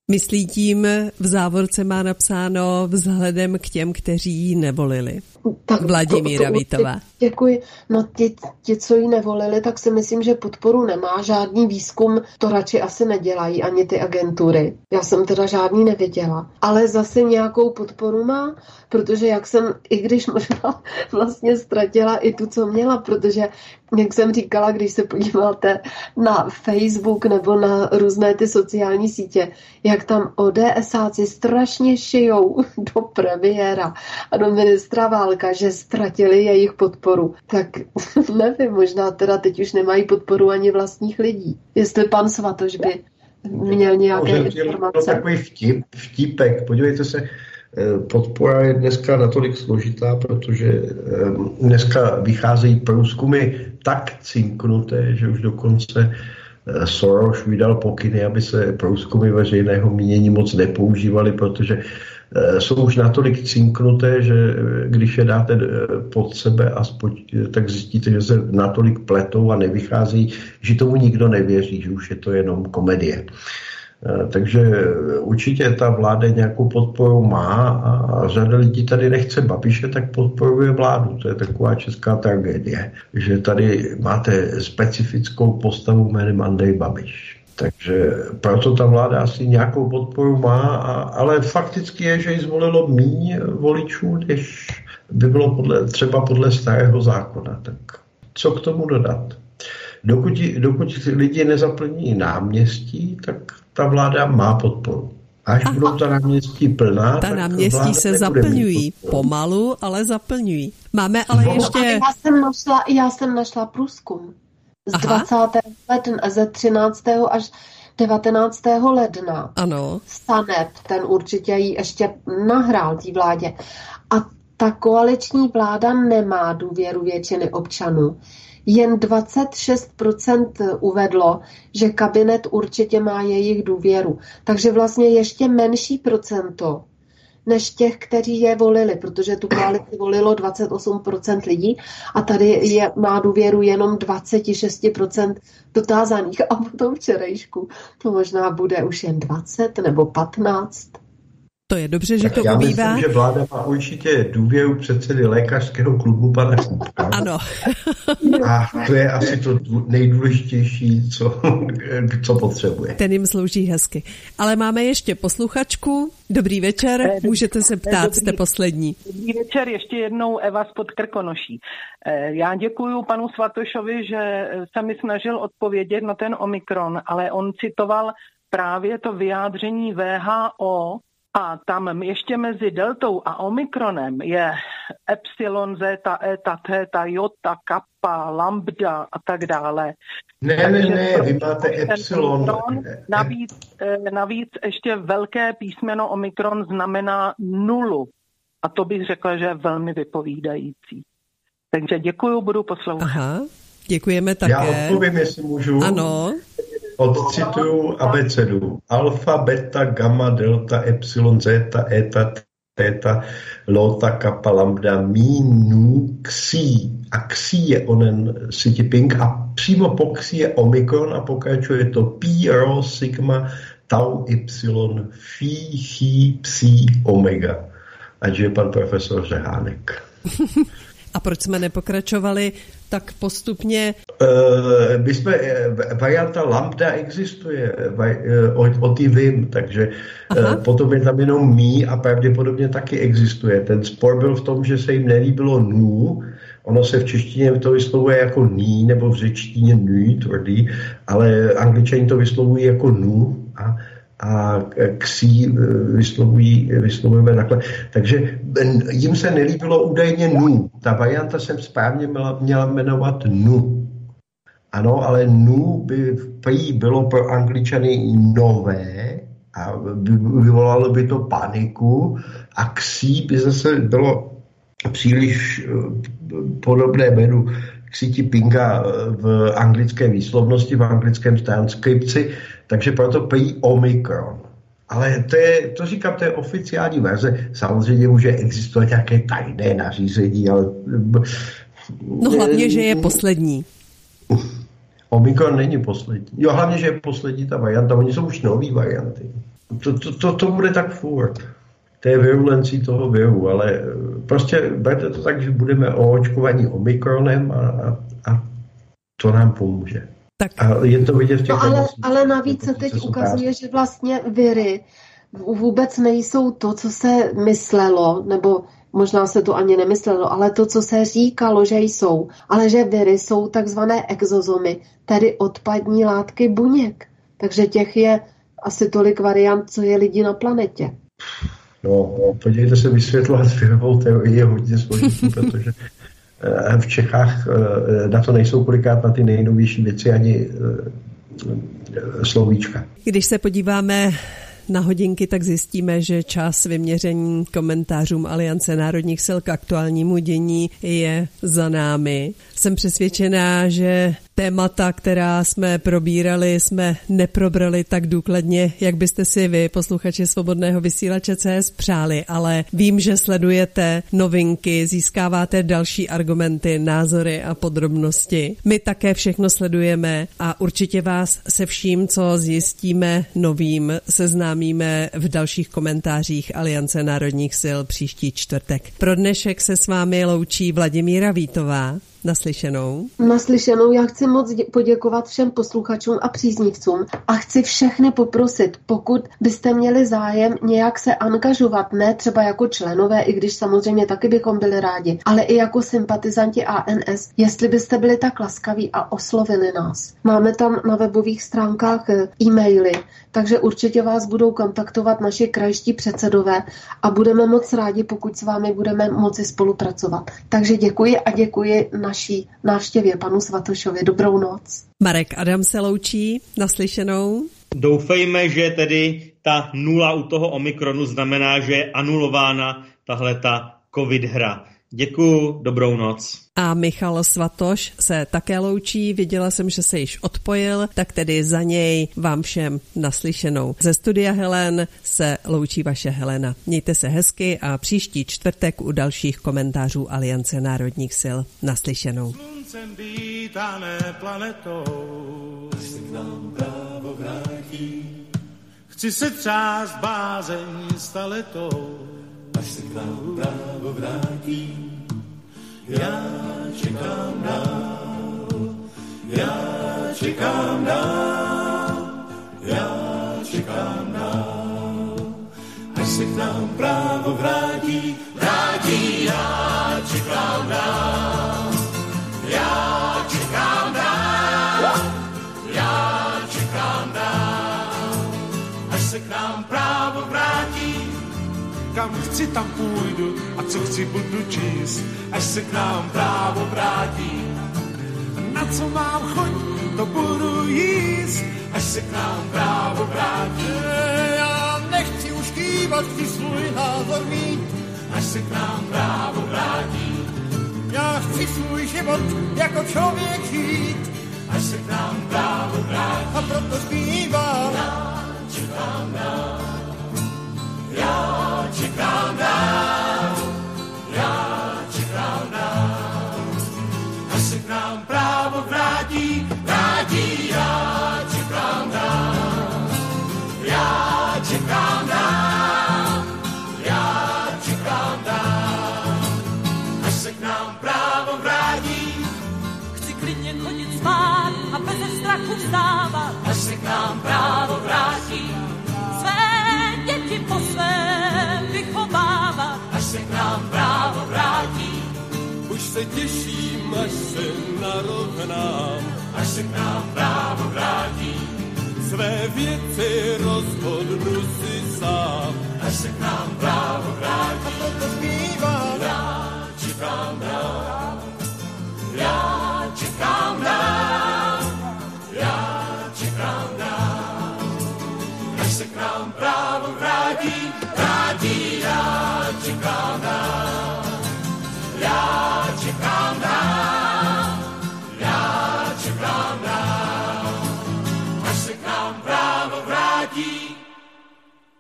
D: Myslí tím, v závorce má napsáno vzhledem k těm, kteří ji nevolili.
H: Tak
D: Vladimíra Vítová.
H: Děkuji. No ti, ti, co ji nevolili, tak si myslím, že podporu nemá. Žádný výzkum to radši asi nedělají, ani ty agentury. Já jsem teda žádný neviděla. Ale zase nějakou podporu má, protože jak jsem, i když možná vlastně ztratila i tu, co měla, protože jak jsem říkala, když se podíváte na Facebook nebo na různé ty sociální sítě, jak tam ODSáci strašně šijou do premiéra a do ministra Válka, že ztratili jejich podporu. Tak nevím, možná teda teď už nemají podporu ani vlastních lidí. Jestli pan Svatoš by měl nějaké
I: no,
H: informace.
I: To takový vtip, vtipek. Podívejte se, podpora je dneska natolik složitá, protože dneska vycházejí průzkumy tak cinknuté, že už dokonce Soros vydal pokyny, aby se průzkumy veřejného mínění moc nepoužívaly, protože jsou už natolik cinknuté, že když je dáte pod sebe, a spoč- tak zjistíte, že se natolik pletou a nevycházejí, že tomu nikdo nevěří, že už je to jenom komedie. Takže určitě ta vláda nějakou podporu má a řada lidí tady nechce Babiše, tak podporuje vládu. To je taková česká tragédie, že tady máte specifickou postavu jménem Andrej Babiš. Takže proto ta vláda asi nějakou podporu má, a, ale fakticky je, že ji zvolilo míň voličů, než by bylo podle, třeba podle starého zákona. Tak co k tomu dodat? Dokud, dokud lidi nezaplní náměstí, tak ta vláda má podporu. Až Aha. budou ta náměstí plná,
D: ta náměstí se zaplňují. Pomalu, ale zaplňují. Máme ale no, ještě...
H: Já jsem našla, já jsem našla průzkum. Z Aha. dvacátého ledna, ze třináctého až devatenáctého ledna.
D: Ano.
H: Sanep, ten určitě ji ještě nahrál té vládě. A ta koaliční vláda nemá důvěru většiny občanů. Jen dvacet šest procent uvedlo, že kabinet určitě má jejich důvěru. Takže vlastně ještě menší procento než těch, kteří je volili, protože tu koalici volilo dvacet osm procent lidí a tady je, má důvěru jenom dvacet šest procent dotázaných. A potom včerejšku to možná bude už jen dvacet nebo patnáct.
D: To je dobře, že
I: tak
D: to
I: já
D: ubývá.
I: Já myslím, že vláda má určitě důvěru předsedy lékařského klubu pana Kupka.
D: Ano.
I: A to je asi to nejdůležitější, co, co potřebuje.
D: Ten jim slouží hezky. Ale máme ještě posluchačku. Dobrý večer, můžete se ptát, dobrý, jste poslední.
K: Dobrý večer, ještě jednou Eva z Podkrkonoší. Já děkuju panu Svatošovi, že se mi snažil odpovědět na ten Omikron, ale on citoval právě to vyjádření V H O, a tam ještě mezi deltou a omikronem je epsilon, zeta, eta, theta, jota, kappa, lambda a tak dále.
I: Ne,
K: Takže
I: ne, ne, vy máte epsilon.
K: Omikron, navíc, navíc ještě velké písmeno omikron znamená nulu. A to bych řekla, že je velmi vypovídající. Takže děkuju, budu poslouchat.
D: Aha, děkujeme také.
I: Já odpovím, jestli můžu.
D: Ano.
I: Odcituju abecedu. Alfa, beta, gamma, delta, epsilon, zeta, eta, theta, lota, kappa, lambda, mi, nu, xi. A xi je onen Xi Jinping a přímo po xi je omikron a pokračuje to pi, rho, sigma, tau, ypsilon, phi, chi, psi, omega. Ať je pan profesor Řehánek.
D: A proč jsme nepokračovali tak postupně?
I: Uh, my jsme, varianta lambda existuje, o, o ty vím, takže uh, potom je tam jenom mi a pravděpodobně taky existuje. Ten spor byl v tom, že se jim nelíbilo nu, ono se v češtině to vyslovuje jako ní, nebo v řečtině nü, tvrdý, ale Angličani to vyslovují jako nu a a ksí vyslovují, vyslovujeme takhle. Takže jim se nelíbilo údajně nu. Ta varianta jsem správně měla, měla jmenovat nu. Ano, ale nu by prý bylo pro Angličany nové a vyvolalo by to paniku a ksí by zase bylo příliš podobné jménu Xi Jinpinga v anglické výslovnosti, v anglickém transkripci, takže proto prý Omikron. Ale to, je, to říkám, to je oficiální verze. Samozřejmě může existovat nějaké tajné nařízení, ale...
D: No hlavně, že je poslední.
I: Omikron není poslední. Jo, hlavně, že je poslední ta varianta. Oni jsou už nový varianty. to, to, to, to bude tak furt. To je virulencí toho viru, ale prostě berte to tak, že budeme oočkovaní omikronem a, a, a to nám pomůže.
D: Tak.
I: A je to vidět v těch
H: no, ale, ale navíc se teď ukazuje, že vlastně viry vůbec nejsou to, co se myslelo, nebo možná se to ani nemyslelo, ale to, co se říkalo, že jsou, ale že viry jsou takzvané exozomy, tedy odpadní látky buněk. Takže těch je asi tolik variant, co je lidí na planetě.
I: No, podívejte se, vysvětlovat virovou teorii je hodně složitý, protože v Čechách na to nejsou kolikrát na ty nejnovější věci ani slovíčka.
D: Když se podíváme na hodinky, tak zjistíme, že čas vyměření komentářům Aliance národních sil k aktuálnímu dění je za námi. Jsem přesvědčená, že témata, která jsme probírali, jsme neprobrali tak důkladně, jak byste si vy, posluchači Svobodného vysílače C S, přáli, ale vím, že sledujete novinky, získáváte další argumenty, názory a podrobnosti. My také všechno sledujeme a určitě vás se vším, co zjistíme novým, seznámíme v dalších komentářích Aliance národních sil příští čtvrtek. Pro dnešek se s vámi loučí Vladimíra Vítová. Naslyšenou.
H: Naslyšenou. Já chci moc dě- poděkovat všem posluchačům a příznivcům a chci všechny poprosit, pokud byste měli zájem nějak se angažovat, ne třeba jako členové, i když samozřejmě taky bychom byli rádi, ale i jako sympatizanti A N S, jestli byste byli tak laskaví a oslovili nás. Máme tam na webových stránkách e-maily, takže určitě vás budou kontaktovat naši krajští předsedové a budeme moc rádi, pokud s vámi budeme moci spolupracovat. Takže děkuji a děkuji naší návštěvě panu Svatošovi. Dobrou noc.
D: Marek Adam se loučí. Naslyšenou.
C: Doufejme, že tedy ta nula u toho Omikronu znamená, že je anulována tahle ta covid hra. Děkuju, dobrou noc.
D: A Michal Svatoš se také loučí, viděla jsem, že se již odpojil, tak tedy za něj vám všem naslyšenou. Ze studia Helen se loučí vaše Helena. Mějte se hezky a příští čtvrtek u dalších komentářů Aliance národních sil naslyšenou.
L: Sluncem vítané planetou, až se k nám právo vrátí. Chci se třást bázení staletou, až se k nám právo vrátí. Já čekám dál, já čekám dál, já čekám dál, až se k nám právo vrátí, vrátí, já čekám dál, já čekám dál, já čekám dál, až se k nám právo vrátí. Kam chci, tam půjdu a co chci, budu číst, až se k nám právo vrátí. Na co mám chodit, to budu jíst, až se k nám právo vrátí. Já nechci už kývat, chci svůj názor mít, až se k nám právo vrátí. Já chci svůj život jako člověk žít, až se k nám právo vrátí. A proto zpívám, já čekám dál. Já čekám dál, já čekám dál, až se k nám právo vrátí, vrátí, já čekám dál, já čekám dál, já čekám dál, až se k nám právo vrátí.
M: Chci klidně chodit spát a bez strachu vstávat, až se k nám právo vrátí. Děti po svém vychovávat, až se k nám právo vrátí.
L: Už se těším, až se narovnám,
M: až se k nám právo vrátí.
L: Své věci rozhodnu si sám,
M: až se k nám právo